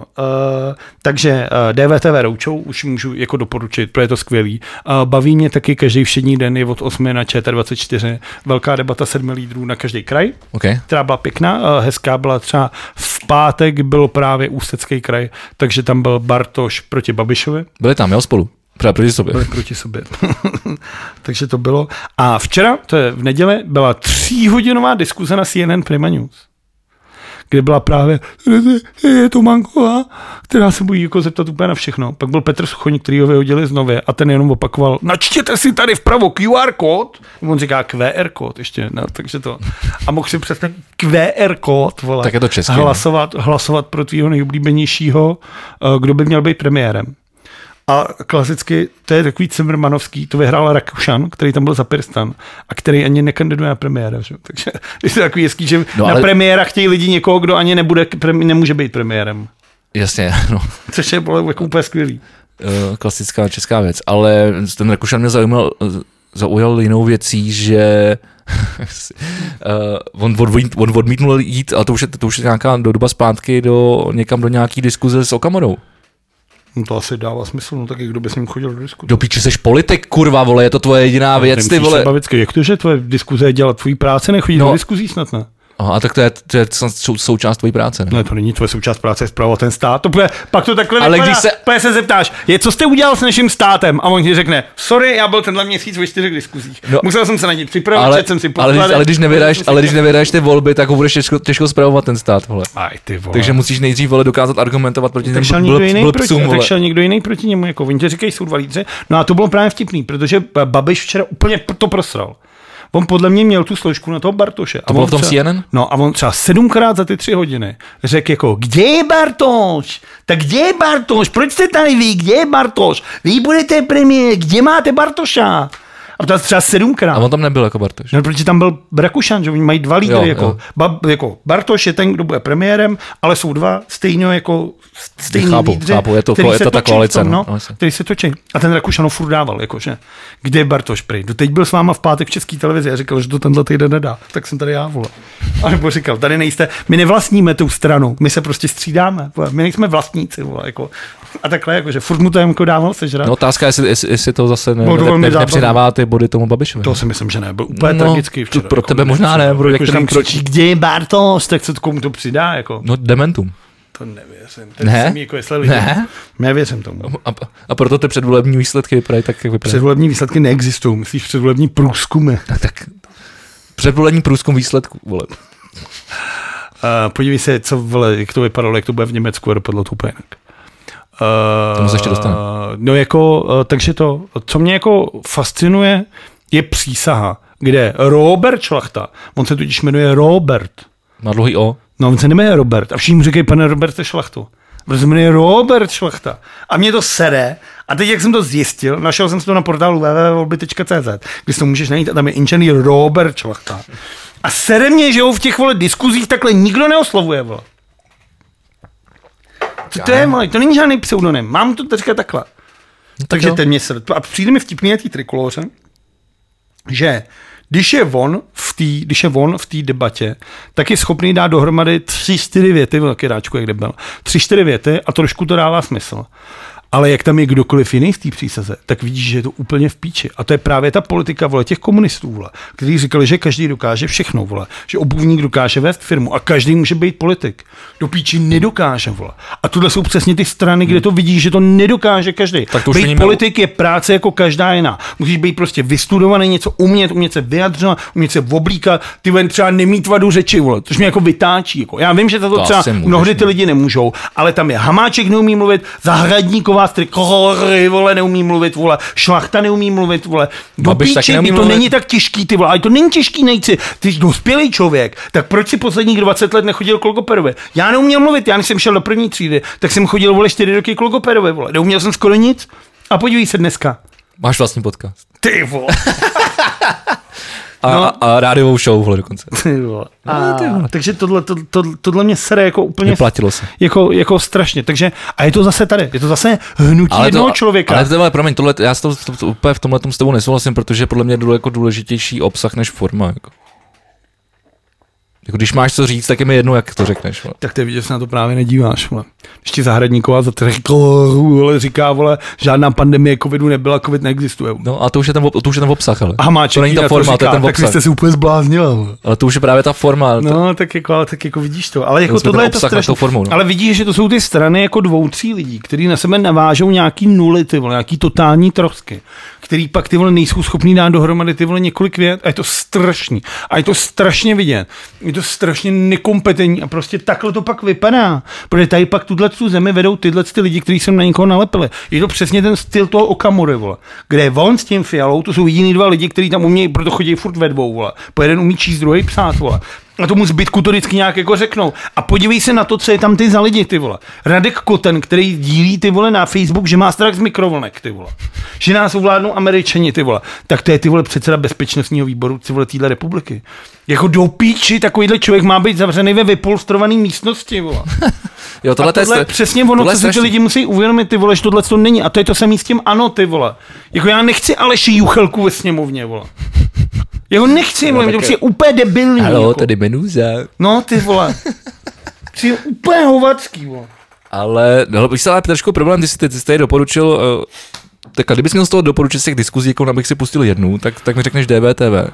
takže uh, D V T V Roučou už můžu jako doporučit, protože je to skvělý. Uh, baví mě taky každý všední den, je od osmi na Č T dvacet čtyři, velká debata sedmi lídrů na každý kraj, okay. která byla pěkná, uh, hezká byla třeba v pátek byl právě Ústecký kraj, takže tam byl Bartoš proti Babišovi. Byli tam, jo, spolu? Právě proti sobě. Byli proti sobě. Takže to bylo. A včera, to je v neděli, byla tříhodinová diskuze na C N N Prima News, kde byla právě je to Manková, která se bojí jako zeptat úplně na všechno. Pak byl Petr Suchoník, který ho vyhodili z Nově a ten jenom opakoval, načtěte si tady vpravo Q R kód. On říká Q R kód ještě, no, takže to. A mohl si přesně Q R kód, vole, tak je to česky, hlasovat, hlasovat pro tvýho nejoblíbenějšího, kdo by měl být premiérem. A klasicky, to je takový Cimrmanovský, to vyhrál Rakušan, který tam byl za Pirstan a který ani nekandiduje na premiéra. Že? Takže je to takový hezký, že no, ale... na premiéra chtějí lidi někoho, kdo ani nebude, nemůže být premiérem. Jasně, no. Což je jako úplně skvělý. Klasická česká věc, ale ten Rakušan mě zaujímal, zaujal jinou věcí, že uh, on, odmít, on odmítnul jít, ale to už je, to už je nějaká doba zpátky do, někam do nějaký diskuze s Okamorou. No to asi dává smysl, no tak kdo by s ním chodil do diskuze. Do píči, seš politik, kurva, vole, je to tvoje jediná věc, ty vole. Bavicky, jak to, že tvoje diskuze je dělat tvojí práce, nechodí no. do diskuzí snad, ne? Aha, tak to je, to je sou, součást tvojí práce, ne? Ne, to není tvoje součást práce, je spravovat ten stát. To bude, pak to takhle ale vypadá, když se... pak se zeptáš, je, co jste udělal s naším státem? A on ti řekne, sorry, já byl tenhle měsíc ve čtyřech diskuzích. No, musel jsem se na ně připravit, ale, jsem si ale, ale, když nevydáš, ale když nevydáš ty volby, tak ho budeš těžko, těžko spravovat ten stát, vole. Aj, ty vole. Takže musíš nejdřív, vole, dokázat argumentovat proti těm blbcům, vole. Tak šel někdo jiný proti němu, jako oni ti říkají, jsou dva lídři. No a to bylo právě vtipný, protože Babiš včera úplně to prosral. On podle mě měl tu složku na toho Bartoše. To bylo v tom C N N? No a on třeba sedmkrát za ty tři hodiny řekl jako, kde je Bartoš? Tak kde je Bartoš? Proč jste tady vy? Kde je Bartoš? Vy budete premiér, kde máte Bartoša? A to třeba sedmkrát. A on tam nebyl jako Bartoš. No, protože tam byl Rakušan, že oni mají dva lídry. Jo, jako, jo. Ba, jako Bartoš je ten, kdo bude premiérem, ale jsou dva stejně jako stejný chápu, lídři, chápu, je to, který je se to ta točí koalice, tom, no, no, který se točí. A ten Rakušan furt dával, jakože, kde je Bartoš prej. Doteď byl s váma v pátek v České televizi a říkal, že to tenhle týden nedá. Tak jsem tady já, vole. A nebo říkal, tady nejste, my nevlastníme tu stranu, my se prostě střídáme, vole. My nejsme vlastníci, vole, jako. A takhle, jakože furt mu to jako dával sežrat. No otázka je, jestli, jestli, jestli to zase ne, ne, ne, nepřidává ty body tomu Babišovi. To si myslím, že ne. Byl úplně no, tragický včera. Pro jako, tebe možná ne. Pro jako, tam křičí, kde je Bartoš, tak co komu to přidá, jako. No dementum. To nevěřím. Teď ne? Jsem jako jestli lidi. Ne? Nevěřím tomu. A, a proto ty předvolební výsledky vypadají tak, jak vypadají. Předvolební výsledky neexistují. Myslíš předvolební průzkumy? Tak, tak předvolební průzkum výsledků, vole. Uh, podívej se, co, vole, jak to vypadalo, jak to bude v Německu a dopadlo to úplně jinak. Uh, Tomu se ještě dostane. No jako, uh, takže to, co mě jako fascinuje, je přísaha, kde Robert Šlachta, on se totiž jmenuje Robert. Má dlouhý O. No on se nejmenuje Robert a všichni mu říkají, pane Roberte Šlachtu. On se jmenuje Robert Šlachta. A mě to sere A teď, jak jsem to zjistil, našel jsem si to na portálu w w w tečka volby tečka c z, kde si to můžeš najít a tam je inženýr Robert Šlachta. A sere mě, že ho v těch vole diskuzích takhle nikdo neoslovuje, vole. Co to je, vole? To není žádný pseudonym. Mám to teďka takhle. No, takže ten mě sere. A přijde mi vtipný na té Trikoloře, že když je on v té, když je on v té debatě, tak je schopný dát dohromady tři, čtyři věty, taky ráčku, jak byl, tři, čtyři věty a trošku to dává smysl. Ale jak tam je kdokoliv jiný v té přísaze, tak vidíš, že je to úplně v píči. A to je právě ta politika, vole, těch komunistů, vole, kteří říkali, že každý dokáže všechno, vole, že obuvník dokáže vést firmu a každý může být politik. Do píči nedokáže, vole. A tohle jsou přesně ty strany, kde to vidíš, že to nedokáže každý. Být politik je práce jako každá jiná. Musíš být prostě vystudovaný, něco umět, umět se vyjadřovat, umět se oblíkat, ty ven třeba nemít vadu řeči, vole, což mě jako vytáčí. Jako. Já vím, že to, to třeba mnohdy ty lidi nemůžou, ale tam je Hamáček neumí mluvit, Zahradníková Trikolory, vole, neumí mluvit, vole, Šlachta neumí mluvit, vole. Do píči, to mluvit. Není tak těžký, ty vole, ale to není těžký, nejci. Ty jsi dospělý člověk, tak proč si posledních dvacet let nechodil k logopedovi? Já neuměl mluvit, já když jsem šel do první třídy, tak jsem chodil, vole, čtyři roky k logopedovi, vole. Neuměl jsem skoro nic. A podívej se dneska. Máš vlastní podcast. Ty vole. A, no. a rádiovou show, vole, dokonce. A, no, takže tohle, to, to, tohle mě sere jako úplně... Vyplatilo se. Jako, jako strašně. Takže, a je to zase tady. Je to zase hnutí ale jednoho to, člověka. Ale tohle, promiň, tohle, já to, to, to, úplně v tomhle tom s tebou nesouhlasím, protože podle mě je jako důležitější obsah než forma. Jako. Jako když máš co říct, tak je mi jedno, jak to řekneš. Vole. Tak to je vidět, že se na to právě nedíváš. Vole. Když ti Zahradníková za Trikoloru říká, vole, žádná pandemie covidu nebyla, covid neexistuje. No a to už je ten, to už je ten obsah, ale. A má to není ta forma, to, říká, to je ten tak obsah. Tak jste si úplně zbláznila. Vole. Ale to už je právě ta forma. No, tak jako, ale tak jako vidíš to. Ale jako tohle je to strašný. Formou, no. Ale vidíš, že to jsou ty strany jako dvou, tří lidí, kteří na sebe navážou nějaký nuly, ty vole, nějaký totální trosky, který pak ty vole nejsou schopný dát dohromady ty vole několik vět. A je to strašný. A je to strašně vidět. Je to strašně nekompetentní a prostě takhle to pak vypadá. Protože tady pak tuhle tu zemi vedou tyhle ty lidi, kteří se na někoho nalepili. Je to přesně ten styl toho Okamury, vole. Kde on s tím Fialou, to jsou jediný dva lidi, kteří tam umějí, proto chodí furt ve dvou, vole. Po jeden umí číst, druhý psát, vole. A tomu zbytku to vždycky nějak jako řeknou. A podívej se na to, co je tam ty za lidi, ty vole. Radek Koten, který dílí ty vole na Facebook, že má strach z mikrovlnek, ty vole. Že nás ovládnou Američani, ty vole. Tak to je ty vole předseda bezpečnostního výboru, ty vole téhle republiky. Jako do píči, takovýhle člověk má být zavřený ve vypolstrované místnosti, vole. Jo, tohle, a tohle je přesně ono, co si ty lidi musí uvědomit, ty vole, že tohle to není. A to je to samý s tím ano, ty vole. Jako já nechci Aleši Juchelku ve sněmovně, vole. Jeho nechci, no, to je úplně debilní. Haló, jako. tady Menuza. No, ty vole. Přijde úplně hovacký, vole. Ale, no, bych se ale trošku problém, ty jsi, ty jsi tady doporučil, uh, tak kdybys měl z toho doporučit z těch diskuzí, jako abych si pustil jednu, tak, tak mi řekneš D V T V.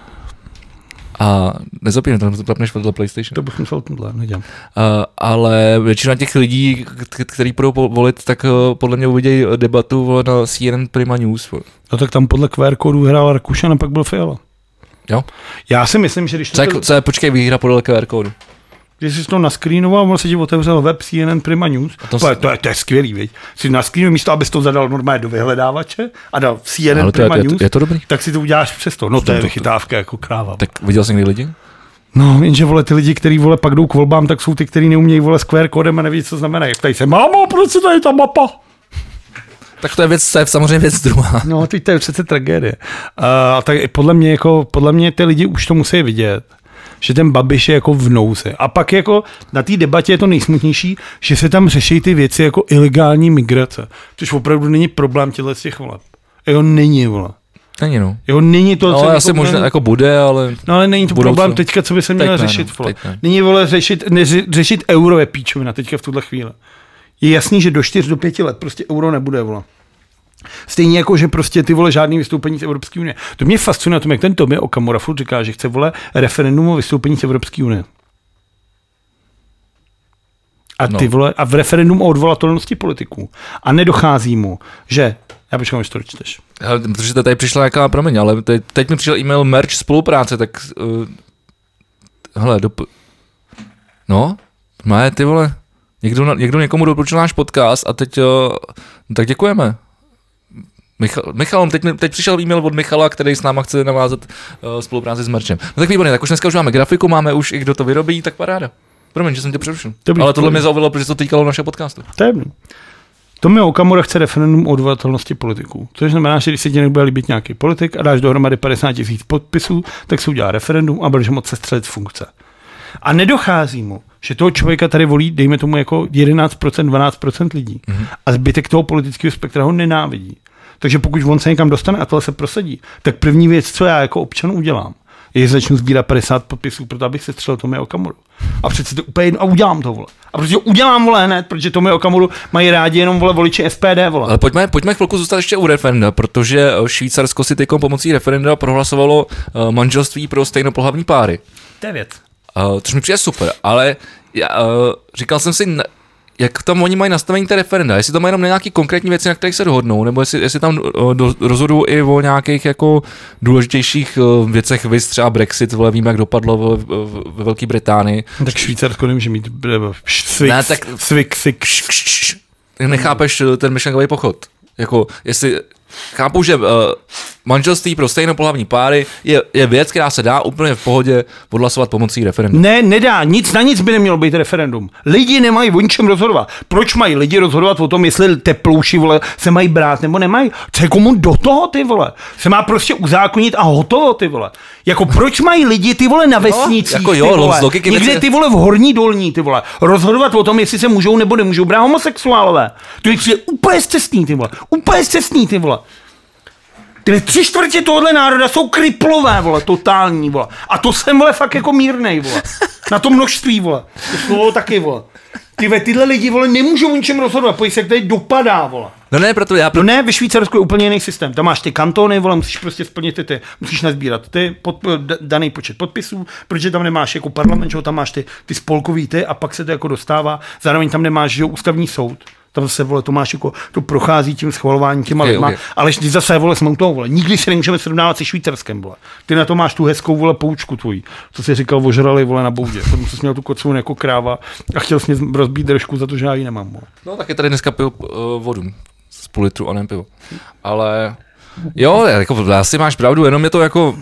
A nezapínej, tam to zapneš vedle PlayStation. To bych musel tohle, nedělám. Uh, ale většina těch lidí, kteří budou volit, tak uh, podle mě uvidějí debatu vole, na C N N Prima News. Vole. No tak tam podle Q R kódu hrál Rakušan a pak byl Fiala. Jo? Já si myslím, že když... Co je, to... co je počkej, výhra podle Q R kódu? Když jsi to nascreenoval, on se ti otevřel web C N N Prima News. To, to, je, to, je, to je skvělý, viď? Si nascreenuješ místo, abys to zadal normálně do vyhledávače a dal C N N ale Prima je, News, je to dobrý? Tak si to uděláš přesto. No to, to je vychytávka jako kráva. Tak viděl jsi někdy lidi? No, jenže vole, ty lidi, kteří vole pak jdou k volbám, tak jsou ty, kteří neumějí vole s Q R kódem a neví, co znamená. Jak tady se, mámo, proč je tady ta mapa? Tak to je věc, to je samozřejmě věc druhá. No, teď to je přece tragédie. A tak podle mě, jako, podle mě ty lidi už to musí vidět, že ten Babiš je jako v nouzi. A pak jako na té debatě je to nejsmutnější, že se tam řeší ty věci jako ilegální migrace, což opravdu není problém těchto z těch voleb. Jo, není, vole. Není, no. Jo, není to... No, ale asi možná jako bude, ale... No, ale není to budoucnu. Problém teďka, co by se mělo řešit, ne, vole. Ne. Není, vole, řešit, neři, řešit euro je píčovina teďka v tuhle chvíli. Je jasný, že do čtyř do pěti let prostě euro nebude, vole. Stejně jako, že prostě ty vole žádný vystoupení z Evropské unie. To mě fascinuje na tom, jak ten Tomio Okamura furt říká, že chce vole referendum o vystoupení z Evropské unie. A ty no. vole, a v referendum o odvolatelnosti politiků. A nedochází mu, že já počkám, až to dočteš. Hele, protože tady přišla nějaká, promiň, ale teď, teď mi přišel e-mail merch spolupráce, tak uh, hele, dop... no, má ty vole, někdo, někdo někomu doporučil náš podcast a teď, uh, tak děkujeme. Michal, Michal teď, teď přišel e-mail od Michala, který s náma chce navázat uh, spolupráci s merchem. No tak výborně, tak už dneska už máme grafiku, máme už i kdo to vyrobí, tak paráda. Promiň, že jsem tě přerušil. Ale tohle mě zaujalo, protože to týkalo našeho podcastu. To je dobrý. Tomio Okamura chce referendum o odvolatelnosti politiků. Což znamená, že když se ti nebude líbit nějaký politik a dáš dohromady padesát tisíc podpisů, tak se udělá referendum a budeš moct se střelit z funkce. A nedochází mu, že toho člověka tady volí, dejme tomu jako jedenáct procent, dvanáct procent lidí. Mm-hmm. A zbytek toho politického spektra ho nenávidí. Takže pokud on se někam dostane a tohle se prosadí, tak první věc, co já jako občan udělám, je, že začnu sbírat padesát podpisů, proto abych se střelil Tomio Okamuru. A přece to úplně jedno, a udělám to, vole. A protože udělám, vole, hned, protože Tomio Okamuru mají rádi jenom, vole, voliči S P D, vole. Ale pojďme, pojďme chvilku zůstat ještě u referenda, protože Švýcarsko si teďkom pomocí referenda prohlasovalo uh, manželství pro stejnopohlavní páry. To je věc. Uh, což mi přijde super, ale já, uh, říkal jsem si, jak tam oni mají nastavení té referenda, jestli to mají jenom nějaké konkrétní věci, na kterých se dohodnou, nebo jestli, jestli tam do, rozhodují i o nějakých jako důležitějších uh, věcech, viz třeba Brexit, vole, víme, jak dopadlo ve, ve Velké Británii. Tak Švýcarsko nemůže mít svik, ne, tak, svik, svik. Nechápeš ten myšlenkový pochod. Jako, jestli chápu, že uh, manželství pro stejnopohlavní páry je, je věc, která se dá úplně v pohodě odhlasovat pomocí referendum. Ne, nedá, nic na nic by nemělo být referendum. Lidi nemají o ničem rozhodovat. Proč mají lidi rozhodovat o tom, jestli teplouši, vole, se mají brát nebo nemají? Co je komu do toho, ty vole? Se má prostě uzákonit a hotovo, ty vole. Jako proč mají lidi, ty vole, na vesnicích, jako jo, ty vole, logiky, někde ty vole v horní dolní, ty vole, rozhodovat o tom, jestli se můžou nebo nemůžou brát homosexuálové. To je úplně zcestný, ty vole, úplně zcestný, ty vole. Ty tři čtvrtě tohohle národa jsou kriplové, vole, totální, vole. A to jsem, vole, fakt jako mírnej, vole. Na to množství, vole. To slovo taky, vole. Ty ve, tyhle lidi, vole, nemůžou ničem rozhodovat, pojď se, jak tady dopadá, vole. No ne, proto já... No ne, ve Švýcarsku je úplně jiný systém. Tam máš ty kantony, vole, musíš prostě splnit ty, ty musíš nazbírat ty pod, daný počet podpisů, protože tam nemáš jako parlament, že tam máš ty, ty spolkový ty a pak se to jako dostává. Zároveň tam nemáš, že ústavní soud. Tam zase, vole, to máš jako, to prochází tím schvalováním těma okay, lidma, okay. Ale ty zase, vole, jsme u toho, vole, nikdy si nemůžeme srovnávat se Švýcarskem, vole. Ty na to máš tu hezkou, vole, poučku tvojí, co jsi říkal, ožrali, vole, na boudě. Potom jsi měl tu kocovou jako kráva a chtěl jsi mě rozbít držku za to, že já ji nemám, vole. No, tak je tady dneska pil uh, vodu z půl litru a ne pivo. Ale jo, jako asi máš pravdu, jenom je to jako...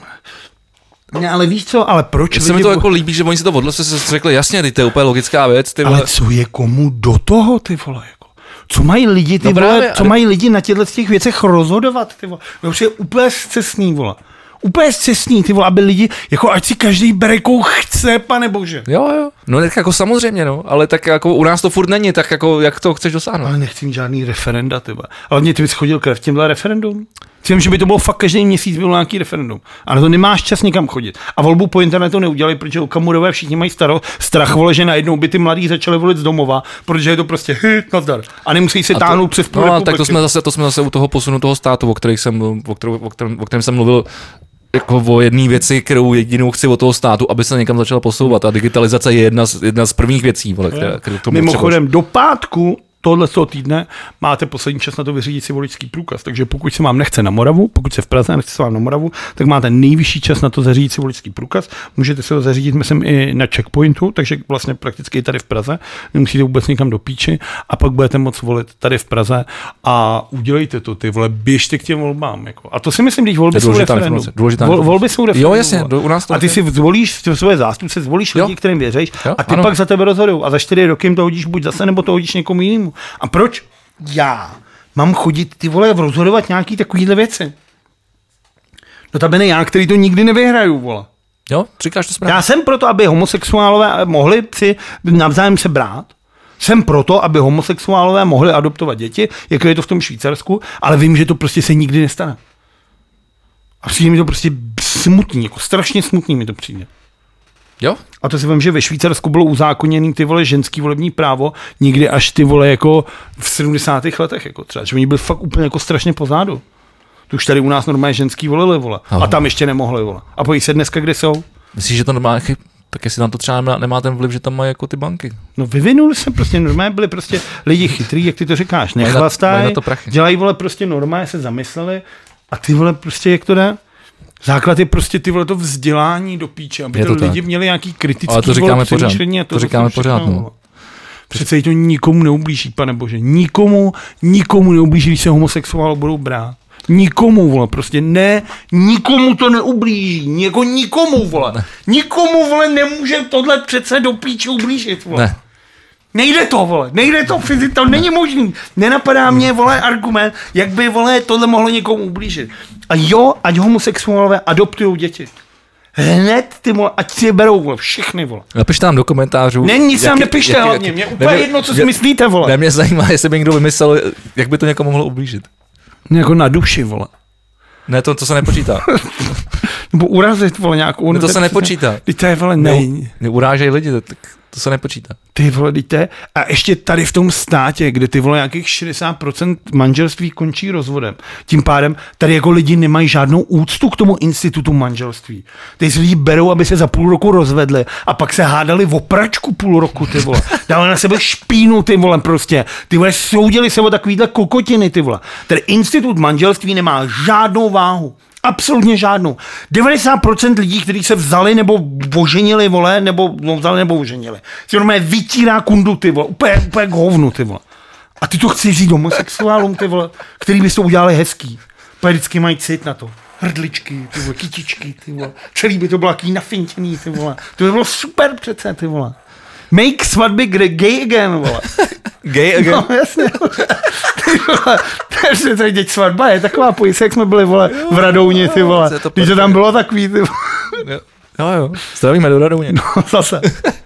Ne, ale víš co, ale proč se mi to jako líbí, že oni si to odle se řekli, jasně, to je úplně logická věc. Ty vole. Ale co je komu do toho, ty vole, jako? Co mají lidi, ty no vole, právě, co ale... mají lidi na těchto těch věcech rozhodovat, ty vole? To už je úplně zcestný, vole. Úplně zcestný, ty vole, aby lidi, jako ať si každý bere, jakou chce, pane bože. Jo, jo, no tak jako samozřejmě, no, ale tak jako u nás to furt není, tak jako jak to chceš dosáhnout. Ale nechci mít žádný referenda, ty vole. Ale mě ty bys chodil krev tímhle referendum? Vím, že by to bylo fakt každý měsíc bylo nějaký referendum. A na to nemáš čas nikam chodit. A volbu po internetu neudělali, protože Okamurové všichni mají staro, strach, vole, že najednou by ty mladí začali volit z domova, protože je to prostě hit, nazdar. A nemusí se táhnout přes půl no, tak to jsme zase, to jsme zase u toho posunu toho státu, o kterém jsem, o kterém, o kterém, o kterém jsem mluvil, jako o jedné věci, kterou jedinou chci od toho státu, aby se někam začala posouvat. A digitalizace je jedna z, jedna z prvních věcí, vole, která, kterou tomu mimochodem, do pátku tohle z toho týdne máte poslední čas na to vyřídit si voličský průkaz. Takže pokud se vám nechce na Moravu, pokud se v Praze nechce se vám na Moravu, tak máte nejvyšší čas na to zařídit si voličský průkaz. Můžete si ho zařídit, myslím, i na checkpointu, takže vlastně prakticky tady v Praze. Nemusíte vůbec někam do píči a pak budete moct volit tady v Praze a udělejte to, ty vole, běžte k těm volbám. Jako. A to si myslím, když volby jsou referendum. Vol, volby jsou referendum. Jo, jasně, do, u nás to a ty si zvolíš svoje zástupce, zvolíš lidi, kterým věříš, a ty ano. pak za tebe rozhodují. A za čtyři roky jim to hodíš buď zase, nebo to hodíš někomu jinému. A proč já mám chodit, ty vole, rozhodovat nějaký takovýhle věci? Notabene já, který to nikdy nevyhraju, vole. Jo, říkáš to správně. Já jsem proto, aby homosexuálové mohli si navzájem se brát. Jsem proto, aby homosexuálové mohli adoptovat děti, jako je to v tom Švýcarsku, ale vím, že to prostě se nikdy nestane. A přijde mi to prostě smutný, jako strašně smutný mi to přijde. Jo? A to si vím, že ve Švýcarsku bylo uzákoněný ty vole ženský volební právo nikdy až ty vole jako v sedmdesátých letech, jako třeba, že oni byli fakt úplně jako strašně pozadu. Tu už tady u nás normálně ženský volili, vole. Aha. A tam ještě nemohli, vole. A pojď se dneska, kde jsou? Myslíš, že to normálně, tak jestli tam to třeba nemá ten vliv, že tam mají jako ty banky? No vyvinuli se prostě, normálně byli prostě lidi chytrý, jak ty to říkáš, nechlastají, dělají, vole, prostě normálně se zamysleli a ty vole prostě, jak to dá? Základ je prostě ty vole to vzdělání do píče, aby to, to lidi měli nějaký kritický ale to říkáme pořád. To, to říkáme pořád, no. Přece jí to nikomu neublíží, pane bože. Nikomu, nikomu neublíží, když se homosexuálové budou brát. Nikomu, vole, prostě ne, nikomu to neublíží, jako nikomu, vole. Ne. Nikomu, vole, nemůže tohle přece do píče ublížit, vole. Ne. Nejde to, vole, nejde to, fyzicky, to není možný. Nenapadá mě, vole, argument, jak by, vole, tohle mohlo někomu ublížit. A jo, ať homosexuálové adoptujou děti. Hned, ty vole, ať si je berou, vole, všechny, vole. Napište nám do komentářů. Ne, nic nám nepište jaký, hlavně, mě úplně nevím, jedno, co si myslíte, vole. Ne, mě zajímá, jestli by někdo vymyslel, jak by to někomu mohlo ublížit. Jako na duši, vole. Ne, to, to se nepočítá. Nebo urazit, vole, nějakou... Ne, to se nepočítá. Teď to je, vole, ne. Neurážej lidi, to, to se nepočítá. Ty vole, dejte. A ještě tady v tom státě, kde ty vole nějakých šedesát procent manželství končí rozvodem. Tím pádem tady jako lidi nemají žádnou úctu k tomu institutu manželství. Ty si lidi berou, aby se za půl roku rozvedli a pak se hádali o pračku půl roku, ty vole. Dávali na sebe špínu, ty vole, prostě. Ty vole, soudili se o takovýhle kokotiny, ty vole. Tady institut manželství nemá žádnou váhu. Absolutně žádnou. devadesát procent lidí, kteří se vzali nebo oženili, vole, nebo no, vzali nebo oženili, si normálně vytírá kundu, ty vole, úplně, úplně k hovnu, ty vole. A ty to chceš říct homosexuálům, ty vole, který by to udělali hezký. Protože vždycky mají cit na to. Hrdličky, ty vole, kytičky, ty vole. Celý by to bylo jaký nafintěný, ty vole. To by bylo super přece, ty vole. Make svatby gay again, vole. Gay again? No, jasně. Ty vole, takže tady děť svatba je taková pojistка, jak jsme byli, vole, v Radouně, ty vole. Když to tam bylo takový, ty vole. Jo, jo, zdravíme do Radouně. No, zase.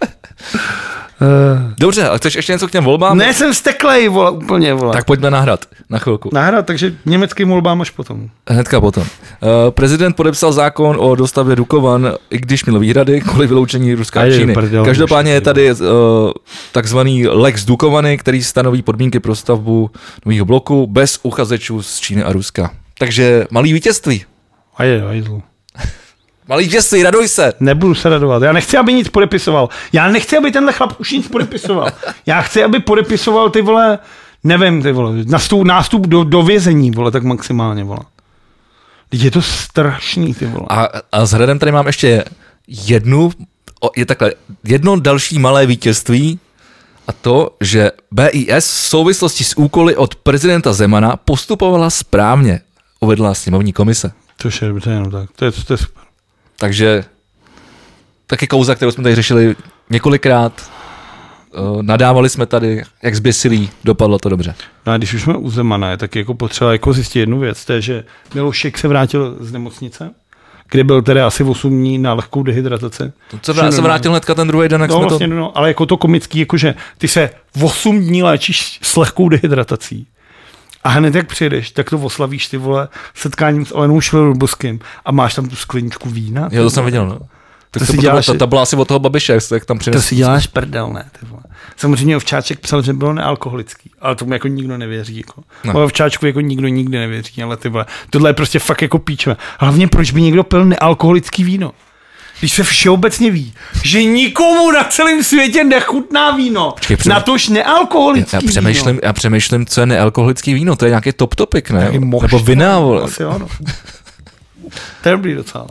Dobře, a chceš ještě něco k těm volbám? Ne, jsem steklej, vole, úplně, vole. Tak pojďme nahrát, na chvilku. Nahrát, takže německým volbám až potom. Hnedka potom. Uh, prezident podepsal zákon o dostavbě Dukovan, i když měl výhrady kvůli vyloučení Ruska a Číny. Každopádně je tady uh, takzvaný Lex Dukovany, který stanoví podmínky pro stavbu nového bloku bez uchazečů z Číny a Ruska. Takže malý vítězství. A je, a jezlu. Malý vítězství, raduj se. Nebudu se radovat. Já nechci, aby nic podepisoval. Já nechci, aby tenhle chlap už nic podepisoval. Já chci, aby podepisoval ty vole, nevím, ty vole, nástup, nástup do, do vězení, vole, tak maximálně, vole. Teď je to strašný, ty vole. A, a s Hradem tady mám ještě jednu, je takhle, jedno další malé vítězství, a to, že B I S v souvislosti s úkoly od prezidenta Zemana postupovala správně, uvedla sněmovní komise. To je dobře, jenom tak. To je, to je super. Takže taky kauza, kterou jsme tady řešili několikrát, nadávali jsme tady, jak zběsilí, dopadlo to dobře. No a když už jsme u Zemana, tak jako potřeba jako zjistit jednu věc, to je, že Milošek se vrátil z nemocnice, kde byl tedy asi osm dní na lehkou dehydrataci. To se vrátil hnedka ten druhý den, jak no, jsme vlastně, to... No, ale jako to komický, jakože ty se osm dní léčíš s lehkou dehydratací. A hned jak přijedeš, tak to oslavíš, ty vole, setkáním s Alenou Švelboským a máš tam tu skleničku vína. Jo, to jsem viděl, no. Tak to to, si to, děláš, ta, ta byla asi od toho Babiše, jak tam přinesl. To si děláš prdel, ne, ty vole. Samozřejmě Ovčáček psal, že bylo nealkoholický, ale tomu jako nikdo nevěří. Jako. No. Ovčáčku jako nikdo nikdy nevěří, ale ty vole, tohle je prostě fakt jako píčme. Hlavně proč by někdo pil nealkoholický víno? Když se všeobecně ví, že nikomu na celém světě nechutná víno, Počkej, přemýšlím, natož nealkoholický já, já přemýšlím, víno. Já přemýšlím, co je nealkoholický víno, to je nějaký top topic, ne? Mož, nebo vina, vole. Asi ano. To je dobrý docela.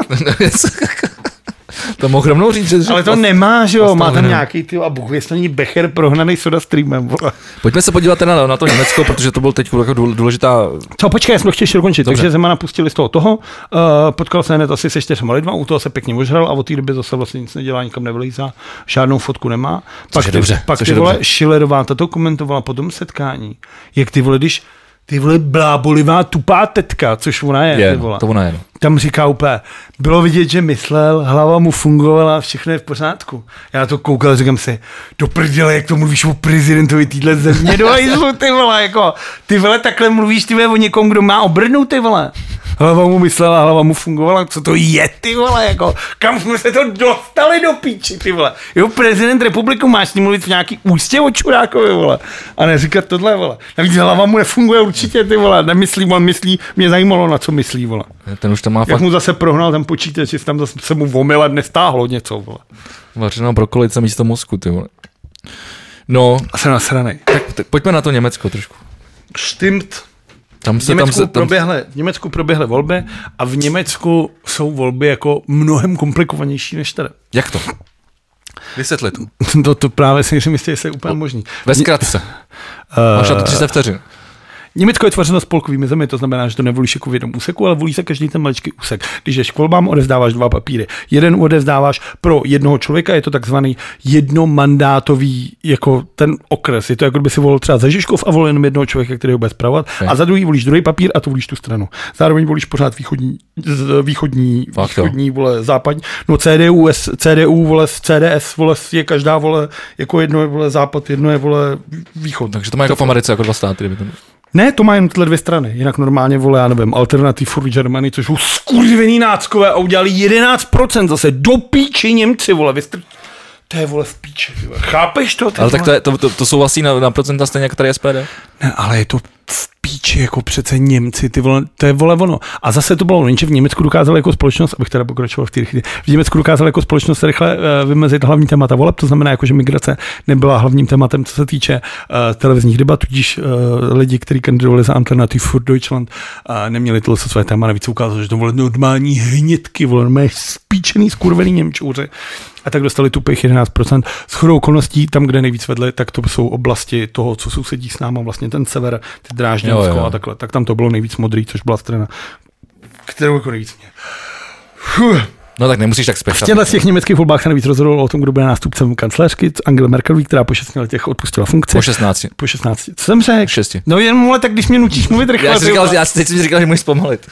To mohl rovnou říct, že... Ale to nemá, že jo, má tam nějaký, ty a Bůh jestli není becher prohnaný soda streamem, vole. Pojďme se podívat teda na, na to Německo, protože to byl teď jako důležitá... Co, počkej, já jsem to chtěl ještě dokončit. Dobře. Takže Zemana pustili z toho toho, uh, potkal se hned asi se čtyřma lidma, u toho se pěkně ožral a od té doby zase vlastně nic nedělá, nikam nevylízá, žádnou fotku nemá. Pak, ty, dobře, pak ty vole Schillerová tato komentovala po tom setkání, jak ty vole, když ty vole blábolivá tupá tetka, což ona je, je ty vole. To ona je. Tam říká úplně, bylo vidět, že myslel, hlava mu fungovala, všechno je v pořádku. Já na to koukal a říkám si, do prdele, jak to mluvíš o prezidentovi týhle země, do hajzlu, ty vole, jako, ty vole, takhle mluvíš, ty vole, o někom, kdo má obrnu, ty vole. Hlava mu myslela, hlava mu fungovala, co to je, ty vole, jako, kam jsme se to dostali do píči, ty vole. Jo, prezident republiku, máš s ním mluvit v nějaký ústě o čurákovi, vole, a neříkat tohle, vole. Navíc hlava mu nefunguje určitě, ty vole, nemyslím, on myslí, mě zajímalo, na co myslí, vole. Ten už tam má Jak fakt... mu zase prohnal ten počítač, že tam zase se mu omyle nestáhlo něco, vole. Vařená brokolice místo mozku, ty vole. No. A jsem nasranej. Tak, tak pojďme na to Německo trošku. Stimmt. Tam se, v, Německu tam se, tam... proběhle, v Německu proběhly volby a v Německu jsou volby jako mnohem komplikovanější než tady. Jak to? Vysvětli to. to, to právě si myslím, jestli je úplně možný. Ve zkratce. Máš na to tři sta vteřin. Německo je tvořeno spolkovými zemi, to znamená, že to nevolíš jako v jednom úseku, ale volí se každý ten maličký úsek. Když jdeš k volbám, odevzdáváš dva papíry. Jeden odevzdáváš pro jednoho člověka, je to takzvaný jednomandátový jako ten okres. Je to jako kdyby si volil třeba za Žižkov a volil jenom jednoho člověka, který ho bude spravovat. A za druhý volíš druhý papír a to volíš tu stranu. Zároveň volíš pořád východní, východní, Fakt, východní vole, západní. No C D U, C D U, vole, C D S, vole, je každá vole, jako jedno je vole západ, jedno je vole východ. Takže to má jako v Americe, jako dva státy. Ne, to má jen tyhle dvě strany. Jinak normálně vole, já nevím, Alternative for Germany, což jsou skurvený náckové a udělali jedenáct procent zase do píči Němci, vole, vystr... To je vole v píči, vole. Chápeš to? Ale tak to, je, to, to, to souvisí na, na procenta stejně jako tady S P D? Ne, ale je to v píči, jako přece Němci, ty vole, to je vole ono. A zase to bylo, jenže v Německu dokázali jako společnost, abych teda pokračoval v té rychlě, v Německu dokázali jako společnost rychle uh, vymezit hlavní témata voleb, to znamená, jako, že migrace nebyla hlavním tématem, co se týče uh, televizních debat, tudíž uh, lidi, kteří kandidovali za Alternative for Deutschland, uh, neměli tohle své téma, navíc ukázalo, že to vole normální hnědky, vole, normální spíčený, skurvený Němčouři. A tak dostali tupých jedenáct procent. Shodou okolností, tam, kde nejvíc vedli, tak to jsou oblasti toho, co sousedí s náma, vlastně ten sever, ty Drážďansko a takhle. Tak tam to bylo nejvíc modrý, což byla strana, kterou jako nejvíc mě. Fuh. No tak nemusíš tak spěchat. V těchto z těch německých volbách se navíc rozhodlo o tom, kdo bude nástupcem kancléřky, Angela Merkelový, která po šesti letech odpustila funkci. Po šestnácti. Po šestnácti. Co jsem řekl? šesti. No jen, ale tak když mě nutíš mluvit rychle. Já, říkal, já teď jsem říkal, že můžeš zpomalit.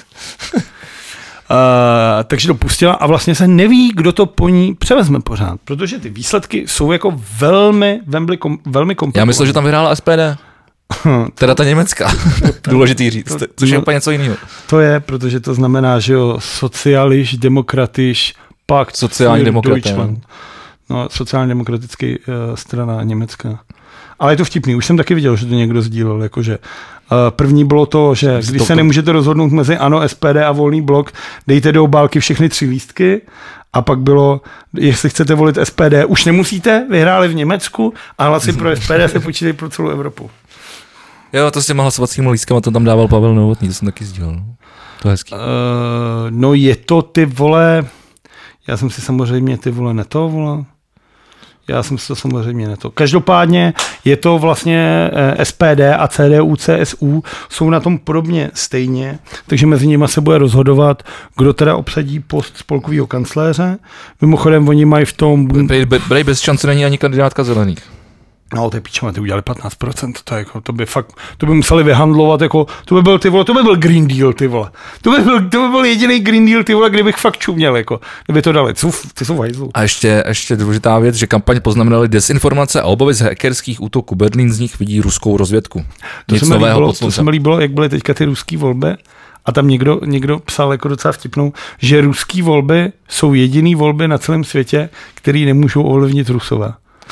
Uh, takže to pustila a vlastně se neví, kdo to po ní převezme pořád, protože ty výsledky jsou jako velmi, velmi, kom, velmi komplikované. Já myslel, že tam vyhrála S P D. Teda ta německá. Důležitý říct, což je úplně něco jiného. To je, protože to znamená, že jo, sociališ, demokratiš, pakt, sociální demokraté. No, sociálně demokratický uh, strana německá. Ale je to vtipný, už jsem taky viděl, že to někdo sdílel, jakože uh, první bylo to, že když se nemůžete rozhodnout mezi ANO, S P D a Volný blok, dejte do obálky všechny tři lístky a pak bylo, jestli chcete volit S P D, už nemusíte, vyhráli v Německu a hlasy pro S P D se počítají pro celou Evropu. Jo, to s těma hlasovacíma lístkama to tam dával Pavel Novotný, to jsem taky sdílel. To je hezký. Uh, no je to ty vole, já jsem si samozřejmě ty vole neto vole. Já jsem si to samozřejmě neto. Každopádně je to vlastně S P D a C D U, C S U jsou na tom podobně stejně, takže mezi nimi se bude rozhodovat, kdo teda obsadí post spolkového kancléře. Mimochodem oni mají v tom... Brej bez šance není ani kandidátka zelených. No, ty píčema, ty udělali patnáct procent, to, je jako, to by fakt, to by museli vyhandlovat, jako, to by byl, ty vole, to by byl Green Deal, ty vole. To by byl, to by byl jediný Green Deal, ty vole, kdybych fakt čuměl, jako, kdyby to dali, ty, ty jsou hajzlu. A ještě, ještě důležitá věc, že kampaň poznamenaly dezinformace a obavy z hackerských útoků. Berlín z nich vidí ruskou rozvědku. To se, mi líbilo, to se mi líbilo, jak byly teďka ty ruský volby, a tam někdo, někdo psal jako docela vtipnou, že ruský volby jsou jediný volby na celém světě, který nemůžou ovlivnit Rusové.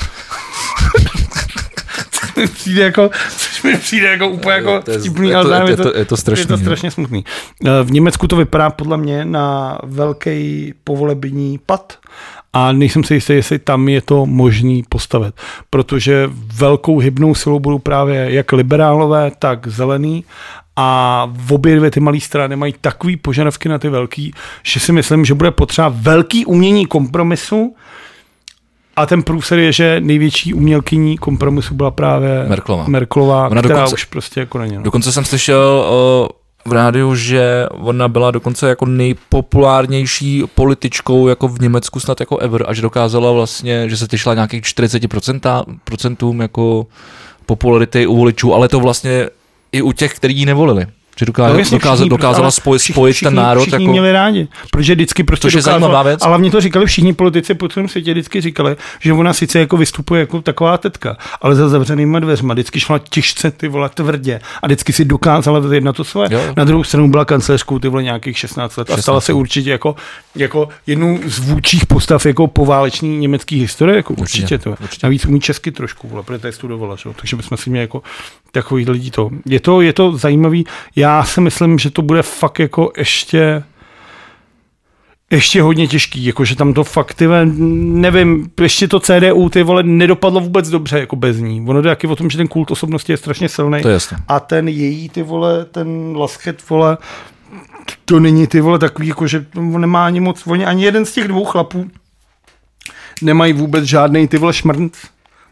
mi přijde jako, což mi přijde jako úplně jako to je, vtipný, je ale to, zároveň je, to, je, to strašný, je to strašně smutný. V Německu to vypadá podle mě na velký povolební pad a nejsem si jistý, jestli tam je to možný postavit, protože velkou hybnou silou budou právě jak liberálové, tak zelený a v obě dvě ty malé strany mají takový požadavky na ty velký, že si myslím, že bude potřeba velký umění kompromisu. A ten průser je, že největší umělkyní kompromisu byla právě Merkelová, Merkelová která dokonce, už prostě jako není. No. Dokonce jsem slyšel o, v rádiu, že ona byla dokonce jako nejpopulárnější političkou jako v Německu snad jako ever a že dokázala vlastně, že se tyšla nějakých čtyřicet procent jako popularity u voličů, ale to vlastně i u těch, kteří ji nevolili. Že dokázala, no, dokázala, dokázala spojit, všichni, spojit ten národ. Všichni jako... měli rádi, protože vždycky prostě Což je zajímavá věc. A hlavně to říkali všichni politici po celém světě, vždycky říkali, že ona sice jako vystupuje jako taková tetka, ale za zavřenýma dveřma, vždycky šla těžce, ty vole, tvrdě a vždycky si dokázala vyjednat to své. Jo. Na druhou stranu byla kancléřkou ty vole nějakých šestnáct let a stala se určitě jako, jako jednou z vůdčích postav jako pováleční německý historie, jako určitě, určitě to. Určitě. Navíc umí česky trošku, vole, protože to je studovala, že? Takže bychom si měli jako takových lidí to. Je to, je to zajímavý. Já si myslím, že to bude fakt jako ještě ještě hodně těžký, jakože tam to fakt, ty vole, nevím, ještě to C D U, ty vole, nedopadlo vůbec dobře, jako bez ní. Ono jde taky o tom, že ten kult osobnosti je strašně silný. To je jasné. A ten její, ty vole, ten Laschet, vole, to není, ty vole, takový, jakože nemá ani moc, oni ani jeden z těch dvou chlapů nemají vůbec žádnej, ty vole, šmrnc.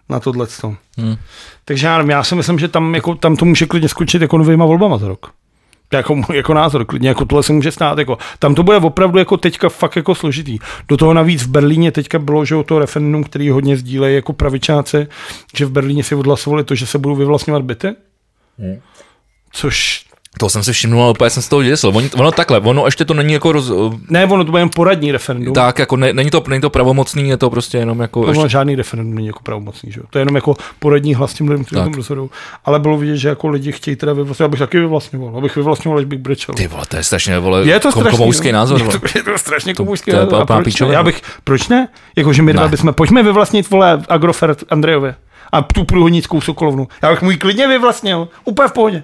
na tohleto. Hmm. Takže já, já si myslím, že tam, jako, tam to může klidně skočit jako novýma volbama za rok. Jako, jako názor, klidně jako tohle se může stát. Jako, tam to bude opravdu jako teďka fakt jako složitý. Do toho navíc v Berlíně teďka bylo, že o to referendum, který hodně sdílejí jako pravičáci, že v Berlíně si odhlasovali to, že se budou vyvlastňovat byty. Hmm. Což... To jsem si všimnul, ale úplně jsem z toho děsil. Ono, ono takhle, ono ještě to není jako... Roz... Ne, ono to bude jen poradní referendum. Tak, jako ne, není, to, není to pravomocný, je to prostě jenom jako... To ještě... žádný referendum není jako pravomocný, že? To je jenom jako poradní hlas těm lidem, kteří tam rozhodou. Ale bylo vidět, že jako lidi chtějí teda vyvlastňovat, abych taky vyvlastňoval, abych vyvlastňoval, až bych brečel. Ty vole, to je strašně, vole, je to strašný, komouský názor. Je to, je to strašně komouský to, to názor. A proč ne? Já bych, proč ne? Jakože my dva bychom, pojďme vyvlastnit, vole, Agrofert Andrejově a tu průhodnickou Sokolovnu. Já bych mu ji klidně vyvlastnil, úplně v pohodě.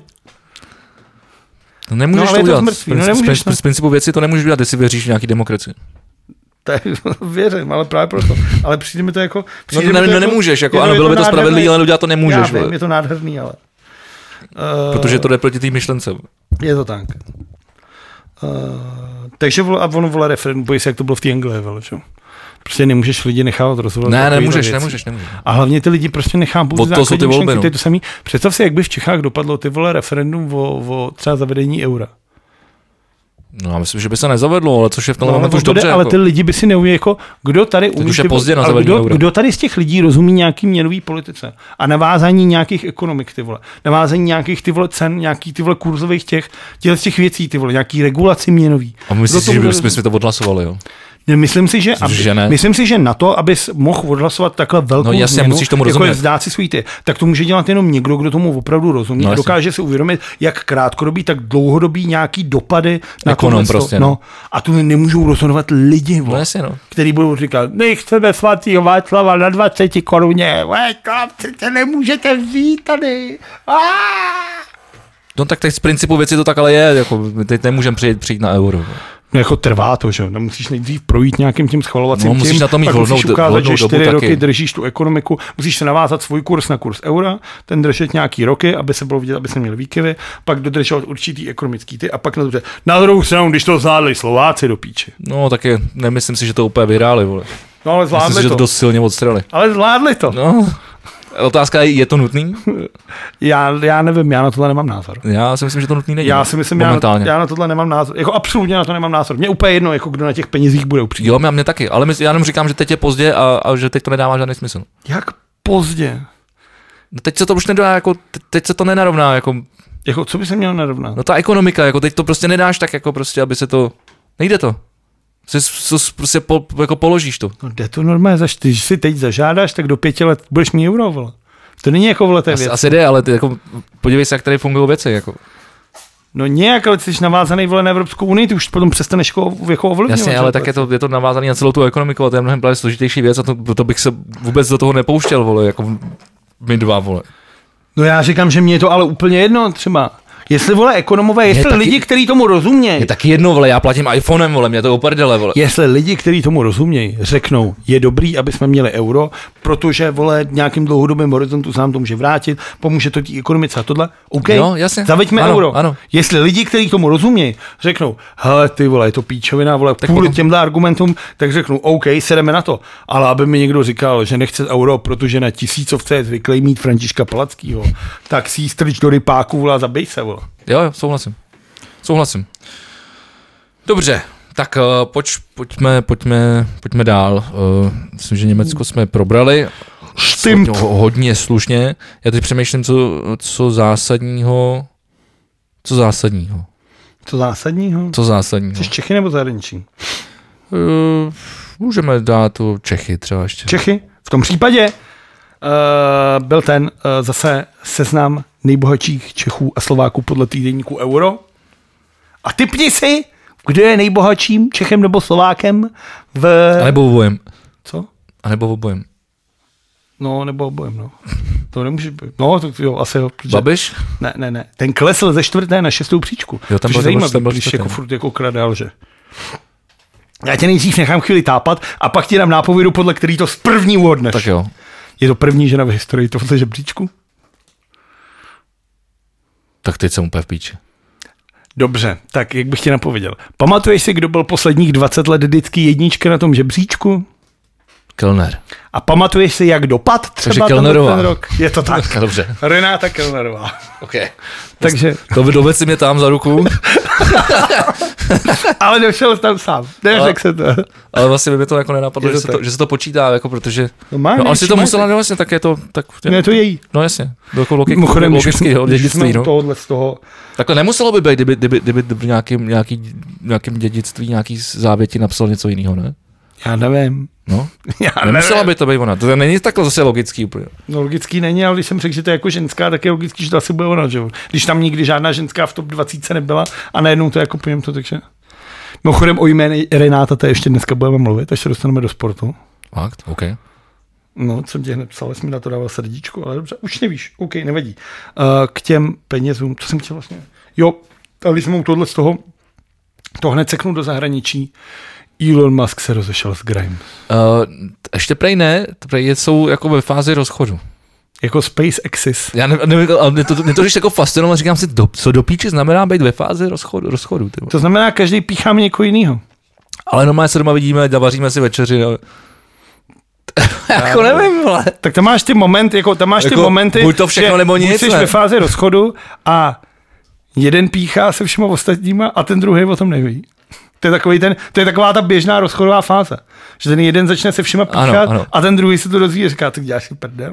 No nemůžeš no, to udělat. Zmrtvý, z, no nemůžeš, z, z principu věci to nemůžeš udělat, jestli věříš v nějaký demokracii. Tak věřím, ale právě proto. Ale přijde mi to jako... No to, ne, to jako, nemůžeš, jako ano, bylo by to spravedlivé, ale udělat to nemůžeš. Já vím, je to nádherný, ale... Uh, Protože to jde proti té myšlence. Je to tak. Uh, takže vole, a ono vole referendum, bojí se, jak to bylo v té Anglii, vole, čo? Prostě nemůžeš lidi nechávat rozhodovat. Ne, nemůžeš, nemůžeš, nemůžeš. A hlavně ty lidi prostě nechápou základní myšlenky, volby, no. to je to samý. Představ si, jak by v Čechách dopadlo ty vole referendum o, o třeba zavedení eura. No já myslím, že by se nezavedlo, ale což je v tom no, momentu už dobře. Ale jako... ty lidi by si neuměli, jako, kdo tady umí, už je pozdě na zavedení kdo, eura. Kdo tady z těch lidí rozumí nějaký měnový politice a navázání nějakých ekonomik, ty vole, navázání nějakých ty vole cen, nějakých ty vole kurzových těch, těch, těch věcí, ty vole, nějaký regulaci měnový. A myslíš, že bychom si to odhlasovali, jo? Myslím si, že, aby, že myslím si, že na to, abys mohl odhlasovat takhle velkou no, jasně, změnu, musíš tomu jako rozumět. je vzdát si svůj ty, tak to může dělat jenom někdo, kdo tomu opravdu rozumí no, a dokáže si uvědomit, jak krátkodobý, tak dlouhodobý nějaký dopady na Ekonom prostě, no. no. A tu nemůžou rozhodovat lidi, no, jasně, no. který budou říkat, nechceme svatýho Václava na dvacet koruně, to nemůžete vzít tady. No tak teď z principu věci to tak ale je, jako teď nemůžeme přijít, přijít na euro. No jako trvá to, že? No, musíš nejdřív projít nějakým tím schvalovacím no, musíš tím, na to mít pak volnou, musíš ukázat, že čtyři roky taky. držíš tu ekonomiku, musíš se navázat svůj kurz na kurz eura, ten držet nějaký roky, aby se bylo vidět, aby se měl výkyvy, pak dodržovat určitý ekonomický ty a pak na dobře. Na druhou stranu, když to zvládli Slováci do píči. No taky nemyslím si, že to úplně vyhráli, vole. No ale zvládli myslím, to. že to dost silně odstřeli. Ale zvládli to. No. Otázka je, je to nutný? Já, já nevím, já na tohle nemám názor. Já si myslím, že to nutný není. Já si myslím, já na, já na tohle nemám názor. Jako absolutně na to nemám názor. Mně úplně jedno, jako kdo na těch penězích bude upřímně. Jo, mě taky, ale my, já jenom říkám, že teď je pozdě a, a že teď to nedává žádný smysl. Jak pozdě? No teď se to už nedá, jako, teď se to nenarovná, jako... Jako, co by se mělo narovnat? No ta ekonomika, jako teď to prostě nedáš tak, jako prostě, aby se to... Nejde to. Prostě po, jako položíš to. No jde to normálně, když si teď zažádáš, tak do pěti let budeš mít euro, vole. To není jako vole té věci. Asi jde, ale ty, jako, podívej se, jak tady fungují věci. Jako. No nějak, ale ty jsi navázaný vole na Evropskou unii, ty už potom přestaneš jako, jako ovlivňovat. Jasně, ale tak je to, je to navázaný na celou tu ekonomiku a to je mnohem právě složitější věc a to, to bych se vůbec do toho nepouštěl, vole, jako my dva, vole. No já říkám, že mě je to ale úplně jedno třeba. Jestli, vole, ekonomové, jestli taky, lidi, kteří tomu rozumějí. Je taky jedno, vole, já platím iPhonem, vole, mě to uprdele, vole. Jestli lidi, kteří tomu rozumějí, řeknou, je dobrý, aby jsme měli euro, protože, vole, nějakým dlouhodobým horizontu se nám to může vrátit, pomůže to té ekonomice a tohle, OK, jo, jasně. Zaveďme ano, euro. Ano. Jestli lidi, kteří tomu rozumějí, řeknou, hele, ty vole, je to píčovina, vole, tak kvůli potom... těmhle argumentům, tak řeknou, OK, sedeme na to. Ale aby mi někdo říkal, že nechce euro, protože na tisícovce je zvyklý mít Františka Palackýho, tak si jí strč do rypáku, vole, a zabij se, vole. Jo, jo, souhlasím. Souhlasím. Dobře, tak uh, pojď, pojďme, pojďme, pojďme dál. Uh, myslím, že Německo jsme probrali. Stimmt. Hodně slušně. Já teď přemýšlím, co, co zásadního... Co zásadního? Co zásadního? Co zásadního? Jsi Čechy nebo zahraničí? Uh, můžeme dát tu Čechy třeba ještě. Čechy? V tom případě uh, byl ten uh, zase seznam nejbohatších Čechů a Slováků podle týdeníku Euro. A tipni si, kdo je nejbohatším Čechem nebo Slovákem v... A nebo obojem. Co? A nebo obojem. No, nebo obojem, no. To nemůže být. No, to jo, asi jo. Protože... Babiš? Ne, ne, ne. Ten klesl ze čtvrté na šestou příčku. Jo, tam byl zajímavý, když jako furt jako krade, že... Já tě nejdřív nechám chvíli tápat a pak ti dám nápovědu, podle který to z první uhodneš. Tak jo. Je to první žena v historii tohoto žebříčku? Tak teď jsem úplně v píči. Dobře, tak jak bych ti napověděl. Pamatuješ si, kdo byl posledních dvacet let vždycky jednička na tom žebříčku? Kellner. A pamatuješ si, jak dopad třeba ten rok? Je to tak. Dobře. Renáta Kellnerová. Okay. Takže... To doved si mě tam za ruku. Ale došel tam sám. Neřekl se to. Ale vlastně by to jako nenapadlo, že se to, že se to počítá, jako protože... No, má, no ale si to musela, no vlastně, tak je to... Tak, no je to její. No jasně. Do jako logiky, logického dědictví, no. Tohohle z toho... Takhle nemuselo by být, kdyby, kdyby, kdyby v nějakém, nějaký, nějakým dědictví, nějaký závěti napsal něco jiného, ne? Já nevím. No, já nemusela nevím. by to být ona. To není takhle zase logický úplně. No logický není, ale když jsem řekl, že to je jako ženská, tak je logický, že to asi bude ona, že jo. Když tam nikdy žádná ženská v top dvacet nebyla a najednou to jako po něm to, takže... Mimochodem o jméně Renáta to ještě dneska budeme mluvit, až se dostaneme do sportu. Fakt? OK. No, jsem ti hned psal, jsem mi na to dával srdíčko, ale dobře, už nevíš, OK, nevadí. Uh, k těm penězům, co jsem chtěl vlastně... Jo, ale když jsem tohle z toho, to hned seknu do zahraničí, Elon Musk se rozešel s Grimes. Uh, ještě prej ne, prej jsou jako ve fázi rozchodu. Jako SpaceXis. Já nevím, ne, ale mě to, mě to ještě jako fascinovalo, říkám si, do, co do píči znamená být ve fázi rozchodu. rozchodu to znamená, každý pícháme někoho jinýho. Ale normálně se doma vidíme, vaříme si večeři. No. jako nevím, ale... Tak tam máš ty momenty, jako tam máš jako, ty momenty, buď to všechno, že nebo nic, jsi ve fázi rozchodu a jeden píchá se všema ostatníma a ten druhý o tom neví. To je, takový ten, to je taková ta běžná rozchodová fáze. Že ten jeden začne se všema píchat ano, ano. a ten druhý se to dozví a říká, tak děláš si prdel.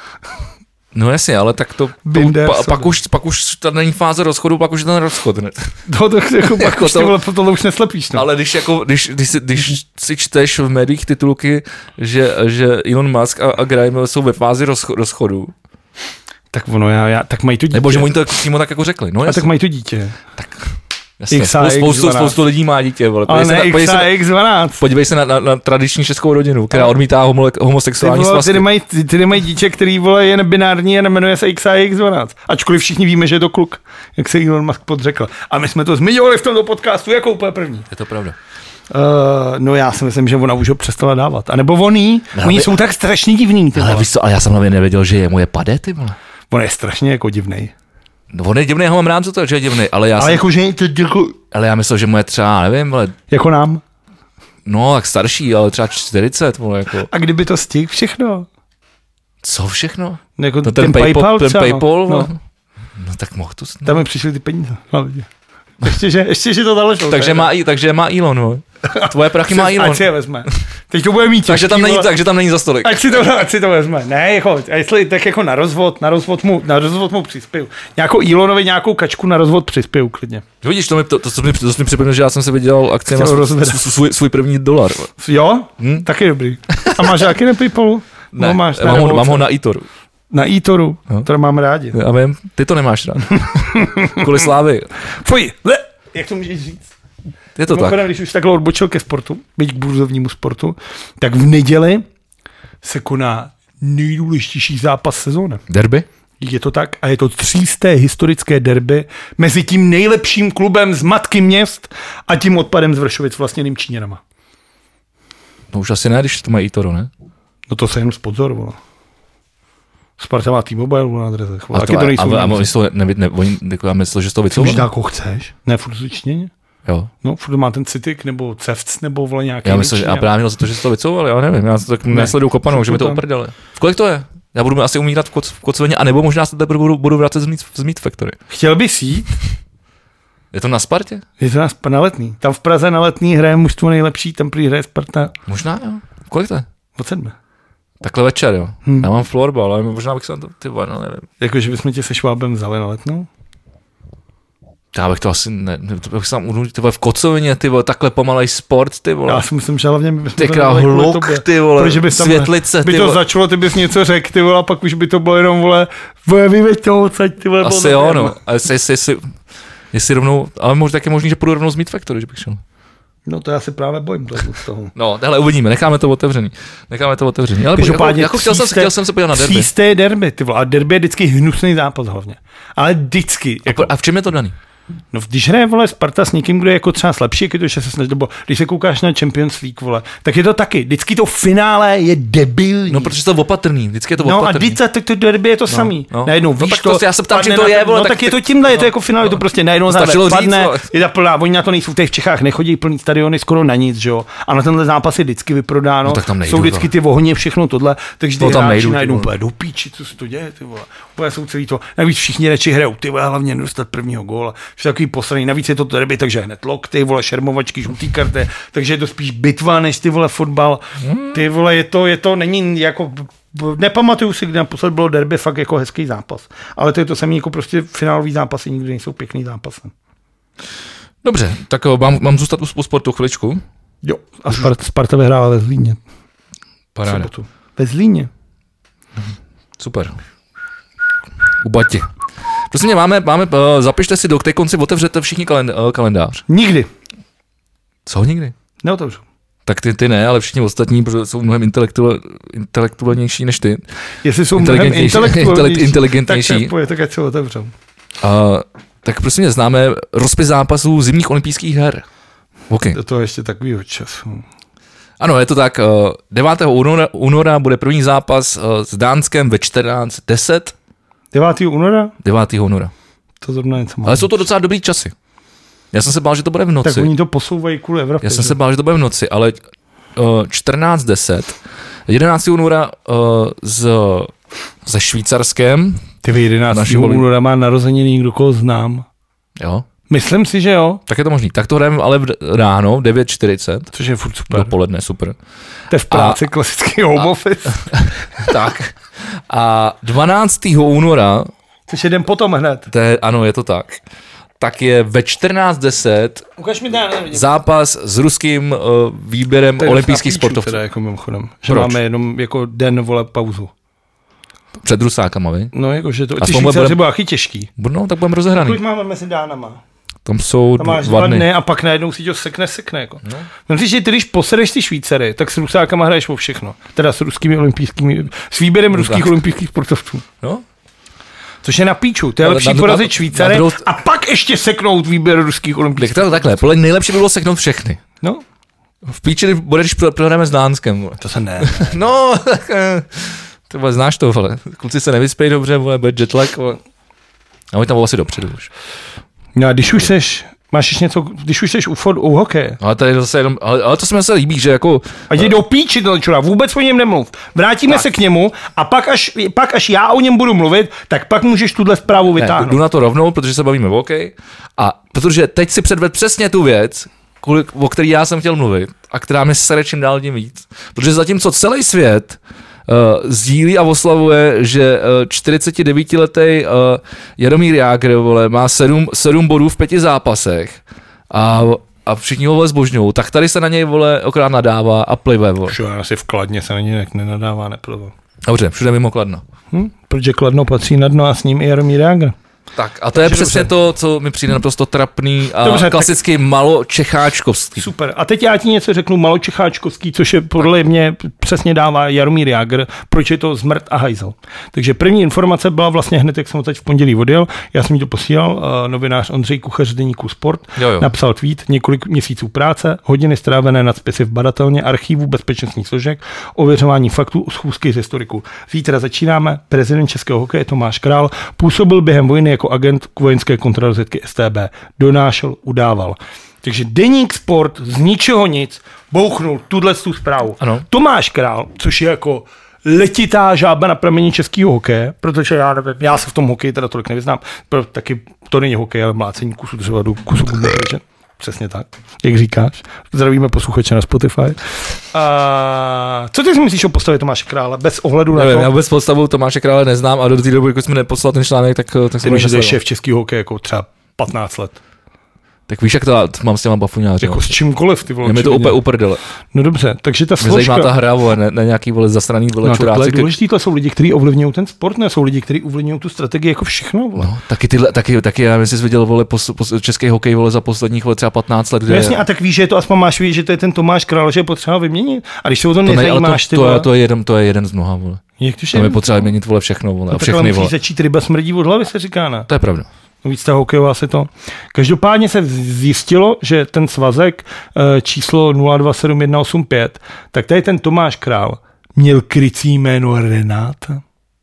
No jasně, ale tak to, to pa, pak, už, pak už to není fáze rozchodu, pak už je ten rozchod, ne? No to jako pak už to, to, to už neslepíš. No. Ale když, jako, když, když, si, když si čteš v médiích titulky, že, že Elon Musk a, a Grimes jsou ve fázi rozcho, rozchodu. Tak ono, já, já, tak mají to dítě. Nebo že oni to přímo tak jako řekli. No, a tak mají to dítě. Tak... Jasně, spoustu, spoustu lidí má dítě, vole. Ale ne, X A X dvanáct. Podívej se na, na, na tradiční českou rodinu, která odmítá homo, homosexuální ty, vole, svazky. Ty nemají, ty nemají dítě, který vole, je nebinární a nemenuje se X A X dvanáct. Ačkoliv všichni víme, že je to kluk, jak se Elon Musk podřekl. A my jsme to zmiňovali v tomto podcastu jako úplně první. Je to pravda. Uh, no já si myslím, že ona už ho přestala dávat. A nebo oni, no, oni by... jsou tak strašně divný. Ty ale víš co, ale já jsem hlavně nevěděl, že je moje pade, ty vole. On je strašně jako divnej. No on je divný, já ho mám rád za to, že je divný, ale já ale jsem... jako, že to jako... Ale já myslel, že moje třeba, nevím, ale... Jako nám? No, tak starší, ale třeba čtyřicet, vole, jako... A kdyby to stihl všechno? Co všechno? Jako no, ten, ten PayPal, PayPal ten třeba, PayPal, no. no tak mohl to... No. Tam mi přišly ty peníze, hlavně. Ještě, že, ještě, že to založil. takže, má, takže má Elon, no. Tvoje prachy má Elon. Ať si je vezme. Teď to bude mít těžký, takže tam není, takže tam není za stolik. Ať si to, ať si to vezme. Ne, jako, a jestli tak jako na rozvod, na rozvod mu, na rozvod mu přispěju. Nějakou Elonovi nějakou kačku na rozvod přispěju klidně. Vidíš, to mi, to, to, to, mi, to mi připomíná, že já jsem se vydělal akcie na svůj, svůj první dolar. Jo? Hm? Taky dobrý. A máš jaký na PayPalu? Ne, no, máš, mám, ho, mám ho na eToru. Na eToru, no. To mám rádi. Já vím, ty to nemáš rád. Kvůli slávy. Fuj, jak to můžeš říct? Je to Mimochodem, tak. Když už takhle odbočil ke sportu, byť k burzovnímu sportu, tak v neděli se koná nejdůležitější zápas sezóny. Derby? Je to tak a je to třísté historické derby mezi tím nejlepším klubem z matky měst a tím odpadem z Vršovic vlastněným Číňanama. No už asi ne, když to mají eToro, ne? No to se jenom spozor, vole. Sparta má T-Mobile na adresech. A to, to nejsou. A, a, a oni jsou, ne, ne, oni, já myslel, že z toho vycouvali. Můžeš jako chceš? Ne, furt to Číňaně? Jo. No, furt má ten Citik nebo Cevc nebo vole nějaký. Já myslím, že a právě za to, že z toho vycouvali, já nevím, já to tak ne, nesleduju kopanou, že mi to uprdali. V kolik to je? Já budu asi umírat v, koc, v Kocveně, anebo možná se tady budu, budu vracet z Meat, z Meat Factory. Chtěl bys jít? Je to na Spartě? Je to na, na Letný. Tam v Praze na Letný hraje mužstvo nejlepší, tam prý hraje Sparta. Možná jo. Kolik to je? Od sedmi. Takhle večer, jo. Hmm. Já mám florbal, ale možná bych se na to, ty vole, no nevím. Jakože bychom tě se Švábem vzali na Letnou? Já bych to asi, ne, to bych se tam unutil, ty vole, v Kocovině, ty vole, takhle pomalej sport, ty vole. Já si myslím, že hlavně bychom ty král hluk, ty vole, protože by světlice, by ty to vole. začalo, ty bys něco řekl, ty vole, a pak už by to bylo jenom, vole, vole, vyveď toho odsaď, ty vole. Asi jo, no, a jestli, jestli, jestli, jestli rovnou, ale možná tak je možný, že půjdu rovnou z Meat Factory, že bych šel. No to já se právě bojím z toho. No, hele, uvidíme, necháme to otevřený. Necháme to otevřený. Ale jako, jako chtěl, jsem, chtěl jsem se podívat na derby. Třísté derby, ty vole, a derby je vždycky hnusný zápas hlavně. Ale vždycky. Jako... A v čem je to daný? No když hraje, vole, Sparta s někým, kdo je jako třeba slabší, jak je to šest snaží, nebo když se koukáš na Champions League, vole, tak je to taky. Vždycky to finále je debilní. No, protože to je opatrný, vždycky je to opatrný. No a vždycky tak to derby je to no, samý. No. Najednou víš no, to, to, já se ptám, čím to je, vole. No tak, tak je to tímhle, no, je to jako finále, no, to prostě najednou padne, je ta plná, oni na to nejsou, tady v Čechách nechodí plný stadiony skoro na nic, že jo. A na tenhle zápas je vždycky vyprodáno. No, jsou vždycky ty ohně, všechno tohle, takže ty hráči najednou do píči, co se to děje, ty vole. Úplně jsou celý to. Navíc všichni radši hrajou, ty vole, hlavně nedostat prvního góla. Že takový poslední. Navíc je to derby, takže hned lokty, vole, šermovačky, žlutý karty, takže je to spíš bitva než ty vole fotbal. Ty vole, je to, je to není jako nepamatuju si, kdy naposled bylo derby fakt jako hezký zápas. Ale to je to samý jako prostě finálový zápasy, nikdy nejsou pěkný zápasy. Dobře, tak mám, mám zůstat u sportu chviličku. Jo, a Sparta, Sparta vyhrála ve Zlíně. Paráda. Ve Zlíně. Super. U Bati. Prosím mě, máme, máme, uh, zapište si, do té konci otevřete všichni kalend, uh, kalendář. Nikdy. Co nikdy? Neotevřu. Tak ty, ty ne, ale všichni ostatní, protože jsou mnohem intelektu, intelektuálnější než ty. Jestli jsou mnohem intelektuálnější, inteligentnější, tak, tak ať se otevřou. Uh, tak prosím mě, známe rozpis zápasů zimních olympijských her. Okay. To, to ještě takovýho času. Ano, je to tak. devátého února, února bude první zápas s Dánskem ve čtrnáct deset. devátého února? devátého února. To zrovna něco má. Ale jsou to docela dobrý časy. Já jsem se bál, že to bude v noci. Tak oni to posouvají kvůli Evropě. Já jsem že? se bál, že to bude v noci, ale uh, čtrnáct deset. jedenáctého února uh, z, ze Švýcarskem. Ty jedenáctého února má narozeniny, kdo koho znám. Jo. Myslím si, že jo. Tak je to možný. Tak to hrajeme ale v ráno, devět čtyřicet. Což je furt super. Dopoledne, super. To je v práci a, klasický home a, office. Tak. A dvanáctého února. Což je den potom hned. To je, ano, je to tak. Tak je ve čtrnáct deset Ukaž mi dá, zápas s ruským uh, výběrem olympijských sportovců. Teda jako mimochodem. Že Proč? Máme jenom jako den, vole, pauzu. Před Rusákama, vy? No, jakože to, ty Švýcaři bylo achy těžký. No, tak budeme rozehraný. Kolik máme mezi dánama? Tam jsou Tam máš dva dny a pak najednou si to sekne, sekne. Jako. No. Myslím, že ty, když posedeš ty Švýcary, tak s Rusákama hraješ o všechno. Teda s ruskými olympijskými, s výběrem no, ruských tak. olympijských sportovců. No. Což je na píču. To je lepší porazit Švýcary druhou... a pak ještě seknout výběr ruských olympijských sportovců. Takhle, podle nejlepší by bylo seknout všechny. No. V píči budeš prohráme s Dánskem. To se ne. No, tak... Ty vole, znáš to, vole. Kluci se nevyspějí dobře, vole, bude jetlag, vole. A oni tam asi dopředu už. No a když už seš, máš ještě něco, když už seš u, fot, u hokeje. Ale to je zase jenom, ale, ale to se mi zase líbí, že jako... A jdi do píči toho čura, vůbec o něm nemluv. Vrátíme tak. se k němu a pak až, pak až já o něm budu mluvit, tak pak můžeš tuhle zprávu vytáhnout. Ne, jdu na to rovnou, protože se bavíme o hokej. A protože teď si předved přesně tu věc, kvůli, o který já jsem chtěl mluvit a která mi sere čím dál tím víc. Protože zatímco celý svět Uh, sdílí a oslavuje, že uh, čtyřicetidevítiletý uh, Jaromír Jágr, vole, má sedm, sedm bodů v pěti zápasech a, a všichni ho vole zbožňují, tak tady se na něj, vole, okrát nadává a plive, vole. Všude asi v Kladně se na něj nenadává, neplive. Dobře, všude mimo Kladno. Hm? Protože Kladno patří na dno a s ním i Jaromír Jágr. Tak a to je přesně dobře. To, co mi přijde naprosto trapný a dobře, klasicky tak... maločecháčkovský. Super. A teď já ti něco řeknu maločecháčkovský, což je podle tak. mě přesně dává Jaromír Jágr, proč je to zmrt a hajzel. Takže první informace byla vlastně hned, jak jsem ho teď v pondělí odjel, já jsem mi to posílal, uh, novinář Ondřej Kuchař z deníku Sport, jo, jo. napsal tweet, několik měsíců práce, hodiny strávené nad spisy v badatelně, archívu bezpečnostních složek, ověřování faktů, schůzky z historiků. Zítra začínáme, prezident českého hokeje Tomáš Král působil během vojny jako agent vojenské kontrarozvědky S T B. Donášel, udával. Takže deník Sport z ničeho nic bouchnul tuhle tu zprávu. Ano. Tomáš Král, což je jako letitá žába na prameni českého hokeje, protože já nevím, já se v tom hokeji teda tolik nevyznám, taky to není hokej, ale mlácení kusu dřeva do kusu gumy. Přesně tak, jak říkáš. Zdravíme posluchače na Spotify. A co ty si myslíš o postavě Tomáše Krále? Bez ohledu na nevím, to? Já vůbec postavu Tomáše Krále neznám a do té doby, jako jsme neposlal ten článek, tak, tak jsem že to je šéf českého hokeje jako třeba patnáct let. Tak víš, jak to mám s těma bafuňáři. Jako s čímkoliv, ty vole. Je mi to úplně uprdele. No dobře, takže ta složka... Mě zajímá ta hra, vole, ne, ne nějaký, vole, zasraný, vole, no, čuráci. No důležitý, to jsou lidi, kteří ovlivňují ten sport, ne? Jsou lidi, kteří ovlivňují tu strategii jako všechno, vole. No, taky tyhle, taky, taky já myslím, že jsi viděl, vole, pos, pos, český hokej, vole, za posledních, vole, třeba patnáct let. Kde... No jasně, a tak víš, že to aspoň máš vidět, že to je ten Tomáš Král, že je potřeba vyměnit. A když se o to, to nezajímáš, ty vole. To, to, je jeden, to je jeden z mnoha, vole. Jak to je? Je potřeba vyměnit, vole, všechno, vole, no, a všechny, vole. Začít ryba smrdí od hlavy, se říká, ne? To je pravda. víc ta hokejová se to. Každopádně se zjistilo, že ten svazek číslo nula dva sedm jedna osm pět, tak tady ten Tomáš Král měl krycí jméno Renáta.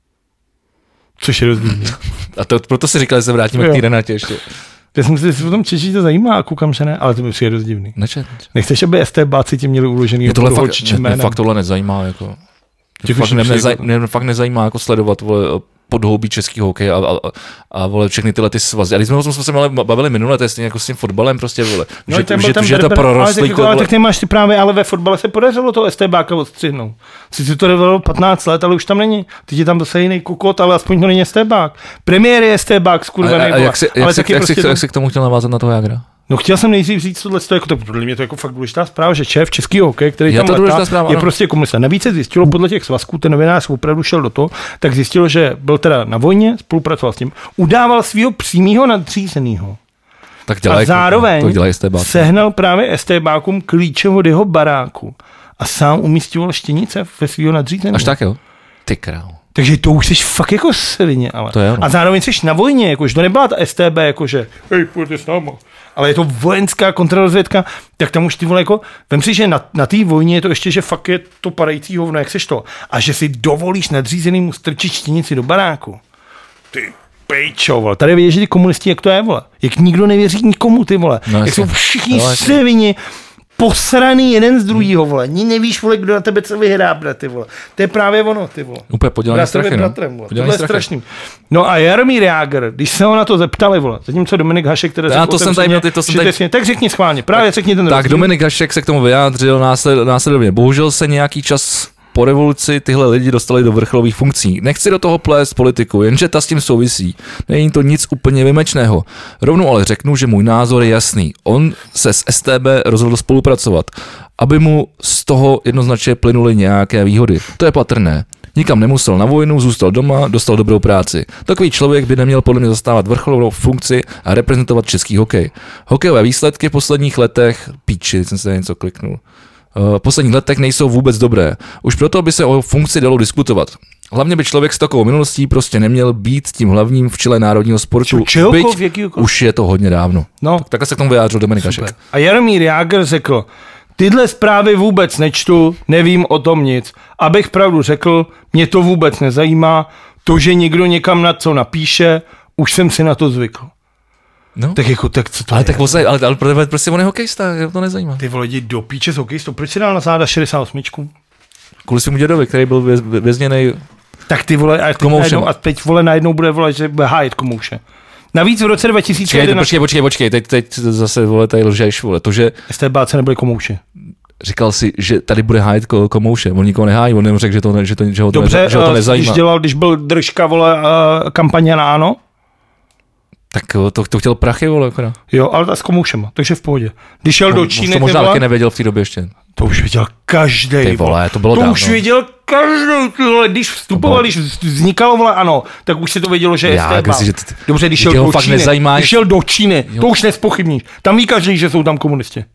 Což je rozdílný. A to, proto si říkal, že se vrátíme jo. k té Renátě ještě. Já jsem si o tom češi to zajímá a koukám, že ne, ale to by přijde dost divný. Nečet. Nechceš, aby STBáci tě měli uložený mě tohle fakt, mě, mě fakt tohle nezajímá. Jako. Mě, fakt, mě, nezaj, mě fakt nezajímá jako sledovat vole, podhoubí český hokej a, a, a vole, všechny tyhle ty svazy. A když jsme o tom jsme se bavili minule, to je stejně jako s tím fotbalem prostě, vole. No, že, ten že, tam že to prorostlý. Ale, ale tak ty máš ty právě, ale ve fotbale se podařilo to STBáka odstřihnout. Si to trvalo patnáct let, ale už tam není. Teď je tam zase jiný kokot, ale aspoň to není STBák. Premiér je STBák, skurvený. A, a jak, si, jak, ale si, jak, prostě si, to... jak si k tomu chtěl navázat na toho Jágra? No chtěl jsem nejdřív říct tohle, to jako to, podle mě to jako fakt důležitá zpráva, že šéf českého hokej, který je tam letá, zpráva, je ano. prostě komunista. Navíc se zjistilo podle těch svazků, ten novinář opravdu šel do toho, tak zjistilo, že byl teda na vojně, spolupracoval s tím, udával svého přímého nadřízeného. Tak dělaj, a zároveň to sehnal právě STBákům klíče od jeho baráku a sám umístěval štěnice ve svého nadřízeného. Až tak jo? Ty král. Takže to už jsi fakt jako svině, ale. To je ono. A zároveň jsi na vojně, jakože to nebyla ta S T B, jakože hej, pojďte s náma. Ale je to vojenská kontrarozvědka, tak tam už ty vole jako, vem si, že na, na té vojně je to ještě, že fakt je to padající hovno, jak seš to. A že si dovolíš nadřízenýmu strčit štěnici do baráku. Ty pejčo, vole. Tady vidíš, že ty komunisti, jak to je, vole. Jak nikdo nevěří nikomu, ty vole. No, jak jsou všichni no, svině. Posraný jeden z druhýho, vole. Ni nevíš, vole, kdo na tebe co vyhrábne, ty vole. To je právě ono, ty vole. Úplně podělaný strachy, no. To je strašný. No a Jaromír Jágr, když se ho na to zeptali, vole, zatímco Dominik Hašek, který řekl, to jsem tady měl, ty to jsem tady... Tak řekni schválně, právě tak, řekni ten Tak rozdíl. Dominik Hašek se k tomu vyjádřil násled, následovně. Bohužel se nějaký čas po revoluci tyhle lidi dostali do vrcholových funkcí. Nechci do toho plést politiku, jenže ta s tím souvisí. Není to nic úplně vymečného. Rovnou ale řeknu, že můj názor je jasný. On se s S T B rozhodl spolupracovat, aby mu z toho jednoznačně plynuly nějaké výhody. To je patrné. Nikam nemusel na vojnu, zůstal doma, dostal dobrou práci. Takový člověk by neměl podle mě zastávat vrcholovou funkci a reprezentovat český hokej. Hokejové výsledky v posledních letech, píči, jsem se něco kliknul. V posledních letech nejsou vůbec dobré. Už proto by se o funkci dalo diskutovat. Hlavně by člověk s takovou minulostí prostě neměl být tím hlavním v čele národního sportu. Byť už je to hodně dávno. No. Tak, takhle se k tomu vyjádřil Dominik Hašek. A Jaromír Jágr řekl, tyhle zprávy vůbec nečtu, nevím o tom nic. Abych pravdu řekl, mě to vůbec nezajímá. To, že někdo někam na co napíše, už jsem si na to zvykl. No. Tak jako, tak co to ale je? tak posledně, ale, ale prostě, prostě on je hokejista, to nezajímá. Ty vole, jdi do píče s hokejistou, proč si dal na záda šedesát osm? Kvůli svému dědovi, který byl věz, vězněnej. Tak ty vole, a teď, najednou, a teď vole najednou bude volat, že bude hájet Komouše. Navíc v roce dva tisíce jedenáct... Počkej, počkej, počkej, teď, teď zase vole, tady lžeš, vole, to, že... STBáci nebyli Komouše. Říkal si, že tady bude hájit Komouše, on nikoho nehájí, on jenom řekl, že to, že to, že ho to, Dobře, ne, že ho to nezajímá. Když dělal, když byl držka, vole, uh, kampaně na ANO, tak to, to chtěl prachy, vole, akorát. Jo, ale tak s Komoušema, takže v pohodě. Když šel no, do Číny, to možná taky nevěděl v té době ještě. To už věděl každej. Ty vole, to bylo To dávno. už věděl každej, ty vole, když vstupoval, když vznikalo, vole, ano, tak už se to vědělo, že je S T B. Že ty... Dobře, když šel do Číny, nezajímá, když šel do Číny, jo. To už nespochybníš. Tam ví každý, že jsou tam komunisti.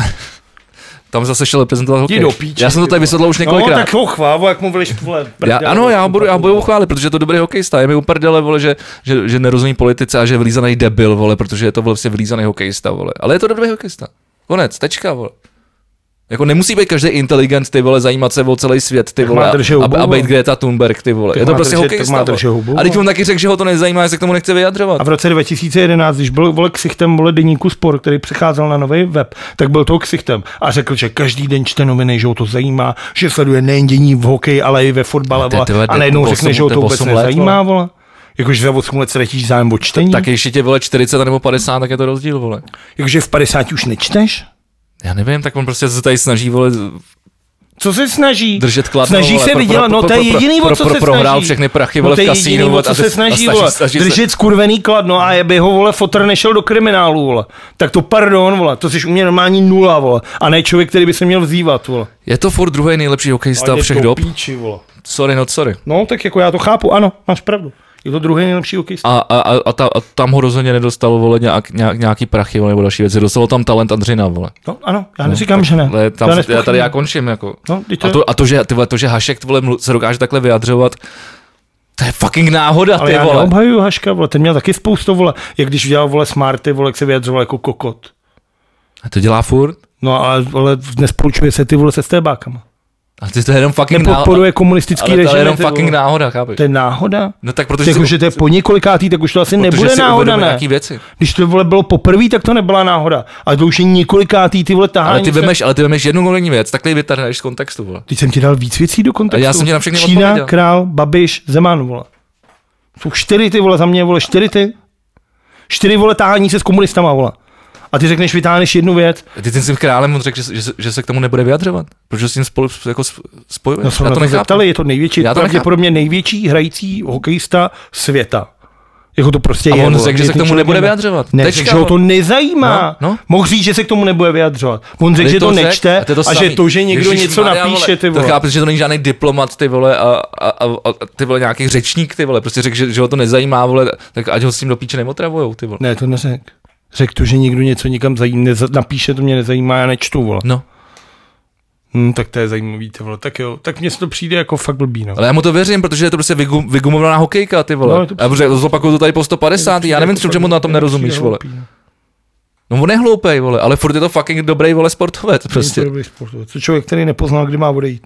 Tam zase šel reprezentovat hokej. Do píče, já jsem to tady vysvětlil už několikrát. No, tak ho chvávu, jak mluvíš, vole. Já, ano, já ho budu, já budu chválit, protože je to dobrý hokejista. Je mi uprdele, vole, že, že, že nerozumí politice a že je vylízaný debil, vole, protože je to vlastně vylízaný hokejista, vole. Ale je to dobrý hokejista. Konec, tečka, vole. Jako nemusí být každý inteligent, ty vole, zajímat se o celý svět, ty vole, a, a být Greta Thunberg, ty vole. Je to prostě hokejista. A teď on taky řekl, že ho to nezajímá, já se k tomu nechce vyjadřovat. A v roce dva tisíce jedenáct, když byl vole ksichtem vole deníku Sport, který přecházel na nový web, tak byl to ksichtem a řekl, že každý den čte noviny, že ho to zajímá, že sleduje nejen dění v hokeji, ale i ve fotbale, vole, a najednou řekne, že ho to vůbec nezajímá, vole. Jakože za osm let ztratíš zájem o čtení. Tak ještě tě vole čtyřicet nebo padesát, tak je to rozdíl, vole. Jakože v padesáti už nečteš? Já nevím, tak on prostě se tady snaží, vole, co se snaží? Držet kladno, snaží vole, se vydělat, no to je jediný, o co se snaží. Prohrál všechny prachy, vole, v kasínu, vole, co se snaží, vole, držet skurvený kladno a aby ho, vole, fotr nešel do kriminálu, vole. Tak to pardon, vole, to jsi u mě normální nula, vole, a ne člověk, který by se měl vzývat, vole. Je to furt druhý nejlepší hokejista všech dob. Píči, vole. Sorry, no sorry. No, tak jako já to chápu, ano, máš pravdu. Je to druhý nejlepší hokejista. A, a, a, ta, a tam ho rozhodně nedostalo, vole, nějak, nějak, nějaký prachy, vole, nebo další věci. Dostalo tam talent Andřina, vole. No, ano, já neříkám, no, že ne. Ale tam, já tady já končím, jako. No, to... A, to, a to, že, tyhle, to, že Hašek, vole, se dokáže takhle vyjadřovat, To je fucking náhoda, ale ty já vole. neobhajuju Haška, vole, ten měl taky spoustu, vole, jak když dělal, vole, Smarty, vole, jak se vyjadřoval jako kokot. A to dělá furt? No ale, ale nespolčuje se ty, vole, se stébákama. A ty to je jenom fucking náhoda. Nepodporuje komunistický ale režim. to je jenom fucking náhoda, chápeš? To je náhoda? No tak protože... Jako, že to je po několikátý, tak už to asi nebude náhoda, ne? Věci. Když to, vole, bylo poprvé, tak to nebyla náhoda. Ale to už je několikátý, ty, vole, tahání. Ale ty vemeš, ale ty vemeš jednu konkrétní věc, takhle ji vytrhneš z kontextu, vole. Teď jsem ti dal víc věcí do kontextu. A já jsem ti na všechny Čína, odpověděl. Král, Babiš, Zeman, vole. Jsou čtyři ty, vole, za mě, vole, čtyři ty. Čtyři, vole, tahání se s komunistama, vole. A ty řekneš, vytáhneš jednu věc. Ty ten s tím králem on řekl, že, že, že se k tomu nebude vyjadřovat. Protože s tím spolu jako spojuje. No, jsme Já na to to nechápu. zeptali, je to největší, Já to pravděpodobně největší hrající hokejista světa. Jako to prostě A je. on vole, řekl, že je se k ten tomu člověk nebude nemá. vyjadřovat. Ne, Tečka, řekl, že ho to nezajímá. No, no. Mohl říct, že se k tomu nebude vyjadřovat. On řekl, Ale že to, to řek, nečte a, to je to a že samý. to, že někdo Ježiš, něco Maria, napíše, vole, ty vole. To chápeš, že to není žádný diplomat, ty vole, a, a, a, a ty vole nějaký řečník, ty vole. Prostě řekl, že, že ho to nezajímá, vole, tak ať ho s tím do píče nemotravujou, ty vole. Ne, to neřekl. Řekl to, že někdo něco někam zajímá, napíše, to mě nezajímá, já nečtu, vole. No. Hmm, tak to je zajímavý, ty vole. Tak jo, tak mně se to přijde jako fakt blbý, no. Ale já mu to věřím, protože je to prostě vygum, vygumovaná hokejka, ty vole. No, to já protože zopakuju to tady po sto padesát, já nevím, čemu na tom nerozumíš, vole. No on je hloupej, vole, ale furt je to fucking dobrý, vole, sportovec, prostě. Je to dobrý sportovec. To člověk, který nepoznal, kdy má odejít.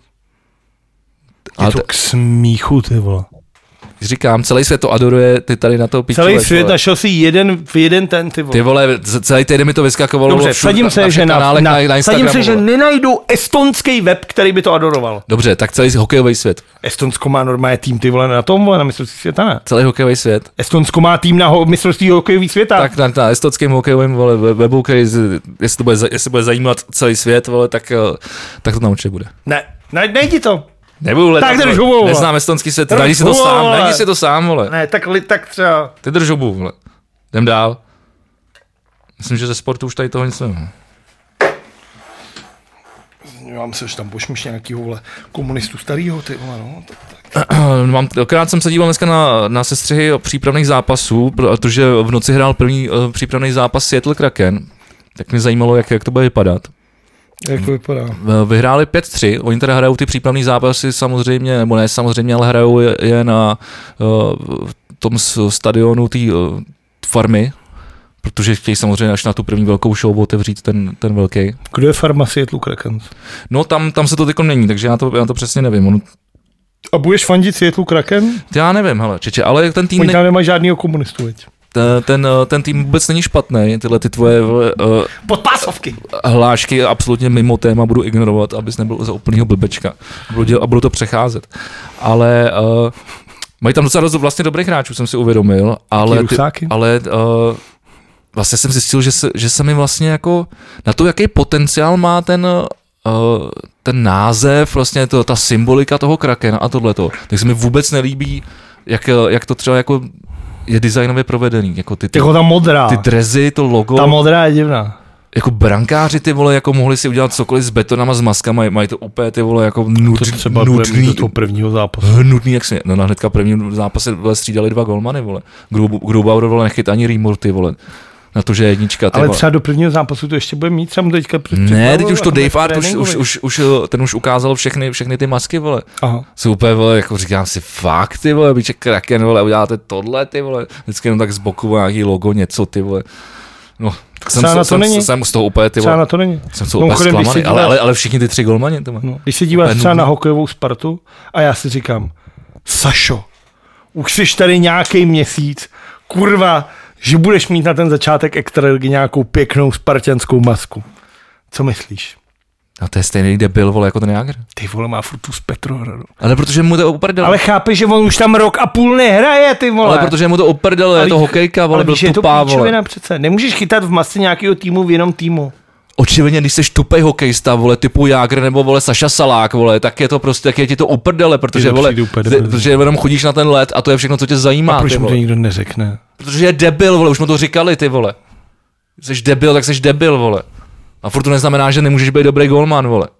Je Ale to te- k smíchu, ty vole. Říkám, celý svět to adoruje, ty tady na to pičuje. Celý svět našel si jeden, v jeden ten, ty vole. Ty vole, celý týden mi to vyskakovalo. Dobře, všude, vsadím se, že na, kanálech, na, na, na vsadím Instagramu, se, že vole. nenajdu estonský web, který by to adoroval. Dobře, tak celý hokejový svět. Estonsko má normálně tým, ty vole, na tom, vole, na mistrovství světa, ne? Celý hokejový svět. Estonsko má tým na ho, mistrovství hokejový světa. Tak na, na estonském hokejovém vole, webu, který, jestli to bude, jestli bude zajímat celý svět, vole, tak, tak to tam určitě bude. Ne, ne, nejdi to. Nebudu letat, Tak drž vole. hubu, vole. Neznám estonský svět, Drž najdi si to hubu, sám, vole. najdi si to sám, vole. Ne, tak, li, tak třeba. Ty drž hubu, vole. Jdem dál. Myslím, že ze sportu už tady toho nic nevím. Mám se, že tam pošmiš nějakýho, vole, komunistu starýho, ty vole, no. Tak, tak. Mám, akorát jsem se díval dneska na, na sestřihy přípravných zápasů, protože v noci hrál první uh, přípravný zápas Seattle Kraken, tak mě zajímalo, jak, jak to bude vypadat. Jak to vypadá? Vyhráli pět tři, oni teda hrajou ty přípravný zápasy samozřejmě, nebo ne samozřejmě, ale hrajou je, je na uh, tom stadionu té uh, farmy, protože chtějí samozřejmě až na tu první velkou show otevřít ten, ten velký. Kdo je farma Seattle Krakens? No tam, tam se to tyko není, takže já to, já to přesně nevím. On, A budeš fandit Seattle Kraken? já nevím, hele, čeče, ale ten tým... Oni Ne... tam nemají žádnýho komunistu, veď. Ten, ten, ten tým vůbec není špatný, tyhle ty tvoje uh, Podpásovky! hlášky absolutně mimo téma budu ignorovat, abys nebyl za úplnýho blbečka a budu, děl, a budu to přecházet. Ale uh, mají tam docela dost vlastně dobrých hráčů, jsem si uvědomil, ale, ty, ale uh, vlastně jsem zjistil, že se, že se mi vlastně jako na to, jaký potenciál má ten uh, ten název, vlastně to, ta symbolika toho Krakena a tohleto, tak se mi vůbec nelíbí, jak, jak to třeba jako je designově provedený, jako ty, ty, jako ta modrá. ty drezy, to logo. Ta modrá je divná. Jako brankáři, ty vole, jako mohli si udělat cokoliv s betonama, s maskama, mají to úplně, ty vole, jako nud, To třeba nudný, do toho prvního zápasu. hnutný, jak si, no na hnedka prvním zápase vole, střídali dva golmany, vole. Grubauer, vole, nechyt ani Rímur, ty vole. Na to, že je jednička, ty Ale vole. třeba do prvního zápasu to ještě bude mít, třeba mu teďka Ne, teď už to Dave Art, už, už, už, už, ten už ukázal všechny, všechny ty masky, vole. Aha. Jsou úplně, vole, jako říkám si, fakt, ty vole, bíče Kraken, vole, uděláte tohle, ty vole. Vždycky jenom tak z boku nějaký logo, něco, ty vole. No, tak jsem, na to jsem, není. jsem z toho úplně, ty Třeba vole. na to není. Jsem to úplně Mimochodem, když zklamaný, se ale, díváš- ale, ale všichni ty tři golmani, to má. No, když se díváš Úplně třeba nudný. na hokejovou Spartu a já si říkám, Sašo, už jsi tady nějaký měsíc, kurva, že budeš mít na ten začátek extraligy nějakou pěknou spartianskou masku. Co myslíš? A to je stejný debil, vole, jako ten Jágr. Ty vole, má furt tu z Petrohradu. Ale protože mu to uprdele. Ale chápeš, že on už tam rok a půl nehraje, ty vole. ale protože mu to uprdele, je Ale to víš- hokejka, vole, ale byl víš, je to tupá, vole. píčovina přece. Nemůžeš chytat v masce nějakého týmu v jenom týmu. Očividně, když jsi tupej hokejista, vole, typu Jágr nebo vole Saša Salák, vole, tak je to prostě, tak je ti to uprdele, protože, to vole, přijde úplně ty- debil. protože jenom chodíš na ten let a to je všechno, co tě zajímá, A proč ty mu to vole. nikdo neřekne? Protože je debil, vole, už mu to říkali, ty vole. Jsi debil, tak jsi debil, vole. A furt to neznamená, že nemůžeš být dobrý golman, vole.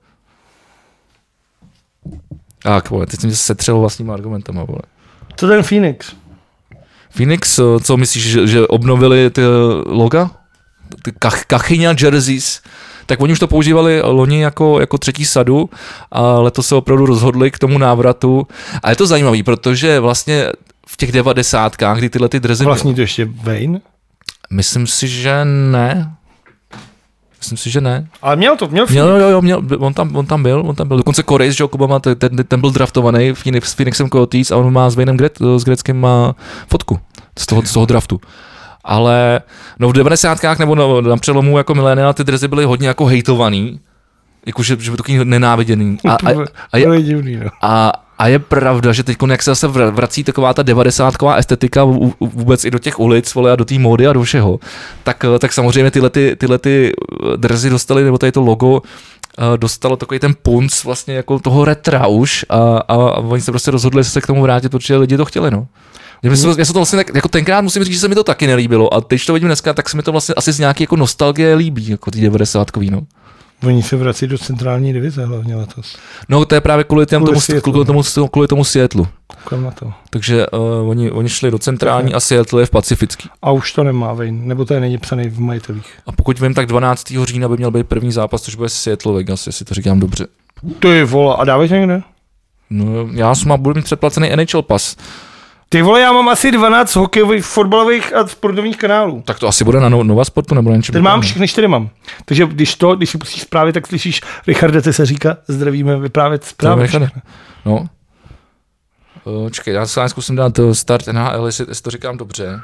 Tak, vole, teď jsem tě setřel vlastníma argumentama, vole. Co ten Phoenix? Phoenix, co myslíš, že, že obnovili ty loga? Ty kach, kachyňa jerseys, tak oni už to používali loni jako, jako třetí sadu a letos se opravdu rozhodli k tomu návratu. A je to zajímavý, protože vlastně v těch devadesátkách, kdy tyhle ty dresy... Vlastní to ještě Vane? Myslím si, že ne. Myslím si, že ne. Ale měl to, měl Měl, jo, jo, měl, on tam, on tam byl, on tam byl. Dokonce Corey, že Obama, ten, ten byl draftovaný v Phoenix, Phoenixem Coyotes a on má s Vanem Gret, s Gretzkem má fotku z toho, z toho draftu. Ale no v devadesátkách nebo no, na přelomu jako milénia ty dresy byly hodně jako hejtovaný, jakože že by takový nenáviděný. A, a, a, je, a, a je pravda, že teď, jak se zase vrací taková ta devadesátková estetika vůbec i do těch ulic, vole, a do té módy a do všeho, tak, tak samozřejmě tyhle, ty, tyhle ty dresy dostaly, nebo tady to logo dostalo takový ten punc vlastně jako toho retra už a, a, a oni se prostě rozhodli se k tomu vrátit, protože lidi to chtěli, no. Já, myslím, já se to vlastně tak, jako tenkrát musím říct, že se mi to taky nelíbilo a teď to vidím dneska, tak se mi to vlastně asi z nějaký jako nostalgie líbí, jako ty devadesátkový, no. Oni se vrací do centrální divize hlavně letos. No to je právě kvůli tomu, kvůli tomu, kvůli tomu, kvůli tomu Seattlu. Koukám na to. Takže uh, oni, oni šli do centrální a Seattle je v pacifický. A už to nemá Vane, nebo to je není psaný v majitelích. A pokud vím, tak dvanáctého října by měl být první zápas, což bude Seattle Vegas, jestli to říkám dobře. Ty vole, a dáváš někde? No já jsem budu mít předplacený N H L pas. Ty vole, já mám asi dvanáct hokejových, fotbalových a sportovních kanálů. Tak to asi bude na no, Nova Sportu nebo na něčem. Ten mám všechny čtyři mám. Takže když to, když si pustíš zprávy, tak slyšíš Richarde, ty se říká, zdravíme, vyprávět zprávy. No. Uh, čekej, já se zkusím dát start N H L, jestli, jestli to říkám dobře.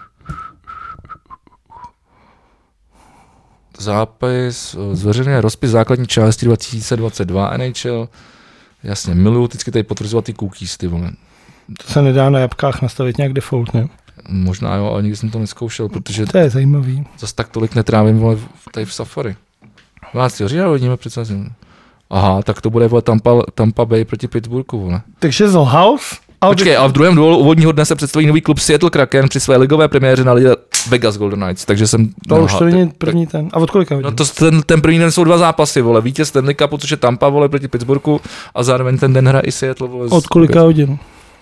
Zápis, zveřejněný rozpis základní části dva tisíce dvacet dva N H L. Jasně, miluju vždycky tady potvrzovat ty cookies, ty vole. To se nedá na jabkách nastavit nějak default, ne? Možná jo, ale nikdy jsem to neskoušel, protože... To je zajímavý. Zas tak tolik netrávím, vole, tady v Safari. dvanáctého října hodíme přece. Aha, tak to bude, vole, Tampa, Tampa Bay proti Pittsburghu, vole. Takže Zollhouse? Počkej, a v druhém duelu úvodního dne se představí nový klub Seattle Kraken při své ligové premiéře na lidě Vegas Golden Knights, takže jsem... To už to není první ten. A od kolika hodin? No to ten, ten první den jsou dva zápasy, vole, vítěz Stanley Cupu, což je Tampa, vole, proti Pittsburghu a zároveň ten den hraje i Seattle, vole. Od kolika hodin?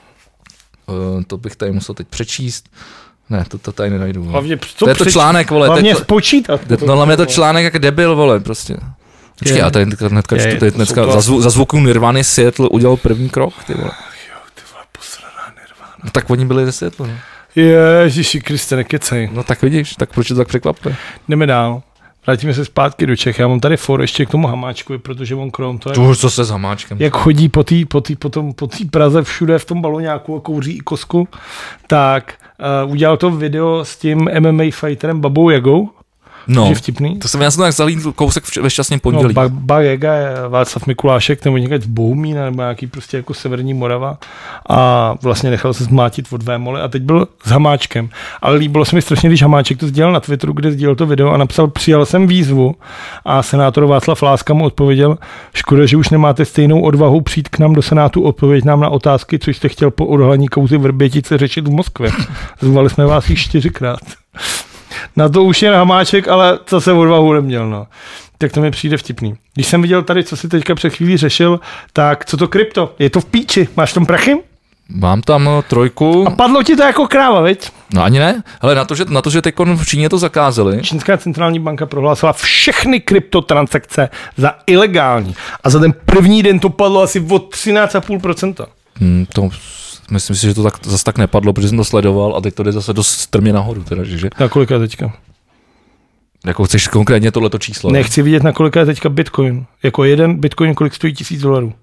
Uh, to bych tady musel teď přečíst. Ne, to, to tady nenajdu. Hlavně, to je to přeč... článek, vole. Hlavně to, spočítat. No hlavně to článek jak debil, vole, prostě. Počkej, je. a tady hnedka, je, tady hnedka za, zvu, za zvuku Nirvany Seattle udělal první krok, ty vole. Jo, ty vole, posraná Nirvana. No tak oni byli ze Seattle, no. Ježiši Kriste, nekecej. No tak vidíš, tak proč to tak překvapuje? Jdeme dál. Vrátíme se zpátky do Čech. Já mám tady for ještě k tomu Hamáčkovi, protože on krom to je... To už co se s Hamáčkem. Jak chodí po té po tý, po tom, po tý Praze všude v tom baloňáku a kouří i kosku, tak uh, udělal to video s tím M M A fighterem Babou Jagou. No, je vtipný. To jsem jasno tak zahlídl kousek ve šťastném pondělí. No, Baba Jaga je Václav Mikulášek, nebo někde v Bohumín, nebo nějaký prostě jako severní Morava a vlastně nechal se zmátit od Vémole a teď byl s Hamáčkem. Ale líbilo se mi strašně, když Hamáček to sdělal na Twitteru, kde sdělal to video a napsal, přijal jsem výzvu a senátor Václav Láska mu odpověděl, škoda, že už nemáte stejnou odvahu přijít k nám do Senátu, odpovědět nám na otázky, což jste chtěl po odhalení kauzy Vrbětice řešit v Moskvě. Zvali jsme vás již čtyřikrát. Na to už jen Hamáček, ale to se odvahu neměl, no. Tak to mi přijde vtipný. Když jsem viděl tady, co si teďka před chvílí řešil, tak co to krypto? Je to v píči. Máš tam prachy? Mám tam trojku. A padlo ti to jako kráva, viď? No ani ne. Hele, na to, že, na to, že teď v Číně to zakázali. Čínská centrální banka prohlásila všechny kryptotransakce za ilegální. A za ten první den to padlo asi o třináct celá pět procenta. Hmm, to... Myslím si, že to tak, zase tak nepadlo, protože jsem to sledoval a teď to jde zase dost strmě nahoru. Teda, že? Na kolika teďka? Jako chceš konkrétně tohleto číslo? Nechci vidět, na kolika je teďka Bitcoin. Jako jeden Bitcoin, kolik stojí tisíc dolarů.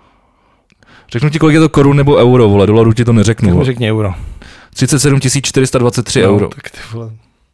Řeknu ti, kolik je to korun nebo euro, vole, dolarů ti to neřeknu. Tak mi řekni euro. třicet sedm tisíc čtyři sta dvacet tři no, euro. Tak ty vole.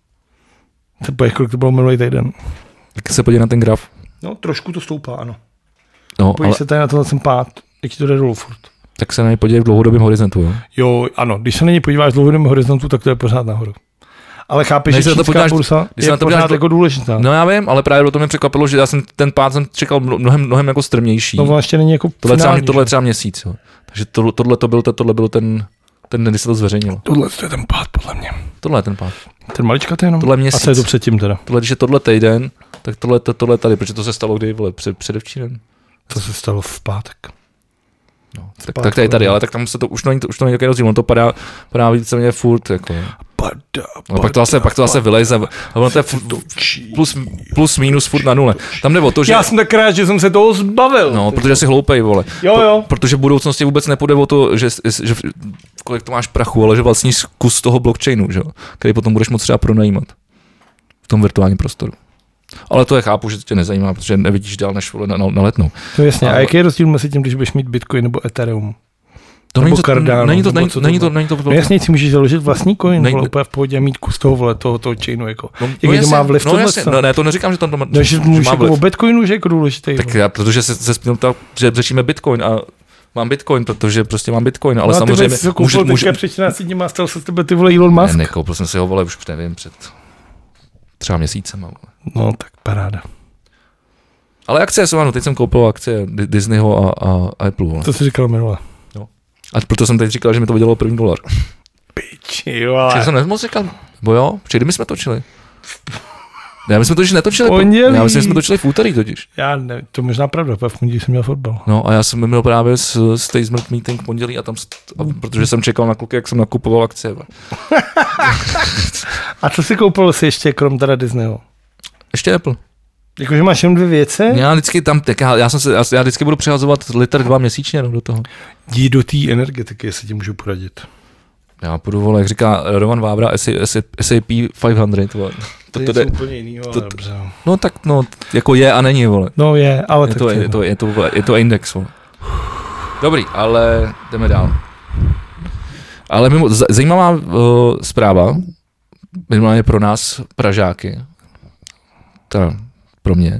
To bude, kolik to bylo minulý týden. Tak se podívej na ten graf. No, trošku to stoupá, ano. No, Podívej ale... se tady na tenhle ten pád, jak to jde dolů furt. Tak se na ně podívej v dlouhodobém horizontu, jo? Jo, ano, když se na ně podíváš v dlouhodobém horizontu, tak to je pořád nahoru. Ale chápeš, že čínská podíváš, bursa je na to pořád podíváš, jako důležitá. No já vím, ale právě to mě překvapilo, že já jsem ten pád jsem čekal mnohem, mnohem jako strmější. No ještě není jako tohle finální, třeba, tohle třeba měsíc, jo. Takže to, tohle to byl, tohle byl ten, ten den, kdy se to zveřejnilo. Tohle je ten pád, podle mě. Tohle je ten pád. Ten malička to je jenom. Tohle měsíc. A co je to předtím teda? Tohle, když je tohle týden, tak tohle, to, tohle tady, protože to se stalo kdy, vole, před, předevčírem. To se stalo v pátek. No, tak, tak tady, tady, ale tak tam se to už není, už to není takový rozdíl, on to padá, padá víceméně furt. Jako. pada, no, pak to zase, pak to zase vyleze. Ono to je plus, plus minus furt na nule. Tam jde o to, že... Já jsem tak rád, že jsem se toho zbavil. No, protože jsi hloupej, vole. Jo, jo. Protože v budoucnosti vůbec nepůjde o to, že, že kolik to máš prachu, ale že vlastní kus toho blockchainu, že? Který potom budeš moct třeba pronajímat v tom virtuálním prostoru. Ale to je chápu, že to tě nezajímá, protože nevidíš dál než vole na, na, na letnou. To jasně. Ale... A jaký je rozdíl mezi tím, když budeš mít Bitcoin nebo Ethereum? To nebo není to, Cardano, není to, nebo není, co není to, není to, no jasně, si můžeš založit vlastní coin, nej, vole, úplně v pohodě a mít kus toho, vole, toho, toho chainu, jako. No, jaký no to má vliv no tohle? Jasně, no ne, to neříkám, že to, to, no, že, že můžeš má jako vliv. o Bitcoinu, že jako důležitý. Tak já, protože se, se spím tak, že řešíme Bitcoin a mám Bitcoin, protože prostě mám Bitcoin, ale no samozřejmě... No a ty jsi koupil teďka před čtrnácti dní, stal se s tebe ty vole Elon Musk? Ne, nekoupil jsem si ho, vole, už nevím, před třeba měsícem. No, tak paráda. Ale akcie jsou, ano, teď jsem koupil akcie Disneyho a, a, a Apple. Vole. To jsi říkal minule. No. A proto jsem teď říkal, že mi to vydělalo první dolar. Piči, vole. Čiže jsem nemoc říkal, bo jo, přijde my jsme točili. Ne, my jsme totiž netočili. Pondělí. Já myslím, že jsme točili v úterý totiž. Já ne, to možná pravda, v pondělí jsem měl fotbal. No a já jsem měl právě s Stazement meeting v pondělí a tam, a protože jsem čekal na kluky, jak jsem nakupoval akcie. A co si koupil si ještě, krom teda Disneyho? Ještě Apple. Jakože máš jen dvě věci? Já vždycky tam, tak já, já, jsem se, já, já vždycky budu přihazovat litr dva měsíčně no, do toho. Jdi do té energetiky, jestli ti můžu poradit. Já půjdu, vole, jak říká Roman Vávra, S A P pět set, vole. To, to je úplně jinýho, to, dobře. No tak, no, jako je a není, vole. No je, ale je tak to, je, to, je, to, je, to, je to index, vole. Dobrý, ale jdeme dál. Ale mimo, zajímavá uh, zpráva, minimálně pro nás, Pražáky, ta pro mě.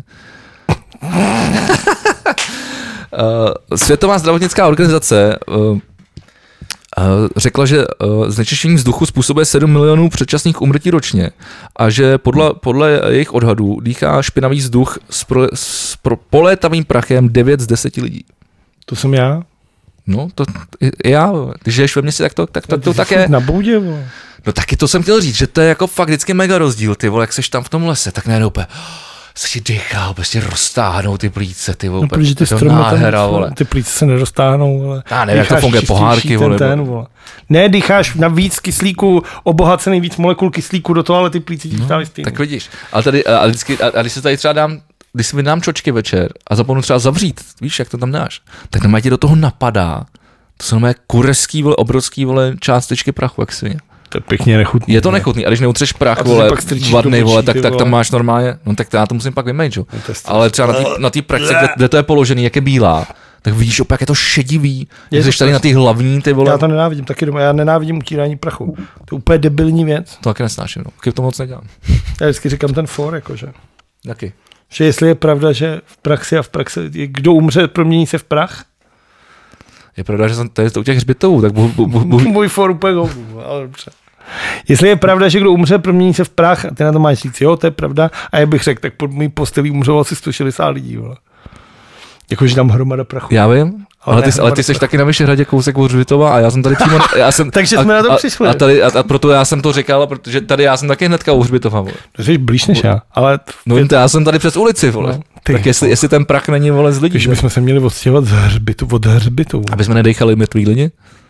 uh, Světová zdravotnická organizace uh, Uh, řekla, že uh, znečištění vzduchu způsobuje sedm milionů předčasných úmrtí ročně a že podle, podle jejich odhadů dýchá špinavý vzduch s, pro, s pro, polétavým prachem devět z deseti lidí. To jsem já? No, to i já. Když žiješ ve městě, tak to, tak, tak to také... Na boudě, vole. No taky to jsem chtěl říct, že to je jako fakt vždycky mega rozdíl, ty vole, jak seš tam v tom lese, tak najednou úplně... se ti dýchá, prostě roztáhnou ty plíce, ty vole. No, protože ty stromy tam, ty plíce se neroztáhnou, ale já nevím, jak to funguje, pohárky, vole. Ten, vole. Ne, dýcháš na víc kyslíku, obohacený víc molekul kyslíku do toho, ale ty plíce ti stále stejný. Tak vidíš, ale tady, a, vždycky, a, a když se tady třeba dám, když si vydám čočky večer a zapomenu třeba zavřít, víš, jak to tam dáš, tak tam ti do toho napadá, to jsou mé kureský, vole, obrovský, vole, částečky prachu, jak si. To je pěkně nechutný. Je to nechutný, a když neutřeš prach, vole, dva dny, vole, tak, tak tam máš normálně, no tak já to musím pak vymejt, jo. Ale třeba na té praxi, kde, kde to je položený, jak je bílá, tak víš, opět, jak je to šedivý, je jsi tady na ty hlavní, ty vole. Já to nenávidím, taky doma, já nenávidím utírání prachu. To je úplně debilní věc. To taky nesnáším, no. Když to moc nedělám. Já vždycky říkám ten for, jakože. Taky. Že jestli je pravda, že v praxi a v praxi, kdo umře, promění se v prach? Je pravda, že jsem tady u těch hřbitovů, tak bu, bu, bu, bu. Můj for úplně hovnu, ale dobře. Jestli je pravda, že kdo umře, promění se v prach, a ty na to máš říct, jo, to je pravda, a já bych řekl, tak pod mý postelí umřelo asi sto šedesát lidí, vole. Jakože tam hromada prachu. Já vím, ale, ale ty, ale ty jsi taky na Vyšehradě kousek od Hřbitova a já jsem tady přímo... Já jsem, Takže jsme a, na to a, přišli. A, tady, a, a proto já jsem to říkal, protože tady já jsem taky hnedka u Hřbitova, vole. To jsi blíž než já, ale... No jim to, já jsem tady přes ulici, vole. No, tak jestli, jestli ten prach není, vole, z lidí. Takže bychom se měli odstěhovat z Hřbitu, od Hřbitu. Aby jsme nedechali mrtví lidi?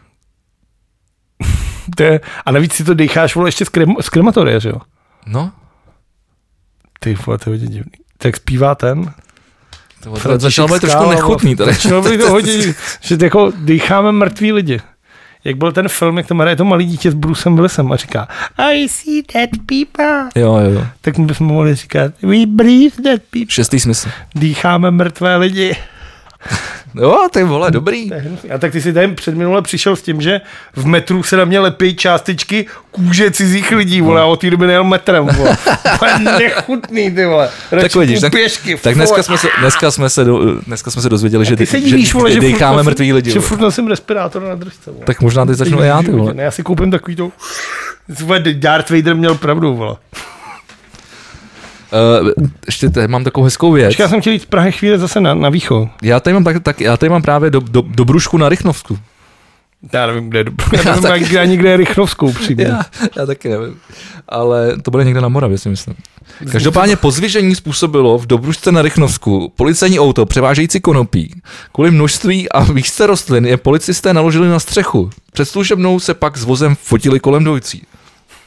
Je, a navíc si to decháš, vole, ještě z, krem, z krematoria, že jo? No. Ty vole, to je hodně divný. Tak zpívá ten... To začalo být trošku nechutný tady. Začalo být to hodně, že jako decháme mrtví lidi. Jak byl ten film, jak to má to malý dítě s Brucem Willisem a říká I see dead people. Jo, jo. Tak my bychom mohli říkat we breathe dead people. Šestý smysl. Dýcháme mrtvé lidi. Jo, ty vole, dobrý. A tak ty si tady předminule přišel s tím, že v metru se na mě lepí částečky kůže cizích lidí, vole, a od té doby nejel metrem, vole. Nechutný, ty vole. Tak vidíš, tak, pěšky, tak dneska, jsme se, dneska, jsme se do, dneska jsme se dozvěděli, že, že, dívíš, vole, že dejcháme mrtví lidi. Že furt nosím respirátor na držce, vole. Tak možná teď začnu já, ty vole. Já si koupím takový to, Darth Vader měl pravdu, vole. Uh, ještě tady mám takovou hezkou věc. Já jsem chtěl jít z Prahy chvíli zase na, na východ. Já tady mám, tak, tak, já tady mám právě do, do, do Brušku na Rychnovsku. Já nevím, kde je, do, já nevím, tak, kde, ani kde je Rychnovskou přímě. Já, já taky nevím. Ale to bude někde na Moravě, si myslím. Každopádně pozvěžení způsobilo v Dobrušce na Rychnovsku policejní auto převážející konopí. Kvůli množství a výšce rostlin je policisté naložili na střechu. Před služebnou se pak s vozem fotili kolem dojcí.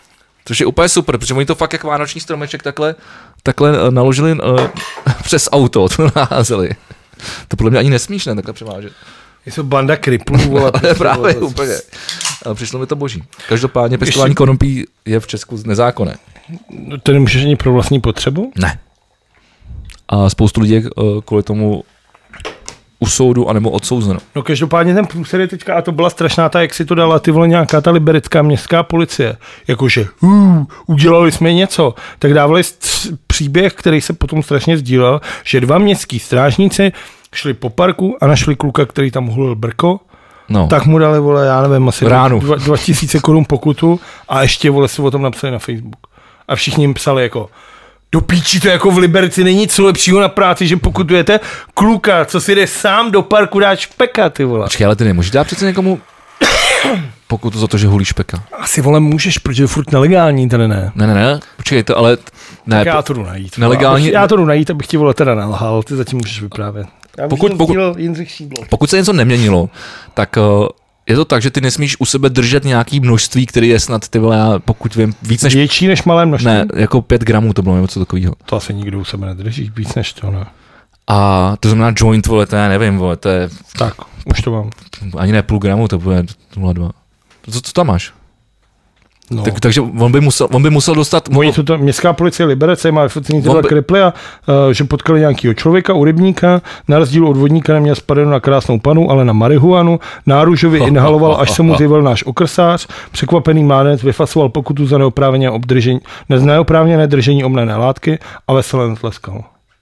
Což je úplně super, protože oni to fakt jak vánoční stromeček takhle, takhle naložili uh, přes auto, to naházeli. To podle mě ani nesmíš, ne, takhle převážet. Jsou banda kriplů, vole. Ale právě to úplně. Ale přišlo mi to boží. Každopádně pěstování Ještě... konopí je v Česku nezákonné. To nemůžeš ani pro vlastní potřebu? Ne. A spoustu lidí uh, kvůli tomu u soudu anebo odsouzeno. No každopádně ten průser je teďka, a to byla strašná ta, jak si to dala, ty vole, nějaká ta liberecká městská policie. Jakože, uh, udělali jsme něco. Tak dávali st- příběh, který se potom strašně sdílel, že dva městský strážníci šli po parku a našli kluka, který tam hulil brko. No. Tak mu dali, vole, já nevím, asi dva, dva tisíce korun pokutu a ještě, vole, si o tom napsali na Facebook. A všichni jim psali jako, do píči, to jako v Liberci není nic lepšího na práci, že pokutujete kluka, co si jde sám do parku dát špeka, ty vole. Počkej, ale ty nemůžeš dát přece někomu pokutu za to, že hulí špeka. Asi, vole, můžeš, protože je furt nelegální, tady ne. Ne, ne, ne, počkej, to ale... Ne, tak já to jdu najít. Nelegální... Já to jdu najít, abych ti, vole, teda nalhal, ty zatím můžeš vyprávět. Já pokud, pokud, pokud se něco neměnilo, tak... Uh, je to tak, že ty nesmíš u sebe držet nějaký množství, který je snad, ty vole, pokud vím, víc než... Větší než malé množství? Ne, jako pět gramů to bylo, nebo co takového. To asi nikdo u sebe nedrží, víc než to, ne. A to znamená joint, vole, to já nevím, vole, to je... Tak, už to mám. Ani ne půl gramu, to bude nula celá dva. Co, co tam máš? No. Tak, takže on by, musel, on by musel dostat... Oni to, to městská policie Liberce má vyfocení tyhle by... kriply a uh, že potkali nějakého člověka u rybníka, na rozdíl od vodníka neměl spadeno na krásnou panu, ale na marihuanu, náružově inhaloval, až se mu zjevil náš okrsář, překvapený mládenec vyfasoval pokutu za neoprávněné obdržení, neoprávněné držení omdlené látky a veselé tleskal.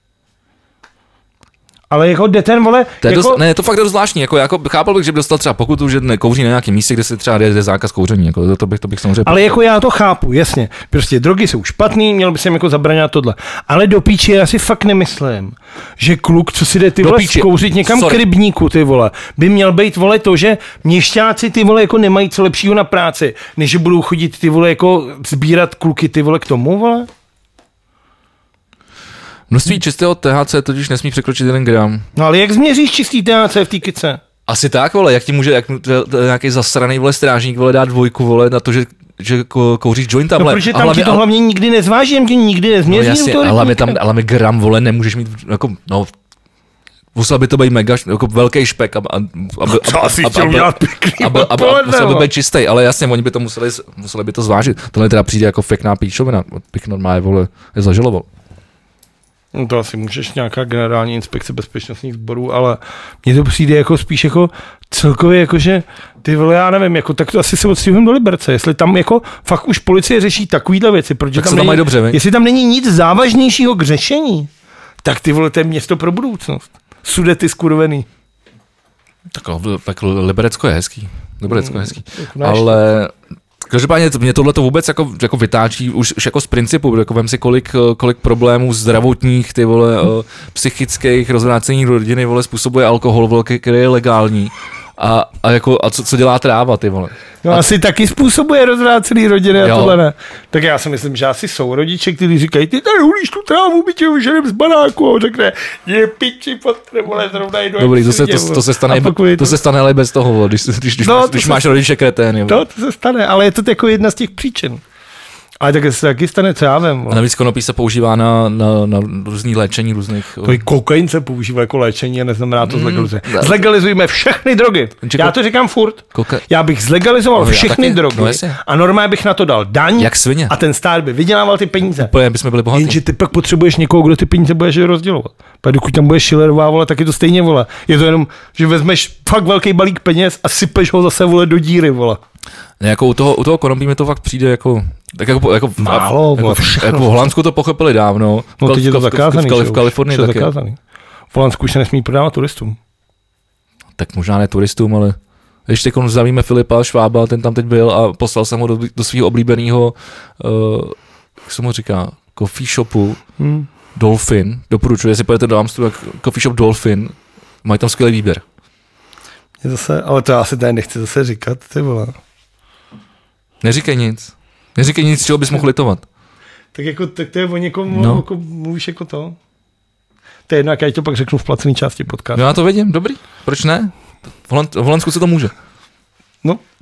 Ale jako jde ten, vole... To je jako... dost, ne, je to fakt dost zvláštní, jako, jako chápal bych, že by dostal třeba pokutu, že nekouří na nějakém místě, kde se třeba jde zákaz kouření, jako, to, to, bych, to bych samozřejmě... Ale jako já to chápu, jasně, prostě drogy jsou špatný, měl by se jako zabraňovat tohle. Ale do píči já si fakt nemyslím, že kluk, co si jde ty vole zkouřit někam Sorry. k rybníku, ty vole, by měl být, vole, to, že měšťáci ty vole jako nemají co lepšího na práci, než že budou chodit ty vole jako sbírat kluky ty vole k tomu, vole. Množství čistého T H C totiž nesmí překročit jeden gram. No ale jak změříš čistý T H C v té kyce? Asi tak, vole, jak ti může jak, nějaký zasraný, vole, strážník, vole, dát dvojku, vole, na to, že, že kouříš jointa, vole. No protože tam hlavně, ti to hlavně nikdy nezvážím, ti nikdy nezměří. No jasně, ale my tam, ale my gram, vole, nemůžeš mít, jako, no, musel by to být mega, jako velký špek, aby, aby, aby, aby byl čistý, ale jasně, oni by to museli, museli by to zvážit. Tohle teda přijde jako pěkná píčovina, bych normálně, vole, je zažaloval. No to asi můžeš nějaká generální inspekce bezpečnostních sborů, ale mně to přijde jako spíš jako celkově jakože ty vole, já nevím, jako tak to asi se odstěhujem do Liberce, jestli tam jako fakt už policie řeší takovýhle věci, protože tak tam, tam není, dobře, jestli tam není nic závažnějšího k řešení, tak ty vole, to je město pro budoucnost. Sudety skurvený. Tak, tak Liberecko je hezký, Liberecko je hezký, mm, ale... Každopádně mě tohle to vůbec jako, jako vytáčí už, už jako z principu, jako vem si kolik, kolik problémů zdravotních, ty vole, hmm. psychických, rozvrácení rodiny, vole, způsobuje alkohol, vole, který je legální. A, a, jako, a co, co dělá tráva, ty vole. No a asi taky způsobuje rozvrácený rodiny a tohle ne. Tak já si myslím, že asi jsou rodiče, kteří říkají, ty tady hulíš tu trávu, my tě užerem z banáku a řekne, je piči, potře, vole, zrovna jdu. Dobrý, to se, to, to, se stane, to, to se stane ale bez toho, když, když, když, no, máš, když se, máš rodiče kretény. No, to se stane, ale je to jako jedna z těch příčin. Ale tak se taky stane, co já vím. A navíc konopí se používá na, na, na různý léčení různých... To i kokain se používá jako léčení a neznamená to zlegalizuje. Mm, Zlegalizujme všechny drogy. Čeko, já to říkám furt. Koka... Já bych zlegalizoval no, všechny taky, drogy no, a normálně bych na to dal daň. Jak svině. A ten stát by vydělával ty peníze. Úplně bychom byli bohatí. Jenže ty pak potřebuješ někoho, kdo ty peníze budeš rozdělovat. Pak dokud tam budeš Schillerová, vole, tak je to stejně, vole. Je to jenom, že vezmeš fakt velký balík peněz a sypeš ho zase, vole, do díry, vole. Ne, jako u toho, u toho konopí mi to fakt přijde jako... Tak jako, jako, málo, jako, jako, jako v Holandsku to pochopili dávno. No teď je to zakázaný. V, v, v Kalifornii taky. Zakázaný. V Holandsku už se nesmí prodávat turistům. Tak možná ne turistům, ale když teď zavíme Filipa Švába, ten tam teď byl a poslal jsem ho do, do svého oblíbeného, uh, jak se mu říká, coffee shopu, hmm. Dolphin. Doporučuji, jestli pojďte do Amsterdamu, coffee shop Dolphin. Mají tam skvělý výběr. Je zase, ale to já si tady nechci zase říkat, ty vole. Neříkej nic. Neříkej nic, čeho bys mohl litovat. Tak jako, tak to je o někom, no. Jako, mluvíš jako to. To je jedno, jak já to pak řeknu v placené části podcastu. No já to vidím, dobrý. Proč ne? V, Holand, v Holandsku se to může. No,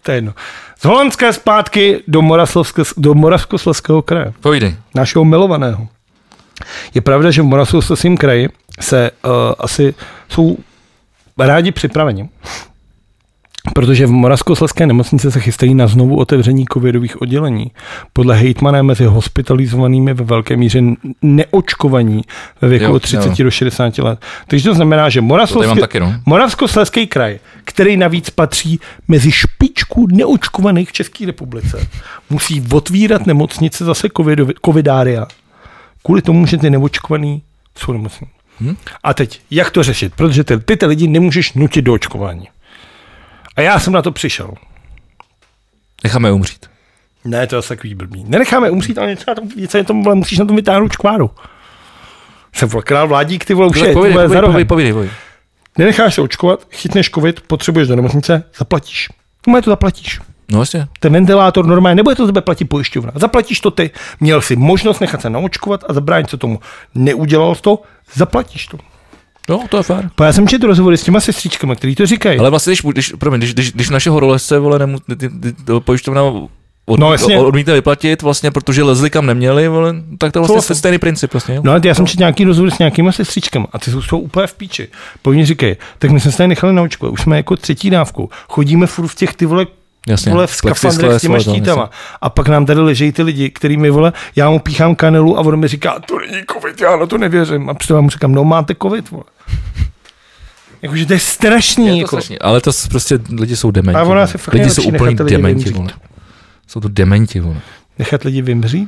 To je jedno. Z Holandské zpátky do, do Moravskoslezského kraje. Povídej. Našeho milovaného. Je pravda, že v Moravskoslezském kraji se uh, asi jsou rádi připraveni. Protože v Moravskoslezské nemocnici se chystají na znovu otevření covidových oddělení. Podle hejtmana mezi hospitalizovanými ve velké míře neočkovaní ve věku jo, od třicet jo. do šedesáti let. Takže to znamená, že Moravskoslezský, no. Moravskoslezský kraj, který navíc patří mezi špičku neočkovaných v České republice, musí otvírat nemocnice zase covidária. Kvůli tomu, že ty neočkovaný jsou nemocní. Hmm? A teď, jak to řešit? Protože ty, ty, ty lidi nemůžeš nutit do očkování. A já jsem na to přišel. Necháme je umřít. Ne, to je takový blbý. Nenecháme umřít, ale něco na tom, něco na tom, musíš na tom vytáhnout čkváru. Jsem vole, král vládík, ty vole, už je, povídej, povídej, povídej, povídej, povídej. Nenecháš se očkovat, chytneš covid, potřebuješ do nemocnice, zaplatíš. No to zaplatíš. No jasně. Ten ventilátor normálně, nebude to tebe platit pojišťovna. Zaplatíš to ty. Měl si možnost nechat se naočkovat a zabránit se tomu. Neudělal jsi to, zaplatíš to. No, to je fér. Pa já jsem četl rozhovory s těma sestřičkami, který to říkají. Ale vlastně, když, když, promiň, když, když, když našeho rolesce, vole, nemu, pojišťovna od, no, odmítne vyplatit, vlastně, protože lezli kam neměli, vole, tak to vlastně je stejný princip. Vlastně, jo? No, já jsem četl nějaký rozhovor s nějakýma sestřičkami a ty jsou úplně v píči. Povím říkají, tak my jsme se tady nechali naočkovat, už jsme jako třetí dávku, chodíme furt v těch ty vole, jasně, vole v skafandrech s těma štítama. A pak nám tady ležejí ty lidi, který mi vole, já mu píchám kanelu a on mi říká, to není covid, já na to nevěřím. A přitom mu říkám, no máte covid, vole. Jakože to je strašný. Je to jako. strašný, ale to prostě lidi jsou dementi. A ona se fakt lidi jsou úplně dementi, vole. Jsou to dementi, vole. Nechat lidi vymřít?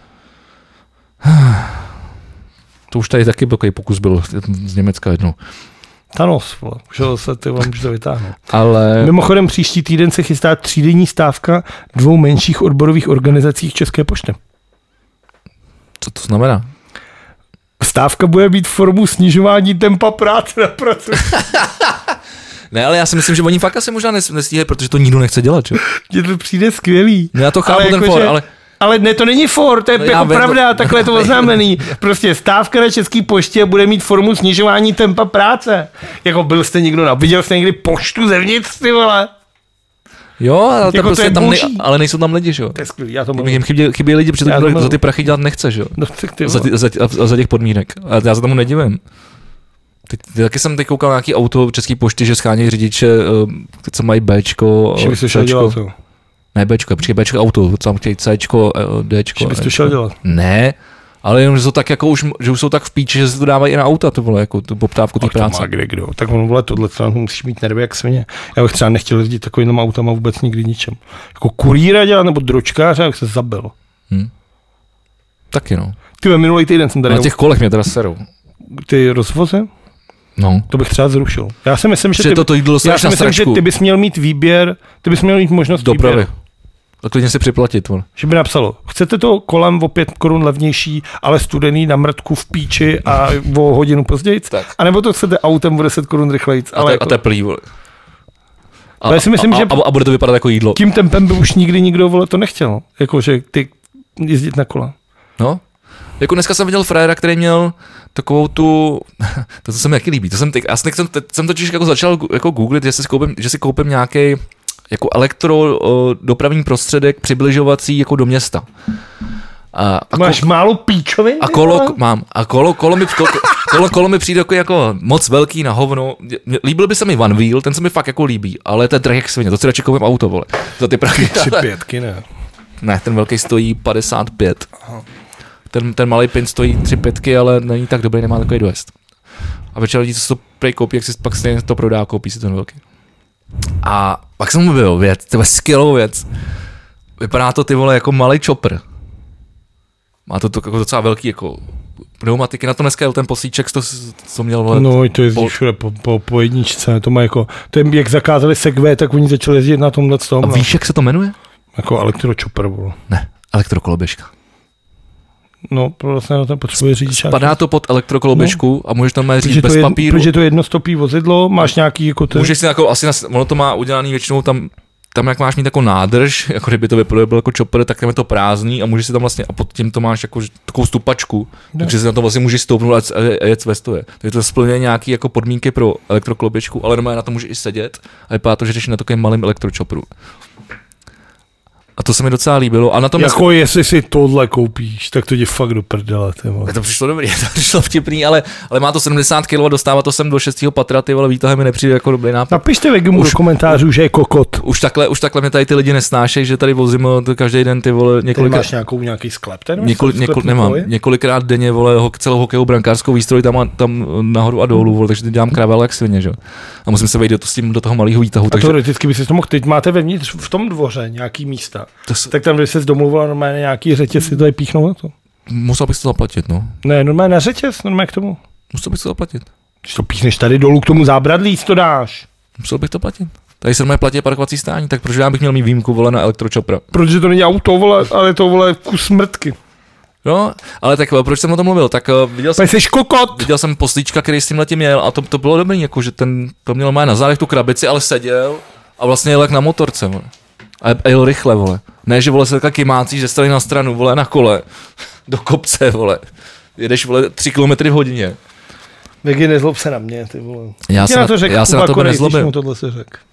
To už tady taky takový pokus byl z Německa jednou. Thanos, vole. Už se ty vám může to vytáhnout. Ale... Mimochodem příští týden se chystá třídenní stávka dvou menších odborových organizací České pošty. Co to znamená? Stávka bude být formou snižování tempa práce na pracu. Ne, ale já si myslím, že oni fakt asi možná nestíhají, protože to nikdo nechce dělat, že? Mně to přijde skvělý. No já to chápu ale ten jako, for, že... ale... Ale ne, to není for, to je no jako pravda, vím, takhle je to oznámený. Prostě stávka na České poště bude mít formu snižování tempa práce. Jako byl jste někdo na, viděl jste někdy poštu zevnitř, ty vole? Jo, ale, jako prostě tam ne, ale nejsou tam lidi, že jo? To je skvělý, já to mám. Jim chybí, chybí lidi, protože to za ty prachy dělat nechce, že jo? No, ty, za, za, za, za těch podmínek. A já se tomu nedivím. Teď, taky jsem teď koukal na nějaký auto v České pošty, že schánějí řidiče, co mají Bčko, že bys to šel dělat, to? Ne, Bčko, přijde Bčko auto, tam chtějí Cčko, Dčko. Že bys to šel dělat? Ne, ale jenom, že jsou tak jako už, že už jsou tak v píči, že se to dávají i na auta, to vole, jako tu poptávku té práce. Má kde kdo. Tak on vole, tohle to musíš mít nervy jak svině. Já bych třeba nechtěl jezdit takovým autama vůbec nikdy ničem. Jako kurýra dělat nebo dročkáře, jak se zabil. Hmm. Taky no. Ty minulý týden jsem tady... Na těch kolech mě teda serou. Ty rozvozy? No. To bych třeba zrušil. Já si myslím, že, ty, to, to jídlo já si myslím, že ty bys měl mít výběr, ty bys měl mít možnost dopravy. Výběru. A klidně si připlatit. Vole. Že by napsalo, chcete to kolem o pět korun levnější, ale studený na mrtku v píči a o hodinu později? A nebo to chcete autem o deset korun rychlejc? A, te, jako... a teplý, vole. A, já si myslím, a, že a, a bude to vypadat jako jídlo. Tím tempem by už nikdy nikdo vole to nechtěl. Jakože ty jezdit na kola. No. Jako dneska jsem viděl fréra, který měl takovou tu, to se mi taky líbí, to jsem, teď, já jsem, teď jsem totiž jako začal jako googlit, že si koupím, že si koupím nějaký jako elektro dopravní prostředek přibližovací jako do města. A, a máš ko, málo píčovin? A kolo, mám, a kolo, kolo, mi, kolo, kolo, kolo mi přijde jako, jako moc velký na hovno. Líbil by se mi One Wheel, ten se mi fakt jako líbí, ale to je drahý jak svině, to si radši koupím auto, vole, za ty prachy. Tři pětky, ne? Ne, ten velký stojí padesát pět. Aha. Ten, ten malý pin stojí tři pětky, ale není tak dobrý, nemá takový dojezd. A většina lidí, co si to prej koupí, jak si pak stejně to prodá, koupí si ten velký. A pak jsem mu byl věc, to je skvělou věc. Vypadá to ty vole jako malý chopper. Má to, to jako docela velký jako pneumatiky, na to dneska jel ten posíček, to, co měl vole. No to jezdí všude po, po, po jedničce, to má jako, to je, jak zakázali Segway, tak oni začali jezdit na tomhle tom. A víš, jak se to jmenuje? Jako elektrochopper. Ne, elektrokoloběžka. No, vlastně na to potřebuje řidičák. Spadá to pod elektrokoloběžku no. A můžeš tam říct bez je, papíru. Protože to je jednostopý vozidlo, máš nějaký jako ten... Můžeš si jako, asi, ono to má udělaný většinou tam, tam jak máš mít jako nádrž, jako kdyby to vypadalo jako chopper, tak tam je to prázdný a můžeš si tam vlastně, a pod tím to máš jako takovou stupačku, no. Takže si na to vlastně můžeš stoupnout a jet cestuje. Takže to splňuje nějaké jako podmínky pro elektrokoloběžku, ale doma na to můžeš i sedět a vypadá to, že jdeš na takovém malém elektrochopperu. A to se mi docela líbilo. A na tom jako dneska... jestli si tohle koupíš, tak to jde fakt do prdele. To přišlo dobrý, to přišlo vtipný, ale, ale má to sedmdesát kilogramů a dostává to sem do šestého patra, ty vole, výtahem mi nepřijde jako dobrý nápad. Napište Vegimu do komentářů, že je kokot. Už takhle, už takhle mě tady ty lidi nesnášejí, že tady vozím každý den ty vole několik. Ty máš nějakou nějaký sklep ten? Několik, několik, nemám. Několikrát denně vole ho, celou hokejovou brankářskou výstroj tam, a, tam nahoru a dolů, vole, takže teď dělám kravel jak svině, že? A musím se vejít do, s tím, do toho malého výtahu. A takže... teoreticky by si to mohl, teď máte vevnitř v tom dvoře nějaký místa. S... Tak tam, když se domluvila normálně nějaký řetěz, si tady píchnou na to. Musel bych to zaplatit, no. Ne, normálně na řetěz, normálně k tomu. Musel bych to zaplatit. Když to píchneš tady dolů k tomu zábradlí, to dáš. Musel bych to platit. Tady se normálně platí parkovací stání, tak proč já bych měl mít výjimku, vole, na elektročopra? Protože to není auto, vole, ale to, vole, kus smrtky. No, ale tak proč jsem o tom mluvil? Tak uh, viděl jsem, kokot. viděl jsem poslíčka, který s tím letím jel a to, to bylo dobrý, jako, že ten, to měl má na zádech tu krabici, ale seděl a vlastně jel jak na motorce, vole. A, a jel rychle, vole. Ne, že vole se takhle kymácíš ze strany na stranu, vole, na kole, do kopce, vole. Jedeš, vole, tři kilometry v hodině. Vegy, nezlob se na mě, ty vole. Já se na to, řek, já se na to nezlobím. To,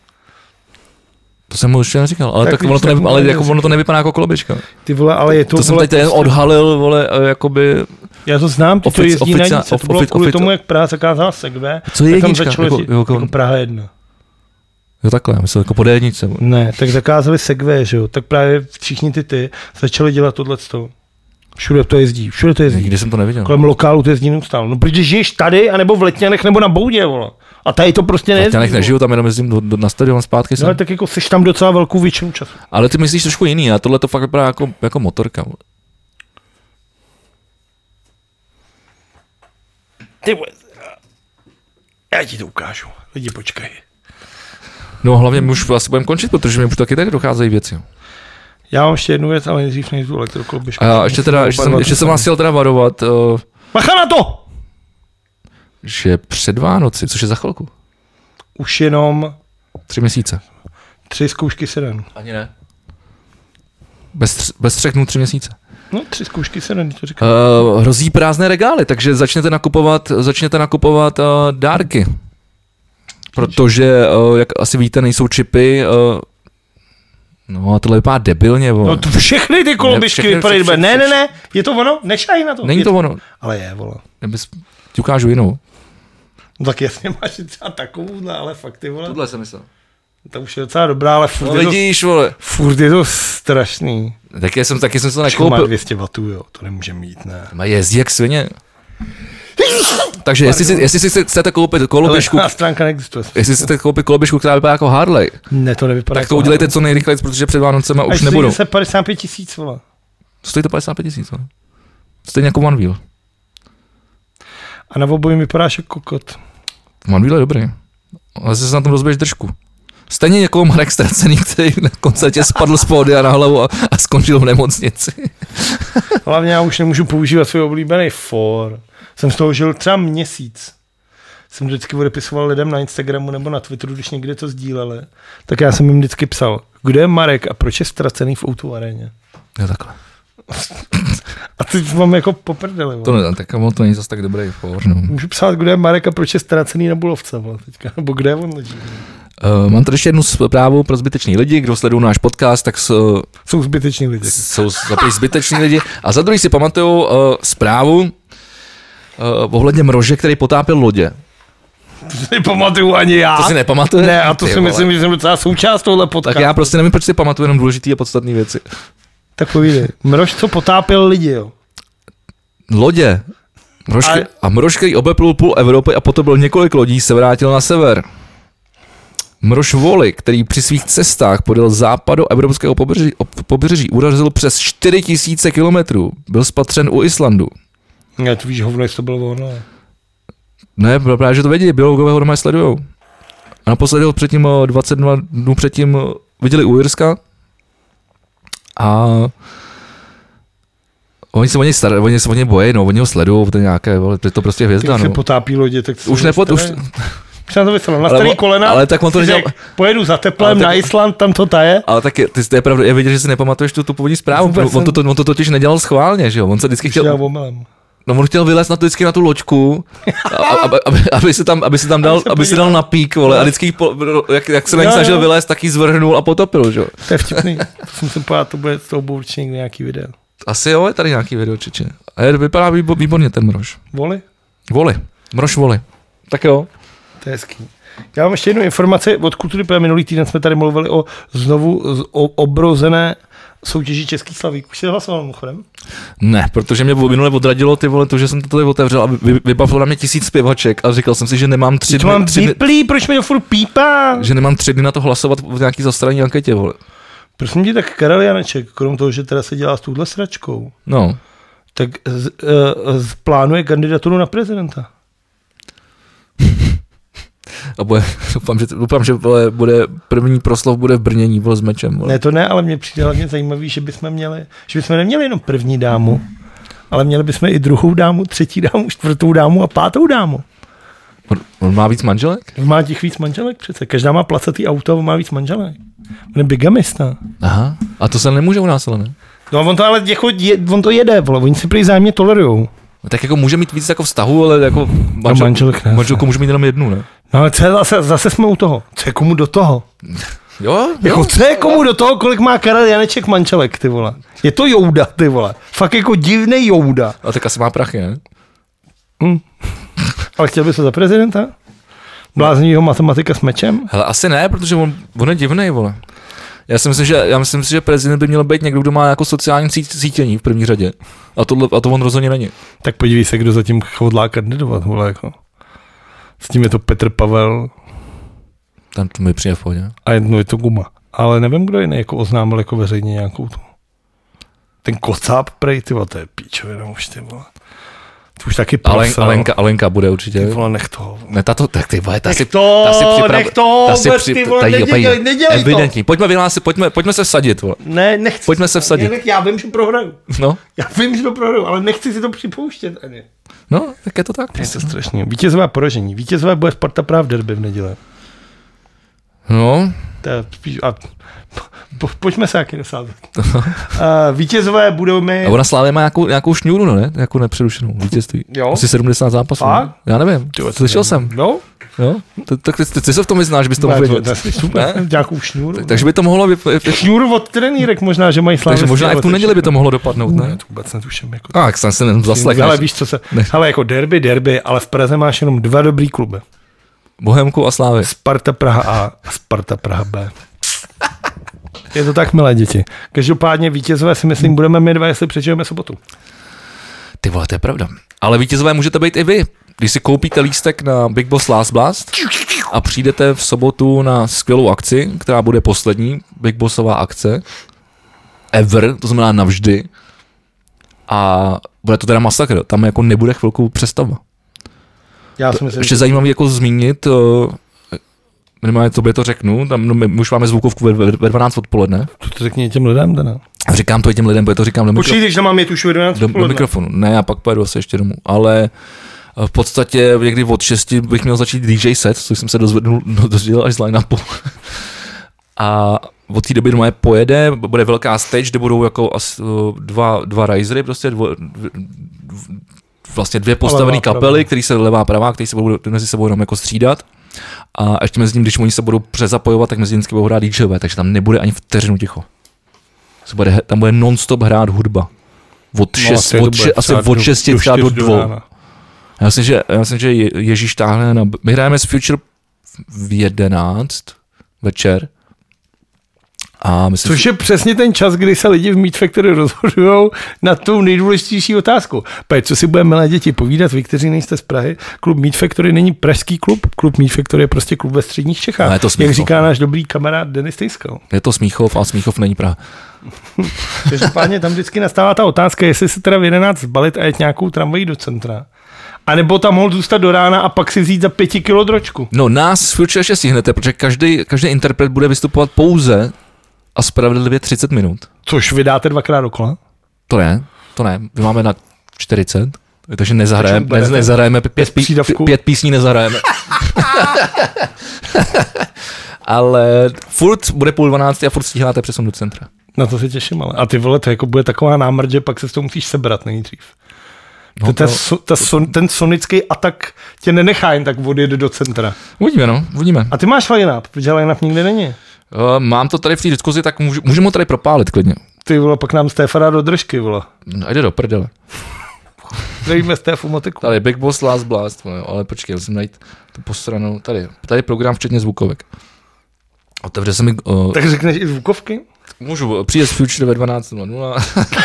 to jsem mu ještě neříkal, ale tak, tak ono, to nevy, ale jako ono to nevypadá jako koloběžka. Ty vole, ale je to, to vole, jsem teď odhalil, vole, jakoby... Já to znám, ty to jezdí na jednice, to bylo kvůli tomu, jak Praha zakázala segway, co je tak tam jednička? začalo Jako, jako, jako, jako Praha jedna. Jo takhle, myslím, jako po jedničce. Ne, tak zakázali segway, že jo, tak právě všichni ty ty začali dělat tohleto. Všude to jezdí, všude to jezdí. Nikdy jsem to neviděl. Kolem lokálu to jezdí neustále. No protože žiješ tady, anebo v Letňanech, nebo na Boudě, vole. A tady to prostě nejezdí. V Letňanech nežiju, tam jenom jezdím do, do, na stadion zpátky. No, ale tak jako seš tam docela velkou většinu času. Ale ty myslíš trošku jiný, a tohle to fakt vypadá jako, jako motorka. Vole. Ty vole, já ti to ukážu. Lidi, počkej. No hlavně my už vlastně budeme končit, protože mi už taky tak docházejí věci. Já mám ještě jednu věc, ale nejdřív než tu elektrokoloběžku. A ještě, teda, ještě, jsem, ještě jsem vás chtěl teda varovat. Uh, Bacha na to! Že před Vánoci, což je za chvilku. Už jenom... Tři měsíce. Tři zkoušky sedm. Ani ne. Bez, bez třech dnů tři měsíce. No, tři zkoušky sedm, to říkám. Uh, hrozí prázdné regály, takže začněte nakupovat, začněte nakupovat uh, dárky. Protože, uh, jak asi víte, nejsou čipy. Uh, no a tohle vypadá debilně. Vole. No to všechny ty koloběžky vypadají debilně. Ne, ne, ne, je to ono? Nešaj na to. Není je to ono. Ale je, vole. Nebys, ti ukážu jinou. No tak jasně máš třeba takovou, ale fakt ty vole. Tohle jsem myslel. To už je docela dobrá, ale furt, no, je, vidíš, to, vole. furt je to strašný. Taky jsem, taky jsem to nekoupil. Má dvě stě wattů, jo, to nemůže mít, ne. Má jezdí jak svině. Takže jestli si, jestli si chcete koupit koloběžku, stránka neexistuje. Jestli si chcete koupit koloběžku, která vypadá jako Harley, ne, to nevypadá tak jako to udělejte Harley. co nejrychleji, protože před Vánocema už nebudou. Se padesát pět tisíc, vole. Stojí to padesát pět tisíc, vole. Stejně jako One Wheel. A na obojí vypadáš jako kokot. One Wheel je dobrý. Ale se na tom rozbiješ držku. Stejně jako Marek Ztracený, který na koncertě spadl z pódia na hlavu a, a skončil v nemocnici. Hlavně já už nemůžu používat svůj oblíbený for. Jsem z toho žil třeba měsíc. Jsem vždycky odepisoval lidem na Instagramu nebo na Twitteru, když někde to sdíleli. Tak já jsem jim vždycky psal, kdo je Marek a proč je Ztracený v Outu aréně. Jo, takhle. A teď mám jako poprdeli. To ne, tak to není zase tak dobrý for. No. Můžu psát, kdo je Marek a proč je Ztracený na Bulovce. Vole, teďka. Nebo kde on leží. Uh, mám tady ještě jednu zprávu pro zbyteční lidi, kdo sledují náš podcast, tak jsou, jsou zbyteční lidi. Jsou zbyteční lidi. A za druhý si pamatuju uh, zprávu uh, ohledně mrože, který potápěl lodě. To si nepamatuju ani já. To si nepamatuje? Ne, a to Ty si vole. myslím, že jsem docela součást tohle podcastu. Tak já prostě nevím, proč si pamatuju jenom důležitý a podstatné věci. Tak povídej. Mrož, co potápěl lidi, jo? Lodě. Mrož, a... a mrož, který obeplul půl Evropy a potom byl několik lodí, se vrátil na sever. Mrož Voli, který při svých cestách podél západu evropského pobřeží, pobřeží urazil přes čtyři tisíce kilometrů, byl spatřen u Islandu. Já to víš, hovno, jestli to bylo ono. Ne, právě, že to vědí, biologové ho doma sledujou. A naposledy ho předtím, dvacet dva dnů předtím viděli u Irska a oni se o něj staré, oni se o něj bojí, no, oni ho sledují, to nějaké, to je to prostě hvězda, no. Se potápí lodě, tak už nepot, už... Už na to vysvětlím, na starý kolena, ale tak on to nedělal... pojedu za teplem tak, na Island, tam to taje. Ale tak je, ty, to je pravda, je vidět, že si nepamatuješ tu, tu původní zprávu, on to, on to totiž nedělal schválně, že jo, on se vždycky chtěl... omylem. No on chtěl vylézt na to vždycky na tu loďku, aby, aby, aby, se tam, aby se tam dal, aby se dal na pík, vole, a vždycky, jak, jak se na ní snažil vylézt, tak ji zvrhnul a potopil, že jo. To je vtipný, to jsem se povedal, to bude z toho určitě někdy nějaký video. Asi jo, je tady nějaký video, čiče. A je, vypadá výborně ten Mrož. Voli? Voli, Mrož Voli. Tak jo. To je hezký. Já mám ještě jednu informaci od Kultury, protože minulý týden jsme tady mluvili o znovu o obrozené soutěži Český Slavík. Už jsi hlasoval mimochodem? Ne, protože mě minule odradilo ty vole to, že jsem to tady otevřel a vy, vybavilo na mě tisíc zpěvaček a říkal jsem si, že nemám tři dny. Mám vyplý, proč mi to furt pípá? Že nemám tři dny na to hlasovat v nějaký zastraní anketě, vole. Prosím tě, tak Karel Janeček, krom toho, že teda se dělá s touhle sračkou, no. tak z, uh, z, plánuje kandidaturu na prezidenta. A bude, doufám, že, doufám, že vole, bude první proslov bude v brnění, vole, s mečem. Vole. Ne, to ne, ale mě přijde hlavně zajímavý, že bychom měli, že bychom neměli jenom první dámu, ale měli bychom i druhou dámu, třetí dámu, čtvrtou dámu a pátou dámu. On, on má víc manželek? On má těch víc manželek přece. Každá má placatý auto a on má víc manželek. On je bigamista. Aha, a to se nemůže u nás, ale ne? No on to ale jako je, on to jede, vole, oni si prý zájemně tolerujou. Tak jako může mít víc jako vztahu, ale jako manžel, no manželek ne. Manželku může mít jenom jednu, ne? No ale co je zase, zase jsme u toho. Co je komu do toho? Jo, jo. Jako co je komu do toho, kolik má Karel Janeček manželek, ty vole. Je to Jouda, ty vole. Fakt jako divnej Jouda. A tak asi má prachy, ne? Hm. Ale chtěl by se za prezidenta? Bláznivýho matematika s mečem? Hele, asi ne, protože on, on je divnej, vole. Já si myslím, že, já myslím si, že prezident by měl být někdo, kdo má jako sociální cítění v první řadě. A, tohle, a to on rozhodně není. Tak podívej se, kdo zatím hodlá kandidovat, vole, jako. S tím je to Petr Pavel. Tam to mi přijde v pohodě. A jedno je to Guma. Ale nevím, kdo jiný jako oznámil jako veřejně nějakou tu. Ten Kocáb prej, ty vole, to je píčovina už, ty vole. To už taky Alen, Alenka, Alenka bude určitě. Ty vole, nech toho. Ne, tato, tak ty vole, ta nech si, to, ta si připrav, nech to, ta si při, ty vole, tady, nedělej, nedělej evidentní. Pojďme vyhlásit, pojďme, pojďme se vsadit, vole. Ne, nechci. Pojďme se vsadit. Ne, já vím, že prohraju. No. Já vím, že to prohraju, ale nechci si to připouštět ani. No, tak je to tak. Je to strašný. Vítězové poražení. Vítězové bude Sparta Praha v derby v neděli. No. To je spíš, a po, pojďme se jaký dosázet. uh, vítězové budou mi... A ona Slávě má nějakou, nějakou šňůru, no ne? Jako nepřerušenou vítězství. Jo. Asi sedmdesát zápasů. A? Já nevím. Tyjo, slyšel jsem. No. Jo? Tak ty, ty, ty se v tom vyznáš, bys to mohl vědět. Super, nějakou šňůru. Tak, takže by to mohlo... Vy... Šňůru od trenýrek možná, že mají Slávě. Takže možná i v tu neděli by to mohlo dopadnout, ne? Ne, to vůbec netuším. Jako... A, jak jsem se zaslechl. Ale víš, co se... Ale jako derby, derby, ale v Praze máš jenom dva dobrý kluby. Bohemku a Slávy. Sparta Praha A a Sparta Praha B. Je to tak, milé děti. Každopádně vítězové si myslím, budeme my dva, jestli přežijeme sobotu. Ty vole, to je pravda. Ale vítězové můžete být i vy. Když si koupíte lístek na Big Boss Last Blast a přijdete v sobotu na skvělou akci, která bude poslední Big Bossová akce ever, to znamená navždy. A bude to teda masakr. Tam jako nebude chvilku přestavba. Já si myslím, ještě že... zajímavý jako zmínit, minimálně tobě to řeknu, tam no, my už máme zvukovku ve, ve dvanáct odpoledne. To to řekni těm lidem, teda. A říkám to i těm lidem, protože to říkám do mikrofonu. Počkej, když tam mám jet už ve dvanáct do, do mikrofonu. Ne, a pak pojedu asi ještě domů. Ale v podstatě někdy od šesti bych měl začít D J set, což jsem se dozvěděl, dozvěděl až z line-upu. A od té doby doma pojede, bude velká stage, kde budou jako asi dva, dva risery, prostě dvo, dv, vlastně dvě postavené kapely, které se levá pravá, které se budou mezi sebou jenom jako střídat. A ještě mezi tím, když oni se budou přezapojovat, tak mezi nimi budou hrát DJové, takže tam nebude ani vteřinu ticho. Bude, tam bude non-stop hrát hudba. Od šest, no, od še, asi od šesti třeba do dvou. Já myslím, že, já myslím, že Ježíš táhne na... My hrajeme s Future v jedenáct večer. A myslím, což je přesně ten čas, kdy se lidi v Meat Factory rozhodují na tu nejdůležitější otázku. Pojď, co si budeme, milé děti, povídat, vy, kteří nejste z Prahy, klub Meat Factory není pražský klub, klub Meat Factory je prostě klub ve středních Čechách. Jak říká náš dobrý kamarád Denis Tejskal. Je to Smíchov a Smíchov není Praha. Každopádně tam vždycky nastává ta otázka, jestli se teda v jedenáct zbalit a jet nějakou tramvají do centra. A nebo tam mohl zůstat do rána a pak si vzít za pěti kilo dročku. No nás Future ještě stihnete, protože každý, každý interpret bude vystupovat pouze a spravedlivě třicet minut. Což vydáte dvakrát dokola? To ne, to ne. My máme na čtyřicet, takže nezahrajeme, ne, nezahrajeme pět, pět, pí, pět písní nezahrajeme. Ale furt bude půl dvanácti a furt stíháte přesun do centra. Na to se těším, ale. A ty vole, to jako bude taková námrť, že pak se s toho musíš sebrat nejdřív. No, to, to, to, ta son, ten sonický atak tě nenechá jen tak odjet do centra. Uvidíme, no, uvidíme. A ty máš line-up, protože line-up nikde není. Uh, mám to tady v té diskuzi, tak můžu, můžeme ho tady propálit klidně. Ty vole, pak nám Stefana do držky, vole. No, jde do prdele. Zdravíme Stefu Moteku. Tady Big Boss Last Blast, vole, ale počkej, musím najít tu posranou. Tady, tady program včetně zvukovek. Otevře se mi... Uh, tak řekneš i zvukovky? Můžu, přijde z Future ve dvanáct nula nula.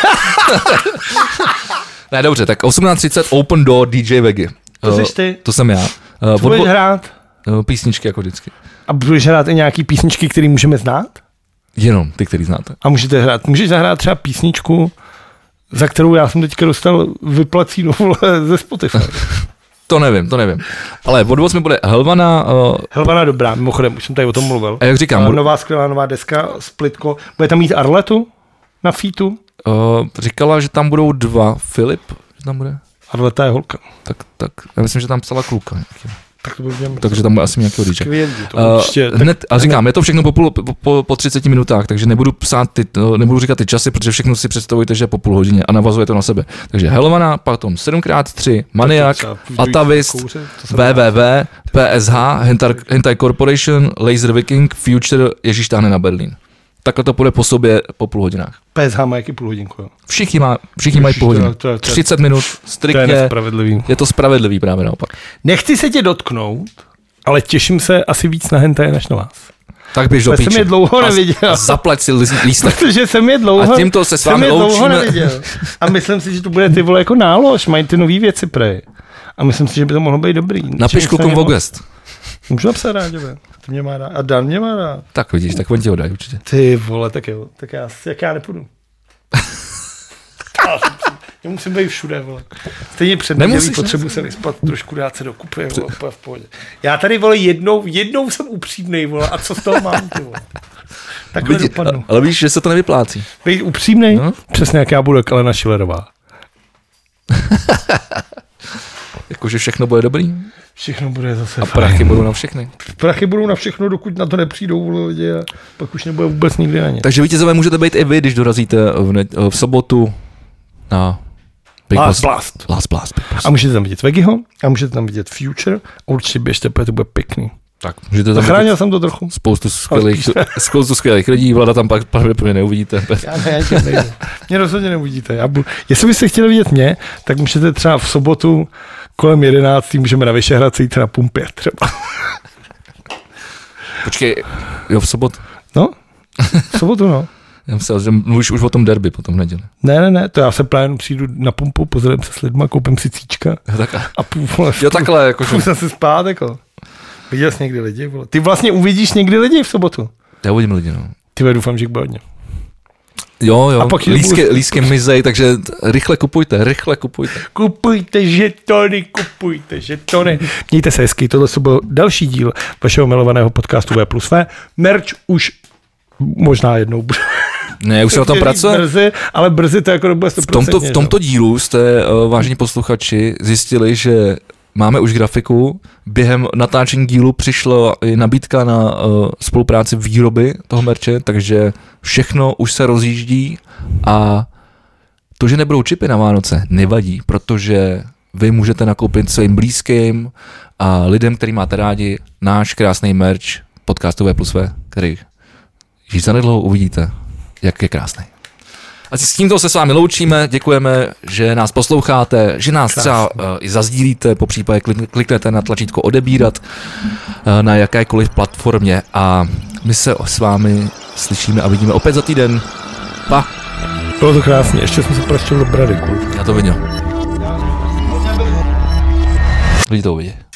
Ne, dobře, tak osmnáct třicet Open Door D J Vegy. To jsi ty. To jsem já. Co uh, budeš hrát? Uh, písničky jako vždycky. A budeš hrát i nějaký písničky, které můžeme znát? Jenom ty, který znáte. A můžete hrát, můžeš zahrát třeba písničku, za kterou já jsem teďka dostal vyplacínu ze Spotify. To nevím, to nevím. Ale odvoz mi bude Helvana. Uh, Helvana dobrá, mimochodem, už jsem tady o tom mluvil. A jak říkám, uh, nová skvělá nová deska, Splitko. Bude tam mít Arletu na featu? Uh, říkala, že tam budou dva. Filip, že tam bude? Arleta je holka. Tak, tak, já myslím, že tam psala kluka. Tak to bude takže tam bude asi nějakého D J. Skvělý, to uh, určitě, hned, a říkám, je to všechno po, půl, po, po třiceti minutách, takže nebudu psát ty, nebudu říkat ty časy, protože všechno si představujte, že je po půl hodině a navazuje to na sebe. Takže Helvana, potom sedm krát tři, Maniak, Atavist, W W W, P S H, Hentai, Hentai Corporation, Laser Viking, Future, Ježíš táhne na Berlín. Takhle to půjde po sobě po půl hodinách. P S H má jaký půl hodinku, jo? Všichni, má, všichni mají půl hodinu. třicet minut, striktně. To je nespravedlivý. Je to spravedlivý právě naopak. Nechci se tě dotknout, ale těším se asi víc na hentai než na vás. Tak běž do píče. jsem je dlouho neviděl. A zaplať si lístek. Protože jsem je dlouho, a tímto se s vámi jsem je dlouho loučíme. neviděl. A myslím si, že to bude ty vole jako nálož, mají ty nový věci prej. A myslím si, že by to mohlo být dobrý. Napiš klukům v gest. Můžu napsat Ráďové. To mě má rád. A Dan mě má rád. Tak vidíš, tak on ti ho dají určitě. Ty vole, tak jo. Tak já, jak já nepůjdu. Já musím být všude, vole. Stejně před nedělí potřebu se vyspat, trošku dát se dokupy, vole, v pohodě. Já tady, vole, jednou, jednou jsem upřímnej, vole, a co z toho mám, ty vole. Takhle Vidí, dopadnu. Ale víš, že se to nevyplácí. Být upřímnej? No? Přesně jak já budu, jak Alena Schillerová. Jakože všechno bude dobrý? Všechno bude zase a prachy fajn. Budou na všechny. Prachy budou na všechno, dokud na to nepřijdou lidi a pak už nebude vůbec nikdy na ně. Takže vítězové můžete být i vy, když dorazíte v, ne- v sobotu na Big Last Blast. Last Blast. A můžete tam vidět Vegyho a můžete tam vidět Future a určitě běžte, protože to bude pěkný. Tak, můžete tam zachránil jsem to trochu. Spoustu skvělých, spoustu skvělých lidí, Vlada tam pak pravděpodobně neuvidíte. Já ne, já nejde. Mě rozhodně neuvidíte. Já budu, jestli byste chtěli vidět mě, tak můžete třeba v sobotu kolem jedenácti můžeme na Vyšehradce jít na pumpě třeba. Počkej, jo, v sobotu? No, v sobotu, no. Já myslím, že mluvíš už o tom derby potom v neděli. Ne, ne, ne, to já se právě přijdu na pumpu, pozorím se s lidma, koupím si cíčka a půl, vole, jo, takhle, jako půl jsem si spát, jako. Viděl jsi někdy lidi, vole. Ty vlastně uvidíš někdy lidi v sobotu. Já uvidím lidi, no. Ty doufám, že bude hodně. Jo, jo, lístky, lístky mizej, takže rychle kupujte, rychle kupujte. Kupujte žetony, kupujte žetony. Mějte se hezky, tohle byl další díl vašeho milovaného podcastu V plus V. Merch už možná jednou bude. Ne, už se na tom pracuje. Brzy, ale brzy to jako nebude sto procent. V tomto, v tomto dílu jste, vážení posluchači, zjistili, že máme už grafiku. Během natáčení dílu přišla i nabídka na uh, spolupráci výroby toho merče, takže všechno už se rozjíždí a to, že nebudou čipy na Vánoce, nevadí, protože vy můžete nakoupit svým blízkým a lidem, který máte rádi, náš krásný merch podcastu V plus V, který již zanedlouho uvidíte, jak je krásný. A s tímto se s vámi loučíme, děkujeme, že nás posloucháte, že nás třeba uh, i zazdílíte, po případě kliknete na tlačítko odebírat uh, na jakékoliv platformě a my se s vámi slyšíme a vidíme opět za týden. Pa! Bylo to krásně, ještě jsem se praštil do brady. Já to viděl. Lidi to uvidí.